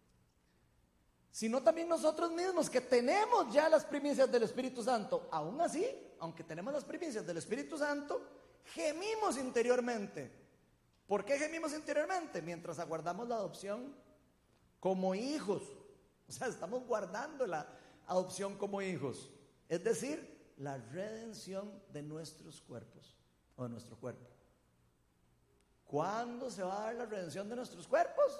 sino también nosotros mismos que tenemos ya las primicias del Espíritu Santo, aún así, aunque tenemos las primicias del Espíritu Santo, gemimos interiormente. ¿Por qué gemimos interiormente? Mientras aguardamos la adopción como hijos. O sea, estamos guardando la adopción como hijos, es decir, la redención de nuestros cuerpos. O de nuestro cuerpo. ¿Cuándo se va a dar la redención de nuestros cuerpos?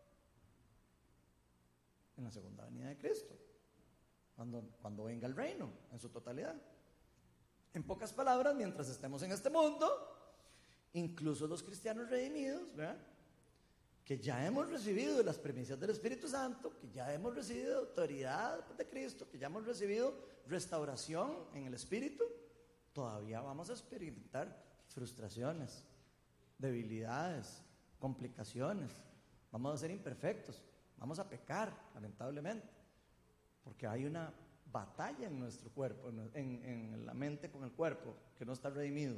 En la segunda venida de Cristo, cuando, cuando venga el reino en su totalidad. En pocas palabras, mientras estemos en este mundo, incluso los cristianos redimidos, ¿verdad?, que ya hemos recibido las primicias del Espíritu Santo, que ya hemos recibido autoridad de Cristo, que ya hemos recibido restauración en el Espíritu, todavía vamos a experimentar frustraciones, debilidades, complicaciones. Vamos a ser imperfectos, vamos a pecar, lamentablemente, porque hay una batalla en nuestro cuerpo, en, en la mente con el cuerpo, que no está redimido.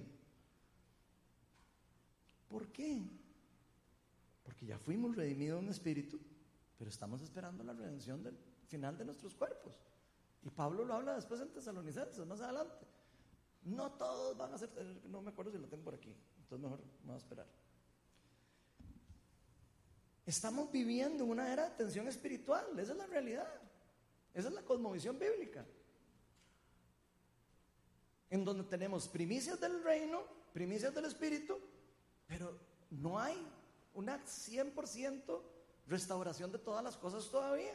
¿Por qué? Porque ya fuimos redimidos en espíritu, pero estamos esperando la redención del final de nuestros cuerpos. Y Pablo lo habla después en Tesalonicenses, más adelante. No todos van a ser, no me acuerdo si lo tengo por aquí, entonces mejor me voy a esperar. Estamos viviendo una era de tensión espiritual, esa es la realidad. Esa es la cosmovisión bíblica. En donde tenemos primicias del reino, primicias del Espíritu, pero no hay una cien por ciento restauración de todas las cosas todavía.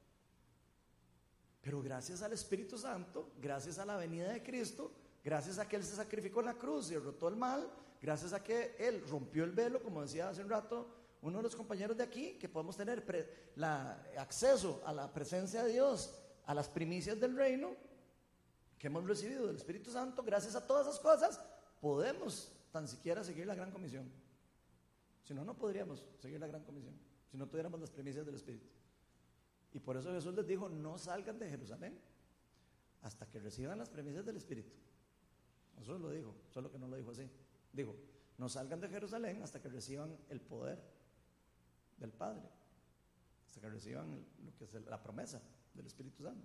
Pero gracias al Espíritu Santo, gracias a la venida de Cristo, gracias a que Él se sacrificó en la cruz y derrotó el mal, gracias a que Él rompió el velo, como decía hace un rato uno de los compañeros de aquí, que podemos tener pre, la, acceso a la presencia de Dios, a las primicias del reino que hemos recibido del Espíritu Santo. Gracias a todas esas cosas podemos tan siquiera seguir la gran comisión. Si no, no podríamos seguir la gran comisión si no tuviéramos las primicias del Espíritu. Y por eso Jesús les dijo: no salgan de Jerusalén hasta que reciban las primicias del Espíritu. Eso lo dijo, solo que no lo dijo así. Dijo: no salgan de Jerusalén hasta que reciban el poder del Padre, hasta que reciban lo que es la promesa del Espíritu Santo.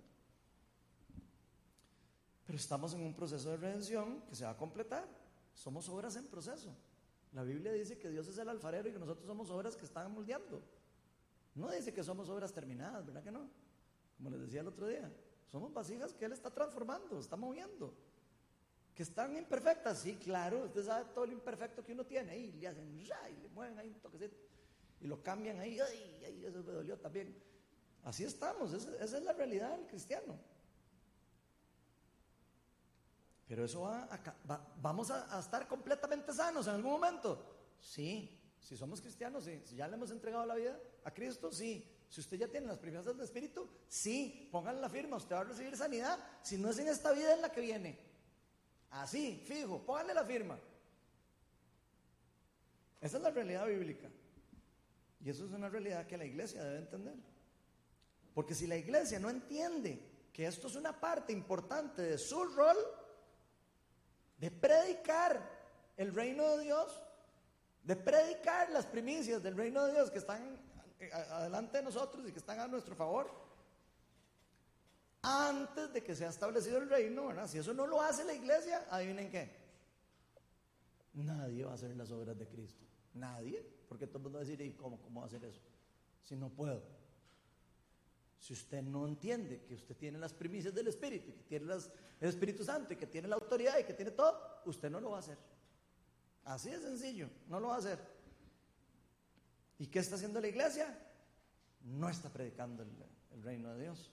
Pero estamos en un proceso de redención que se va a completar. Somos obras en proceso. La Biblia dice que Dios es el alfarero y que nosotros somos obras que están moldeando. No dice que somos obras terminadas, ¿verdad que no? Como les decía el otro día, somos vasijas que Él está transformando, está moviendo. Que están imperfectas, sí, claro. Usted sabe todo lo imperfecto que uno tiene ahí, le hacen ya y le mueven ahí un toquecito y lo cambian ahí, ay, ay, eso me dolió también. Así estamos, esa, esa es la realidad del cristiano. Pero eso va a, va, vamos a, a estar completamente sanos en algún momento. Sí, si somos cristianos, sí. Si ya le hemos entregado la vida a Cristo, sí. Si usted ya tiene las primicias del Espíritu, sí. Pónganle la firma, usted va a recibir sanidad. Si no es en esta vida, en la que viene. Así, fijo, pónganle la firma. Esa es la realidad bíblica. Y eso es una realidad que la iglesia debe entender. Porque si la iglesia no entiende que esto es una parte importante de su rol, de predicar el reino de Dios, de predicar las primicias del reino de Dios que están adelante de nosotros y que están a nuestro favor, antes de que sea establecido el reino, ¿verdad? Si eso no lo hace la iglesia, adivinen qué, nadie va a hacer las obras de Cristo. Nadie, porque todo el mundo va a decir: ¿y cómo, cómo va a hacer eso? Si no puedo. Si usted no entiende que usted tiene las primicias del Espíritu, que tiene las, el Espíritu Santo, y que tiene la autoridad, y que tiene todo, usted no lo va a hacer. Así de sencillo, no lo va a hacer. ¿Y qué está haciendo la iglesia? No está predicando el, el reino de Dios.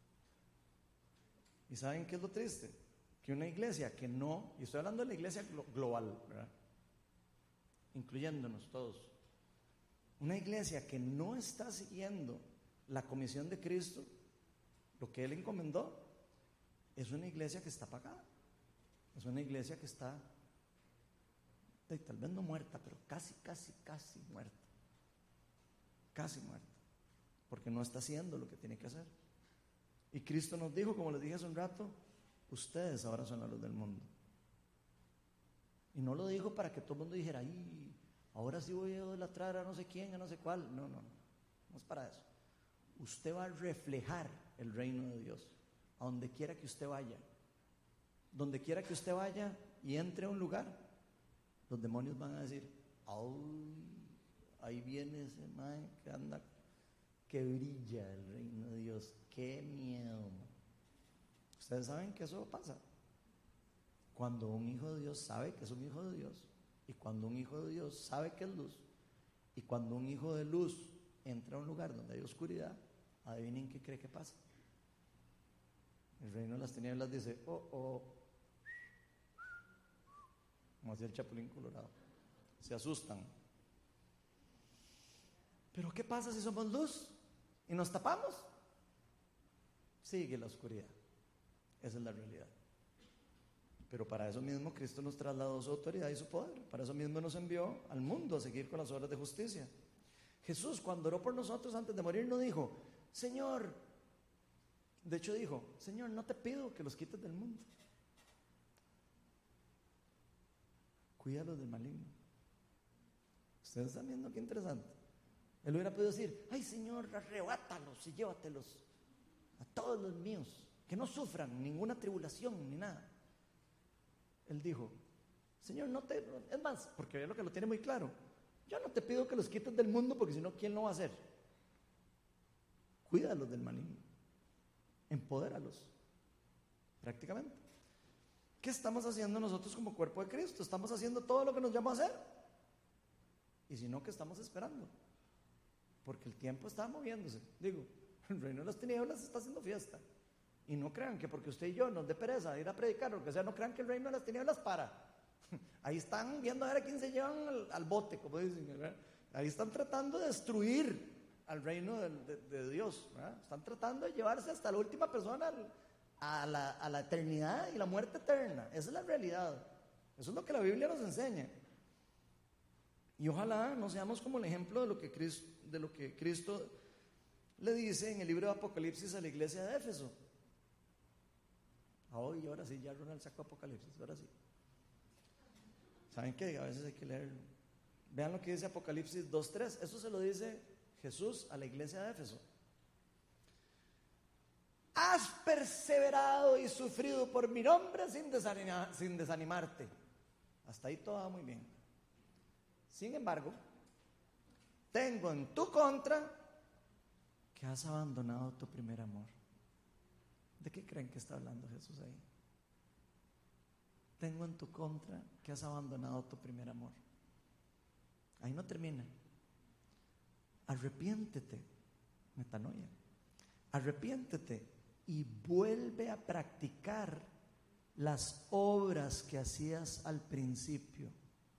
¿Y saben qué es lo triste? Que una iglesia que no, y estoy hablando de la iglesia global, ¿verdad?, incluyéndonos todos, una iglesia que no está siguiendo la comisión de Cristo, lo que Él encomendó, es una iglesia que está apagada. Es una iglesia que está, tal vez no muerta, pero casi, casi, casi muerta. Casi muerta. Porque no está haciendo lo que tiene que hacer. Y Cristo nos dijo, como les dije hace un rato: ustedes ahora son la luz del mundo. Y no lo dijo para que todo el mundo dijera: ay, ahora sí voy a idolatrar a no sé quién, a no sé cuál. No, no, no es para eso. Usted va a reflejar el reino de Dios a donde quiera que usted vaya. Donde quiera que usted vaya y entre a un lugar, los demonios van a decir: ay, ahí viene ese mae que anda, que brilla el reino de Dios, qué miedo. Ustedes saben que eso pasa cuando un hijo de Dios sabe que es un hijo de Dios, y cuando un hijo de Dios sabe que es luz, y cuando un hijo de luz entra a un lugar donde hay oscuridad, adivinen qué cree que pasa. El reino de las tinieblas dice: oh, oh, como hacía el Chapulín Colorado, se asustan. Pero ¿qué pasa si somos luz y nos tapamos? Sigue la oscuridad. Esa es la realidad. Pero para eso mismo Cristo nos trasladó su autoridad y su poder. Para eso mismo nos envió al mundo a seguir con las obras de justicia. Jesús, cuando oró por nosotros antes de morir, no dijo: Señor, de hecho dijo: Señor, no te pido que los quites del mundo, cuídalos del maligno. Ustedes están viendo qué interesante. Él hubiera podido decir: ay, Señor, arrebátalos y llévatelos a todos los míos, que no sufran ninguna tribulación ni nada. Él dijo: Señor, no te... Es más, porque es lo que lo tiene muy claro: yo no te pido que los quites del mundo, porque si no, ¿quién lo va a hacer? Cuídalos del maligno. empodéralos, prácticamente. ¿Qué estamos haciendo nosotros como cuerpo de Cristo? Estamos haciendo todo lo que nos llama a hacer. Y si no, ¿qué estamos esperando? Porque el tiempo está moviéndose. Digo, el reino de las tinieblas está haciendo fiesta. Y no crean que porque usted y yo nos dé pereza ir a predicar o lo que sea, no crean que el reino de las tinieblas para. Ahí están viendo a ver a quién se llevan al, al bote, como dicen, ¿verdad? Ahí están tratando de destruir al reino de, de, de Dios, ¿verdad? Están tratando de llevarse hasta la última persona al, a, la, a la eternidad y la muerte eterna. Esa es la realidad. Eso es lo que la Biblia nos enseña. Y ojalá no seamos como el ejemplo de lo que Cristo, de lo que Cristo le dice en el libro de Apocalipsis a la iglesia de Éfeso. Hoy, ahora sí, ya Ronald sacó Apocalipsis, ahora sí. ¿Saben qué? A veces hay que leerlo. Vean lo que dice Apocalipsis dos tres. Eso se lo dice Jesús a la iglesia de Éfeso. Has perseverado y sufrido por mi nombre sin, desanima, sin desanimarte. Hasta ahí todo va muy bien. Sin embargo, tengo en tu contra que has abandonado tu primer amor. ¿De qué creen que está hablando Jesús ahí? Tengo en tu contra que has abandonado tu primer amor. Ahí no termina. Arrepiéntete, metanoia. Arrepiéntete y vuelve a practicar las obras que hacías al principio.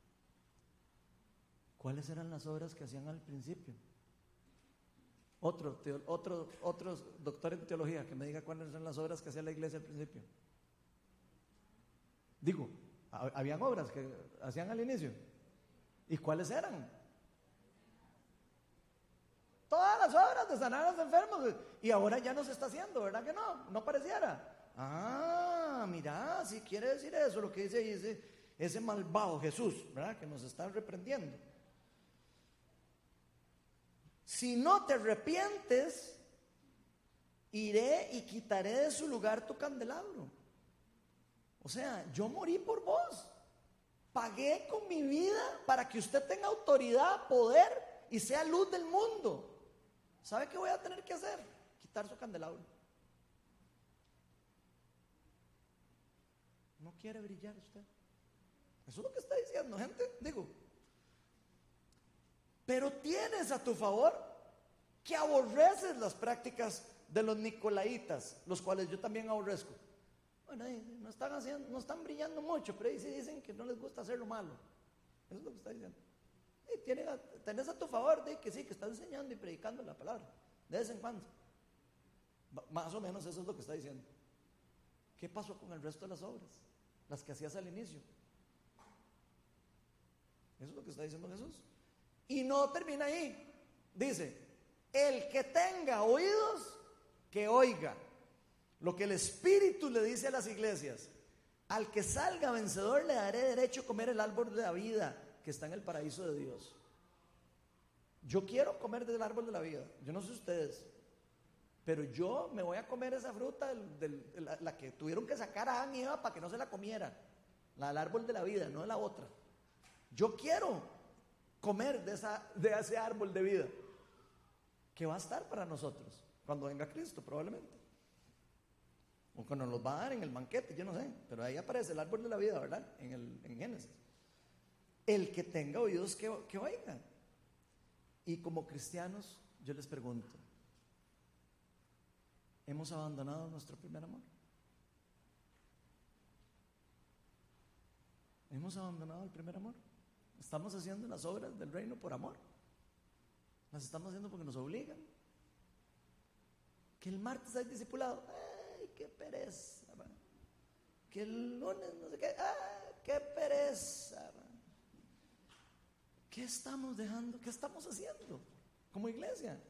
¿Cuáles eran las obras que hacían al principio? Otro, teo, otro, otro doctor en teología que me diga cuáles eran las obras que hacía la iglesia al principio. Digo, habían obras que hacían al inicio. ¿Y cuáles eran? Todas las obras de sanar a los enfermos. Y ahora ya no se está haciendo, ¿verdad que no? No pareciera. Ah, mira, si quiere decir eso, lo que dice ahí ese, ese malvado Jesús, ¿verdad? Que nos está reprendiendo. Si no te arrepientes, iré y quitaré de su lugar tu candelabro. O sea, yo morí por vos. Pagué con mi vida para que usted tenga autoridad, poder y sea luz del mundo. ¿Sabe qué voy a tener que hacer? Quitar su candelabro. No quiere brillar usted. Eso es lo que está diciendo, gente. Digo, pero tienes a tu favor que aborreces las prácticas de los nicolaitas, los cuales yo también aborrezco. Bueno, no están haciendo, no están brillando mucho, pero ahí sí dicen que no les gusta hacer lo malo. Eso es lo que está diciendo. Y tienes a, tenés a tu favor de que sí, que está enseñando y predicando la palabra, de vez en cuando. Más o menos eso es lo que está diciendo. ¿Qué pasó con el resto de las obras? Las que hacías al inicio. Eso es lo que está diciendo Jesús. Y no termina ahí. Dice, el que tenga oídos, que oiga lo que el Espíritu le dice a las iglesias. Al que salga vencedor le daré derecho a comer el árbol de la vida que está en el paraíso de Dios. Yo quiero comer del árbol de la vida. Yo no sé ustedes, pero yo me voy a comer esa fruta del, del, la, la que tuvieron que sacar a Adán y Eva para que no se la comiera, la del árbol de la vida, no de la otra. Yo quiero comer de, esa, de ese árbol de vida que va a estar para nosotros cuando venga Cristo, probablemente, o cuando nos va a dar en el banquete, yo no sé, pero ahí aparece el árbol de la vida, ¿verdad? En, el, en Génesis. El que tenga oídos que, que oiga. Y como cristianos yo les pregunto, ¿hemos abandonado nuestro primer amor? ¿Hemos abandonado el primer amor? ¿Estamos haciendo las obras del reino por amor? ¿Las estamos haciendo porque nos obligan? Que el martes hay discipulado, ¡ay, qué pereza! Man. Que el lunes no sé qué, ¡ay, qué pereza! Man. ¿Qué estamos dejando? ¿Qué estamos haciendo como iglesia?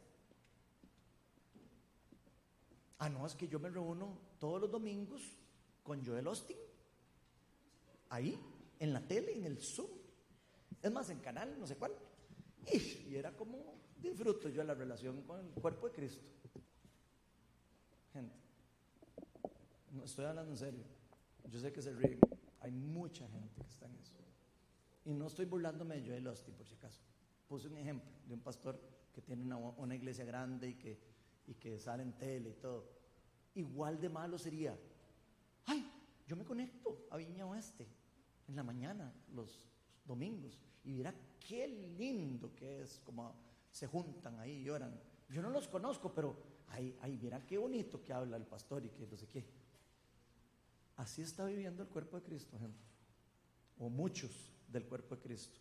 Ah, no, es que yo me reúno todos los domingos con Joel Austin, ahí, en la tele, en el Zoom, es más, en canal, no sé cuál, y era como disfruto yo la relación con el cuerpo de Cristo. Gente, no estoy hablando en serio, yo sé que se ríen, hay mucha gente que está en eso, y no estoy burlándome de Joel Austin, por si acaso. Puse un ejemplo de un pastor que tiene una, una iglesia grande y que, y que sale en tele y todo. igual de malo sería, ay, yo me conecto a Viña Oeste en la mañana, los domingos, y mira qué lindo que es, como se juntan ahí y lloran. Yo no los conozco, pero ay, ay, mira qué bonito que habla el pastor y que no sé qué. Así está viviendo el cuerpo de Cristo, gente, o muchos del cuerpo de Cristo.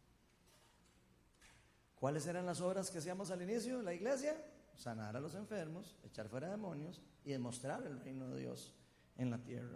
¿Cuáles eran las obras que hacíamos al inicio de la iglesia? Sanar a los enfermos, echar fuera demonios y demostrar el reino de Dios en la tierra.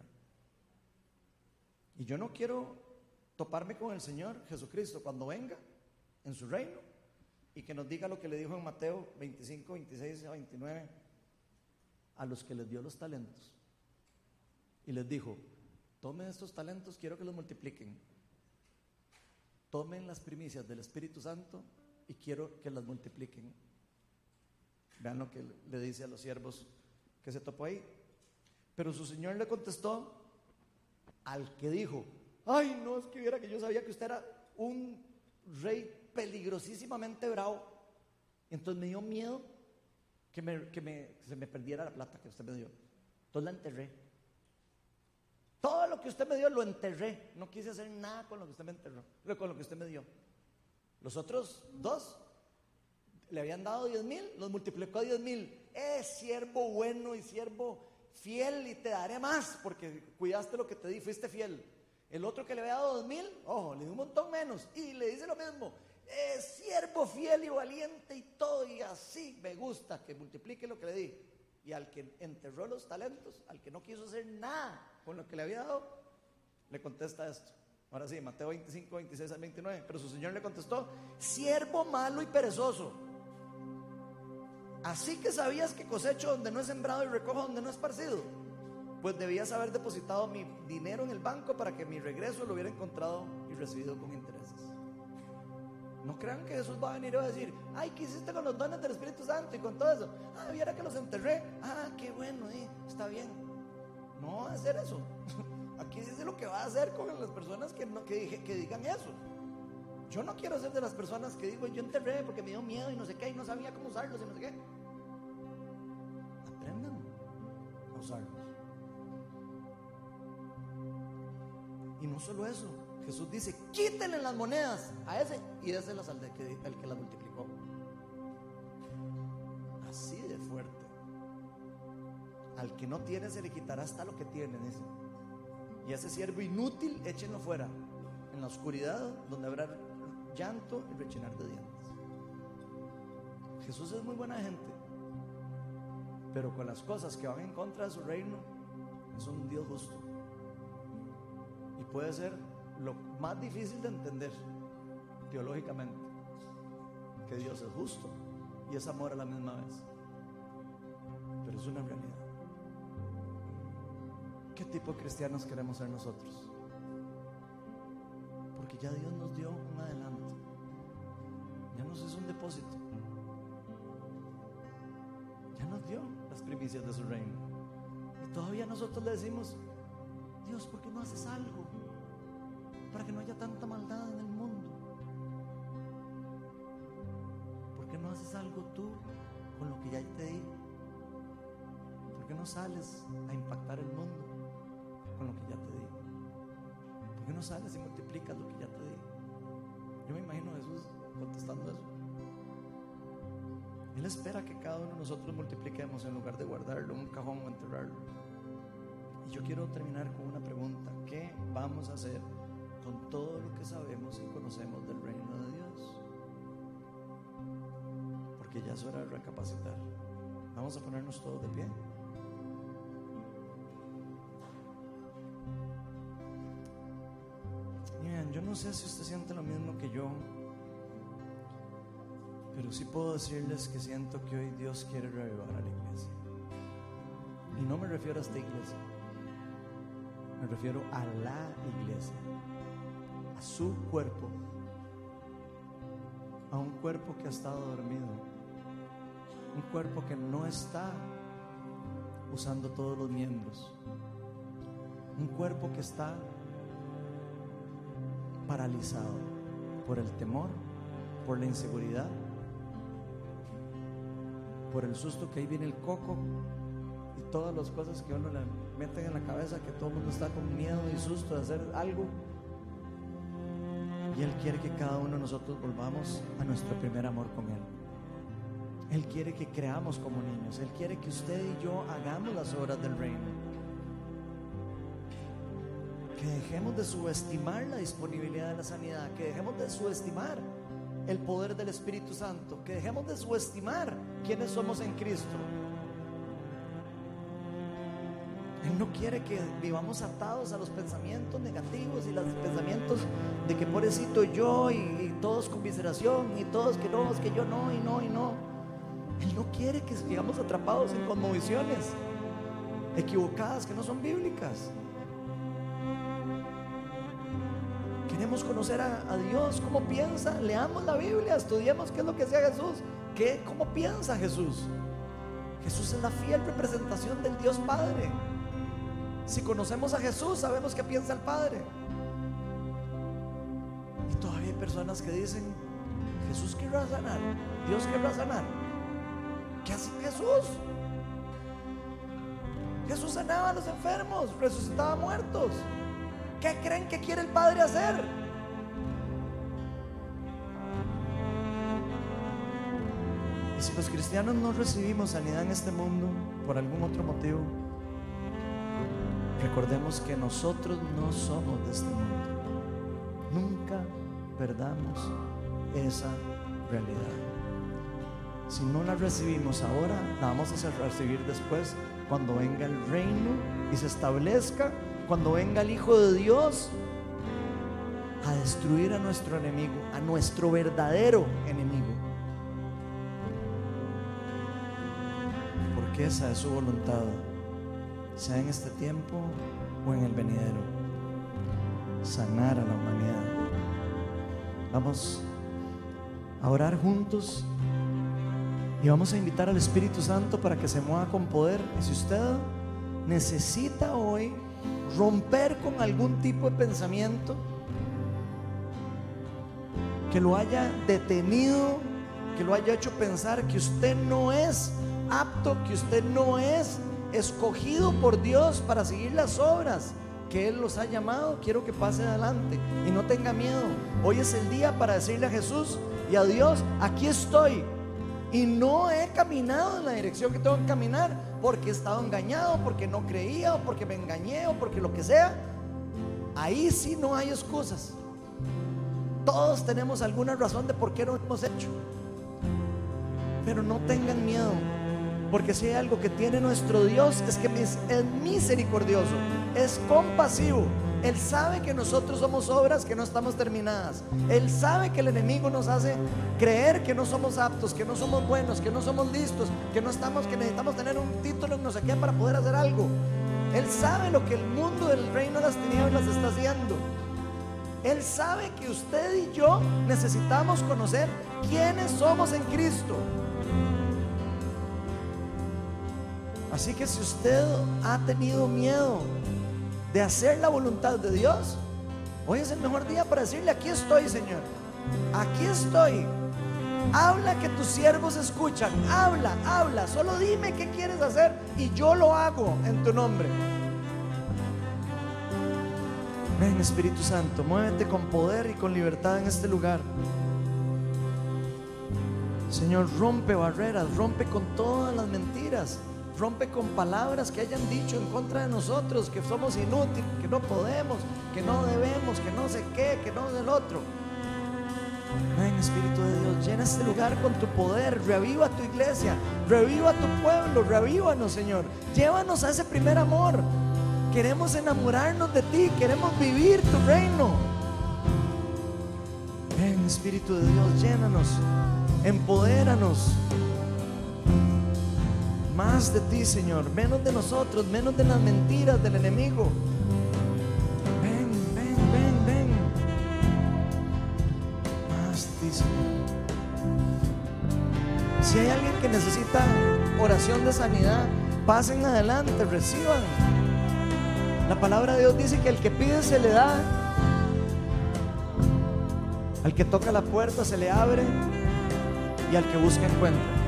Y yo no quiero toparme con el Señor Jesucristo cuando venga en su reino y que nos diga lo que le dijo en Mateo veinticinco, veintiséis a veintinueve a los que les dio los talentos. Y les dijo, tomen estos talentos, quiero que los multipliquen. Tomen las primicias del Espíritu Santo y quiero que las multipliquen. Vean lo que le dice a los siervos que se topó ahí. Pero su Señor le contestó al que dijo, ay, no, es que viera que yo sabía que usted era un rey peligrosísimamente bravo. Y entonces me dio miedo que, me, que me, se me perdiera la plata que usted me dio. Entonces la enterré. Todo lo que usted me dio lo enterré. No quise hacer nada con lo que usted me enterró, con lo que usted me dio. Los otros dos le habían dado diez mil, los multiplicó a diez mil. Es siervo bueno y siervo fiel, y te daré más porque cuidaste lo que te di, fuiste fiel. El otro que le había dado dos mil, ojo, le dio un montón menos y le dice lo mismo. Es siervo fiel y valiente y todo, y así me gusta que multiplique lo que le di. Y al que enterró los talentos, al que no quiso hacer nada con lo que le había dado, le contesta esto. Ahora sí, Mateo veinticinco, veintiséis al veintinueve. Pero su Señor le contestó, siervo malo y perezoso, así que sabías que cosecho donde no he sembrado y recojo donde no he esparcido, pues debías haber depositado mi dinero en el banco para que mi regreso lo hubiera encontrado y recibido con intereses. No crean que Jesús va a venir y va a decir, ay, ¿qué hiciste con los dones del Espíritu Santo y con todo eso? Ah, viera que los enterré. Ah, qué bueno, eh, está bien. No va a hacer eso. Aquí dice lo que va a hacer con las personas que, no, que, dije, que digan eso. Yo no quiero ser de las personas que digo, yo enterré porque me dio miedo y no sé qué, y no sabía cómo usarlos y no sé qué. Aprendan a usarlos. Y no solo eso, Jesús dice, quítenle las monedas a ese y déselas al, de que, al que las multiplicó. Así de fuerte. Al que no tiene se le quitará hasta lo que tiene, dice. Y a ese siervo inútil échenlo fuera, en la oscuridad donde habrá llanto y rechinar de dientes. Jesús es muy buena gente, pero con las cosas que van en contra de su reino, es un Dios justo. Y puede ser lo más difícil de entender teológicamente, que Dios es justo y es amor a la misma vez, pero es una realidad. ¿Qué tipo de cristianos queremos ser nosotros? Porque ya Dios nos dio un adelanto, ya nos hizo un depósito, ya nos dio las primicias de su reino, y todavía nosotros le decimos, Dios, ¿por qué no haces algo para que no haya tanta maldad en el mundo? ¿Por qué no haces algo tú con lo que ya te di? ¿Por qué no sales a impactar el mundo con lo que ya te di? ¿Por qué no sales y multiplicas lo que ya te di? Yo me imagino a Jesús contestando eso. Él espera que cada uno de nosotros multipliquemos en lugar de guardarlo en un cajón o enterrarlo. Y yo quiero terminar con una pregunta: ¿qué vamos a hacer con todo lo que sabemos y conocemos del reino de Dios? Porque ya es hora de recapacitar. Vamos a ponernos todos de pie. Miren, yo no sé si usted siente lo mismo que yo, pero sí puedo decirles que siento que hoy Dios quiere reavivar a la iglesia. Y no me refiero a esta iglesia, me refiero a la iglesia, a su cuerpo, a un cuerpo que ha estado dormido, un cuerpo que no está usando todos los miembros, un cuerpo que está paralizado por el temor, por la inseguridad, por el susto que ahí viene el coco y todas las cosas que a uno le meten en la cabeza, que todo el mundo está con miedo y susto de hacer algo. Y Él quiere que cada uno de nosotros volvamos a nuestro primer amor con Él. Él quiere que creamos como niños. Él quiere que usted y yo hagamos las obras del reino. Que dejemos de subestimar la disponibilidad de la sanidad, que dejemos de subestimar el poder del Espíritu Santo, que dejemos de subestimar quiénes somos en Cristo. Él no quiere que vivamos atados a los pensamientos negativos y los pensamientos de que pobrecito yo, y, y todos con conmiseración, y todos que no, es que yo no, y no, y no. Él no quiere que sigamos atrapados en cosmovisiones equivocadas que no son bíblicas. Queremos conocer a, a Dios, cómo piensa. Leamos la Biblia, estudiemos qué es lo que hacía Jesús, qué, cómo piensa Jesús. Jesús es la fiel representación del Dios Padre. Si conocemos a Jesús, sabemos qué piensa el Padre. Y todavía hay personas que dicen: Jesús querrá sanar, Dios querrá sanar. ¿Qué hace Jesús? Jesús sanaba a los enfermos, resucitaba muertos. ¿Qué creen que quiere el Padre hacer? Y si los cristianos no recibimos sanidad en este mundo por algún otro motivo, recordemos que nosotros no somos de este mundo. Nunca perdamos esa realidad. Si no la recibimos ahora, la vamos a recibir después, cuando venga el reino y se establezca, cuando venga el Hijo de Dios a destruir a nuestro enemigo, a nuestro verdadero enemigo. Porque esa es su voluntad, sea en este tiempo o en el venidero, sanar a la humanidad. Vamos a orar juntos y vamos a invitar al Espíritu Santo para que se mueva con poder. Y si usted necesita hoy romper con algún tipo de pensamiento que lo haya detenido, que lo haya hecho pensar que usted no es apto, que usted no es escogido por Dios para seguir las obras que Él los ha llamado, quiero que pase adelante y no tenga miedo. Hoy es el día para decirle a Jesús y a Dios: aquí estoy, y no he caminado en la dirección que tengo que caminar, porque he estado engañado, porque no creía, o porque me engañé, o porque lo que sea. Ahí sí no hay excusas. Todos tenemos alguna razón de por qué no lo hemos hecho. Pero no tengan miedo, porque si hay algo que tiene nuestro Dios es que es misericordioso, es compasivo. Él sabe que nosotros somos obras que no estamos terminadas. Él sabe que el enemigo nos hace creer que no somos aptos, que no somos buenos, que no somos listos, que no estamos, que necesitamos tener un título en no sé qué para poder hacer algo. Él sabe lo que el mundo del reino de las tinieblas está haciendo. Él sabe que usted y yo necesitamos conocer quiénes somos en Cristo. Así que si usted ha tenido miedo de hacer la voluntad de Dios, hoy es el mejor día para decirle: aquí estoy, Señor, aquí estoy. Habla, que tus siervos escuchan. Habla, habla, solo dime qué quieres hacer y yo lo hago en tu nombre. Ven, Espíritu Santo, muévete con poder y con libertad en este lugar. Señor, rompe barreras, rompe con todas las mentiras, rompe con palabras que hayan dicho en contra de nosotros, que somos inútiles, que no podemos, que no debemos, que no sé qué, que no del otro. Ven, Espíritu de Dios, llena este lugar con tu poder. Reaviva tu iglesia, reaviva tu pueblo, reavívanos, Señor. Llévanos a ese primer amor. Queremos enamorarnos de ti, queremos vivir tu reino. Ven, Espíritu de Dios, llénanos, empodéranos. Más de ti, Señor, menos de nosotros, menos de las mentiras del enemigo. Ven, ven, ven, ven. Más de ti, Señor. Si hay alguien que necesita oración de sanidad, pasen adelante, reciban. La palabra de Dios dice que al que pide se le da, al que toca la puerta se le abre, y al que busca encuentra.